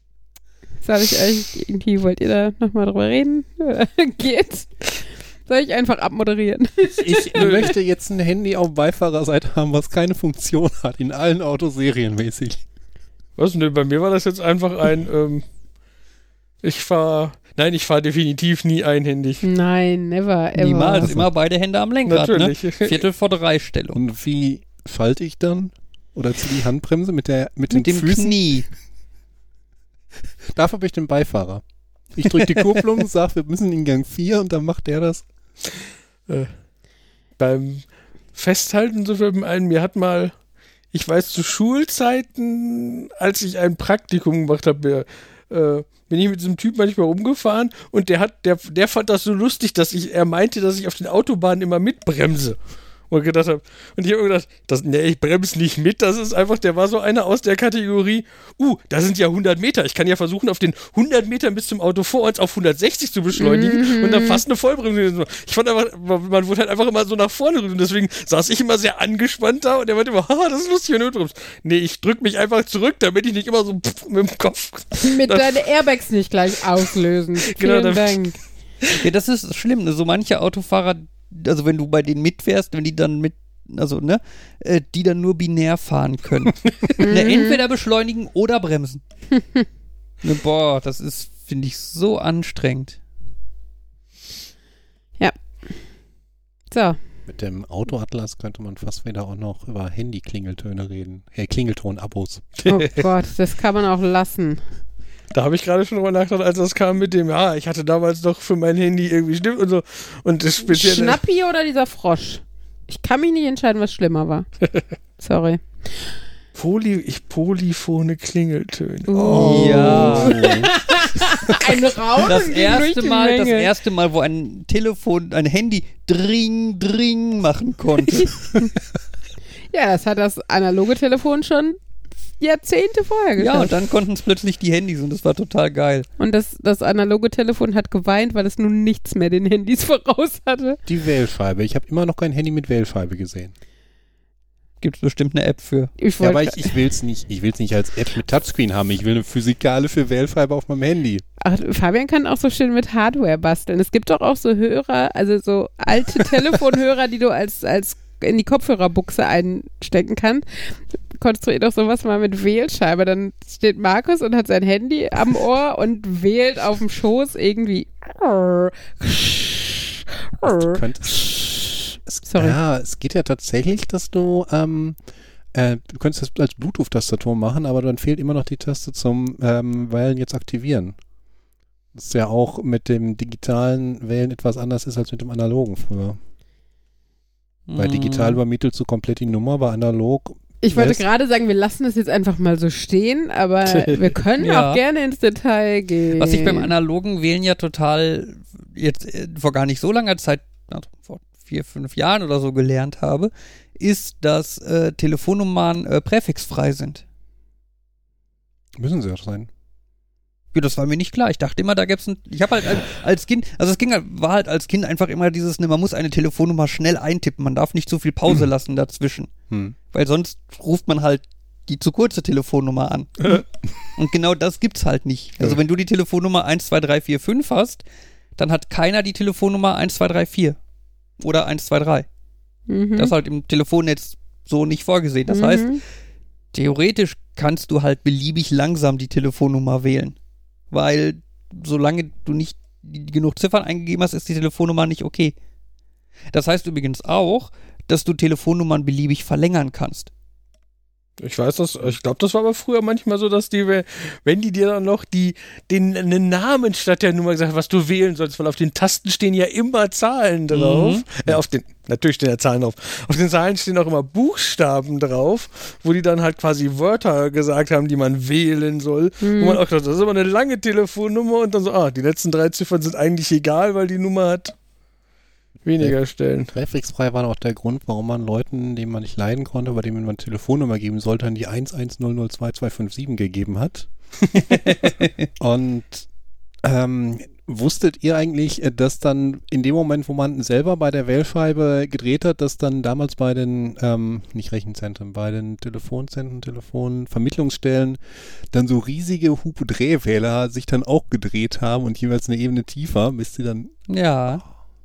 [SPEAKER 1] Sag ich euch, irgendwie wollt ihr da nochmal drüber reden? Geht's? Soll ich einfach abmoderieren?
[SPEAKER 4] Ich möchte jetzt ein Handy auf Beifahrerseite haben, was keine Funktion hat, in allen Autos serienmäßig.
[SPEAKER 3] Was? Ne, bei mir war das jetzt einfach ein, ähm, ich fahre, nein, ich fahre definitiv nie einhändig.
[SPEAKER 1] Nein, never, ever.
[SPEAKER 2] Niemals, also, immer beide Hände am Lenkrad,
[SPEAKER 3] natürlich.
[SPEAKER 2] Ne? Viertel vor drei Stellung.
[SPEAKER 4] Und wie schalte ich dann? Oder ziehe die Handbremse mit der mit,
[SPEAKER 2] mit
[SPEAKER 4] den
[SPEAKER 2] dem
[SPEAKER 4] Füßen?
[SPEAKER 2] Knie.
[SPEAKER 4] Dafür habe ich den Beifahrer. Ich drücke die Kupplung, sage, wir müssen in Gang vier und dann macht der das.
[SPEAKER 3] Äh, beim Festhalten so für einen, mir hat mal, ich weiß zu Schulzeiten, als ich ein Praktikum gemacht habe, äh, bin ich mit diesem Typ manchmal rumgefahren und der hat, der, der fand das so lustig, dass ich, er meinte, dass ich auf den Autobahnen immer mitbremse. Und gedacht habe, und ich habe mir gedacht, das, nee, ich bremse nicht mit, das ist einfach, der war so einer aus der Kategorie, uh, da sind ja hundert Meter, ich kann ja versuchen, auf den hundert Metern bis zum Auto vor uns auf hundertsechzig zu beschleunigen
[SPEAKER 1] Mhm.
[SPEAKER 3] und dann fast eine Vollbremse. Ich fand einfach, man wurde halt einfach immer so nach vorne und deswegen saß ich immer sehr angespannt da und der meinte immer, haha, das ist lustig, wenn du bremst. Nee, ich drück mich einfach zurück, damit ich nicht immer so pff, mit dem Kopf.
[SPEAKER 1] Mit
[SPEAKER 3] dann,
[SPEAKER 1] deinen Airbags nicht gleich auslösen.
[SPEAKER 3] Genau,
[SPEAKER 1] Vielen
[SPEAKER 3] dann-
[SPEAKER 1] Dank.
[SPEAKER 2] Ja, das ist schlimm. Ne? So manche Autofahrer, also wenn du bei denen mitfährst, wenn die dann mit, also ne, äh, die dann nur binär fahren können. ne, entweder beschleunigen oder bremsen. ne, boah, das ist, finde ich, so anstrengend.
[SPEAKER 1] So,
[SPEAKER 4] Mit dem Autoatlas könnte man fast wieder auch noch über Handy-Klingeltöne reden. Äh, Klingelton-Abos.
[SPEAKER 1] oh Gott, das kann man auch lassen.
[SPEAKER 3] Da habe ich gerade schon drüber nachgedacht, als das kam mit dem, ja, ich hatte damals doch für mein Handy irgendwie stimmt und so. Und das spezielle.
[SPEAKER 1] Schnappi oder dieser Frosch? Ich kann mich nicht entscheiden, was schlimmer war. Sorry.
[SPEAKER 3] Poly, ich polyphone Klingeltöne.
[SPEAKER 1] Oh.
[SPEAKER 2] Ja.
[SPEAKER 1] Ein Raunen
[SPEAKER 2] Das
[SPEAKER 1] ging durch
[SPEAKER 2] erste
[SPEAKER 1] die
[SPEAKER 2] Mal, das
[SPEAKER 1] Menge.
[SPEAKER 2] erste Mal, wo ein Telefon, ein Handy dring, dring machen konnte.
[SPEAKER 1] Ja, das hat das analoge Telefon schon Jahrzehnte vorher geschafft.
[SPEAKER 2] ja, und dann konnten es plötzlich die Handys und das war total geil.
[SPEAKER 1] Und das, das analoge Telefon hat geweint, weil es nun nichts mehr den Handys voraus hatte.
[SPEAKER 4] Die Wählscheibe. Ich habe immer noch kein Handy mit Wählscheibe gesehen.
[SPEAKER 2] Gibt es bestimmt eine App für.
[SPEAKER 1] Ich
[SPEAKER 4] Ja, aber
[SPEAKER 1] wollte,
[SPEAKER 4] ich, ich will es nicht, ich will's nicht als App mit Touchscreen haben. Ich will eine physikalische Wählscheibe auf meinem Handy.
[SPEAKER 1] ach, Fabian kann auch so schön mit Hardware basteln. Es gibt doch auch so Hörer, also so alte Telefonhörer, die du als, als in die Kopfhörerbuchse einstecken kannst. Konstruier doch sowas mal mit Wählscheibe. Dann steht Markus und hat sein Handy am Ohr und wählt auf dem Schoß irgendwie.
[SPEAKER 4] Du könntest, es,
[SPEAKER 1] Sorry.
[SPEAKER 4] Ja, es geht ja tatsächlich, dass du, ähm, äh, du könntest das als Bluetooth-Tastatur machen, aber dann fehlt immer noch die Taste zum ähm, Wählen jetzt aktivieren. Das ist ja auch mit dem digitalen Wählen etwas anders ist als mit dem analogen früher. Bei
[SPEAKER 2] Mm.
[SPEAKER 4] digital übermittelst du komplett die Nummer, bei analog.
[SPEAKER 1] Ich wollte
[SPEAKER 4] Yes.
[SPEAKER 1] gerade sagen, wir lassen das jetzt einfach mal so stehen, aber wir können
[SPEAKER 2] Ja.
[SPEAKER 1] auch gerne ins Detail gehen.
[SPEAKER 2] Was ich beim analogen Wählen ja total jetzt äh, vor gar nicht so langer Zeit, also vor vier, fünf Jahren oder so gelernt habe, ist, dass äh, Telefonnummern äh, präfixfrei sind.
[SPEAKER 4] Müssen sie auch sein.
[SPEAKER 2] Ja, das war mir nicht klar. Ich dachte immer, da gäbe es ein. Ich habe halt als, als Kind, also es ging halt, war halt als Kind einfach immer dieses, ne, man muss eine Telefonnummer schnell eintippen. Man darf nicht zu viel Pause lassen dazwischen.
[SPEAKER 4] Hm.
[SPEAKER 2] Weil sonst ruft man halt die zu kurze Telefonnummer an. Und genau das gibt's halt nicht. Also wenn du die Telefonnummer eins zwei drei vier fünf hast, dann hat keiner die Telefonnummer eins zwei drei vier oder eins zwei drei.
[SPEAKER 1] Mhm.
[SPEAKER 2] Das ist halt im Telefonnetz so nicht vorgesehen. Das
[SPEAKER 1] Mhm.
[SPEAKER 2] heißt, theoretisch kannst du halt beliebig langsam die Telefonnummer wählen. Weil solange du nicht genug Ziffern eingegeben hast, ist die Telefonnummer nicht okay. Das heißt übrigens auch, dass du Telefonnummern beliebig verlängern kannst.
[SPEAKER 3] Ich weiß das, ich glaube, das war aber früher manchmal so, dass die, wenn die dir dann noch die, den, einen Namen statt der Nummer gesagt haben, was du wählen sollst, weil auf den Tasten stehen ja immer Zahlen drauf.
[SPEAKER 2] Mhm.
[SPEAKER 3] Äh, auf den, natürlich stehen ja Zahlen drauf. Auf den Zahlen stehen auch immer Buchstaben drauf, wo die dann halt quasi Wörter gesagt haben, die man wählen soll.
[SPEAKER 1] Mhm.
[SPEAKER 3] Wo man auch dachte, das ist aber eine lange Telefonnummer und dann so, ah, die letzten drei Ziffern sind eigentlich egal, weil die Nummer hat weniger Stellen.
[SPEAKER 4] Präfixfrei war auch der Grund, warum man Leuten, denen man nicht leiden konnte, bei denen man eine Telefonnummer geben sollte, dann die eins eins null null zwei zwei fünf sieben gegeben hat. Und ähm, wusstet ihr eigentlich, dass dann in dem Moment, wo man selber bei der Wählscheibe gedreht hat, dass dann damals bei den, ähm, nicht Rechenzentren, bei den Telefonzentren, Telefonvermittlungsstellen dann so riesige Hupe-Drehwähler sich dann auch gedreht haben und jeweils eine Ebene tiefer, bis sie dann
[SPEAKER 2] Ja.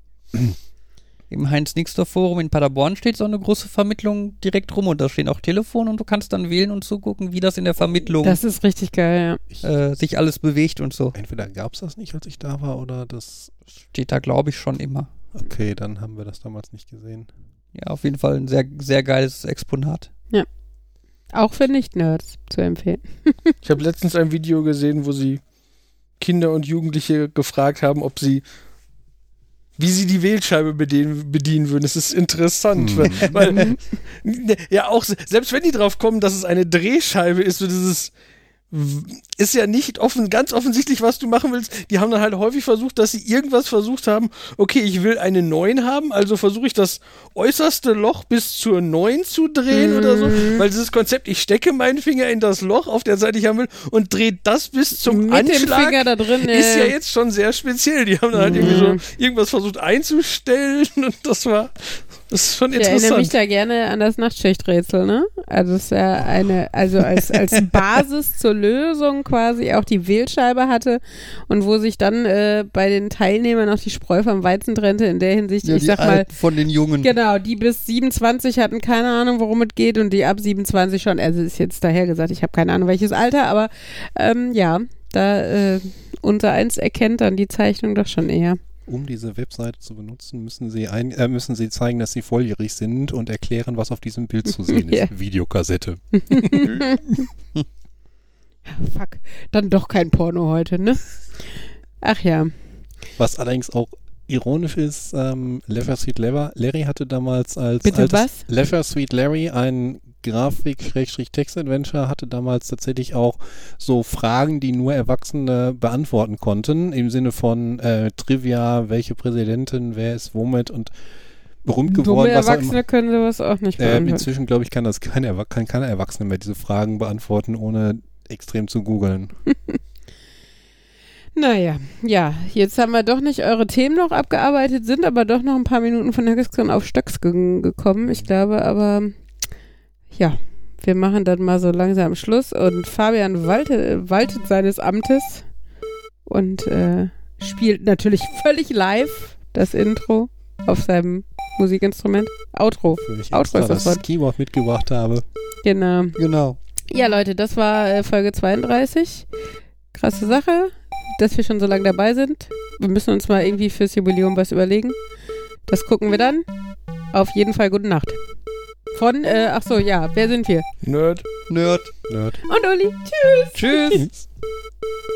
[SPEAKER 2] Im Heinz-Nixdorf-Forum in Paderborn steht so eine große Vermittlung direkt rum und da stehen auch Telefone und du kannst dann wählen und zugucken, wie das in der Vermittlung
[SPEAKER 1] Das ist richtig geil,
[SPEAKER 4] ich,
[SPEAKER 2] äh, sich alles bewegt und so.
[SPEAKER 4] entweder gab es das nicht, als ich da war, oder das,
[SPEAKER 2] Steht da, glaube ich, schon immer.
[SPEAKER 4] okay, dann haben wir das damals nicht gesehen.
[SPEAKER 2] Ja, auf jeden Fall ein sehr, sehr geiles Exponat.
[SPEAKER 1] ja. Auch für Nicht-Nerds zu empfehlen.
[SPEAKER 3] Ich habe letztens ein Video gesehen, wo sie Kinder und Jugendliche gefragt haben, ob sie wie sie die Wählscheibe bedienen, bedienen würden. Es ist interessant,
[SPEAKER 4] Hm.
[SPEAKER 3] weil, weil ja auch, selbst wenn die drauf kommen, dass es eine Drehscheibe ist, so dieses, ist ja nicht offen, ganz offensichtlich, was du machen willst. Die haben dann halt häufig versucht, dass sie irgendwas versucht haben, okay, ich will eine neun haben, also versuche ich das äußerste Loch bis zur neun zu drehen mhm. oder so, weil dieses Konzept, ich stecke meinen Finger in das Loch, auf der Seite ich haben will, und drehe das bis zum
[SPEAKER 1] Mit
[SPEAKER 3] Anschlag,
[SPEAKER 1] dem Finger da drin,
[SPEAKER 3] ist
[SPEAKER 1] äh.
[SPEAKER 3] ja jetzt schon sehr speziell. Die haben dann halt
[SPEAKER 1] mhm.
[SPEAKER 3] irgendwie so irgendwas versucht einzustellen und das war, das ist schon
[SPEAKER 1] ich interessant. Ich erinnere mich
[SPEAKER 3] interessant.
[SPEAKER 1] da gerne an das Nachtschichträtsel, ne? Also es ist ja eine, also als, als Basis zur Lösung quasi auch die Wählscheibe hatte und wo sich dann äh, bei den Teilnehmern auch die Spreu vom Weizen trennte, in der Hinsicht,
[SPEAKER 2] Ja,
[SPEAKER 1] ich
[SPEAKER 2] die
[SPEAKER 1] sag mal,
[SPEAKER 2] Alten von den Jungen.
[SPEAKER 1] genau, die bis siebenundzwanzig hatten keine Ahnung, worum es geht und die ab siebenundzwanzig schon, also ist jetzt daher gesagt, ich habe keine Ahnung, welches Alter, aber ähm, ja, da äh, unser Eins erkennt dann die Zeichnung doch schon eher.
[SPEAKER 4] Um diese Webseite zu benutzen, müssen Sie, ein, äh, müssen Sie zeigen, dass Sie volljährig sind und erklären, was auf diesem Bild zu sehen ist.
[SPEAKER 1] Ja.
[SPEAKER 4] Videokassette.
[SPEAKER 1] Fuck, dann doch kein Porno heute, ne? Ach ja.
[SPEAKER 4] Was allerdings auch ironisch ist, ähm, Leisure Suite Larry hatte damals als
[SPEAKER 1] Bitte
[SPEAKER 4] altes
[SPEAKER 1] was?
[SPEAKER 4] Leisure Suite Larry ein Grafik-Text-Adventure, hatte damals tatsächlich auch so Fragen, die nur Erwachsene beantworten konnten, im Sinne von äh, Trivia, welche Präsidentin, wer ist womit und berühmt geworden.
[SPEAKER 1] Dumme
[SPEAKER 4] was auch
[SPEAKER 1] Erwachsene
[SPEAKER 4] immer.
[SPEAKER 1] können sowas auch nicht
[SPEAKER 4] Äh,
[SPEAKER 1] beantworten.
[SPEAKER 4] inzwischen, glaube ich, kann das kein, Erwa- kann kein Erwachsener mehr diese Fragen beantworten, ohne extrem zu googeln.
[SPEAKER 1] Naja, ja, jetzt haben wir doch nicht eure Themen noch abgearbeitet, sind aber doch noch ein paar Minuten von der Diskussion auf Stöcks ge- gekommen. Ich glaube aber, ja, wir machen dann mal so langsam Schluss und Fabian waltet, waltet seines Amtes und äh, spielt natürlich völlig live das Intro auf seinem Musikinstrument. Outro.
[SPEAKER 4] Für ich
[SPEAKER 1] Outro
[SPEAKER 4] extra
[SPEAKER 1] ist das
[SPEAKER 4] das
[SPEAKER 1] Wort.
[SPEAKER 4] Keyboard mitgebracht habe.
[SPEAKER 1] Genau.
[SPEAKER 2] Genau.
[SPEAKER 1] Ja, Leute, das war äh, Folge zweiunddreißig. Krasse Sache, dass wir schon so lange dabei sind. Wir müssen uns mal irgendwie fürs Jubiläum was überlegen. Das gucken wir dann. Auf jeden Fall gute Nacht. Von, äh, ach so, ja, wer sind wir?
[SPEAKER 3] Nerd.
[SPEAKER 2] Nerd.
[SPEAKER 4] Nerd.
[SPEAKER 1] Und Uli. Tschüss.
[SPEAKER 2] Tschüss.
[SPEAKER 4] Tschüss.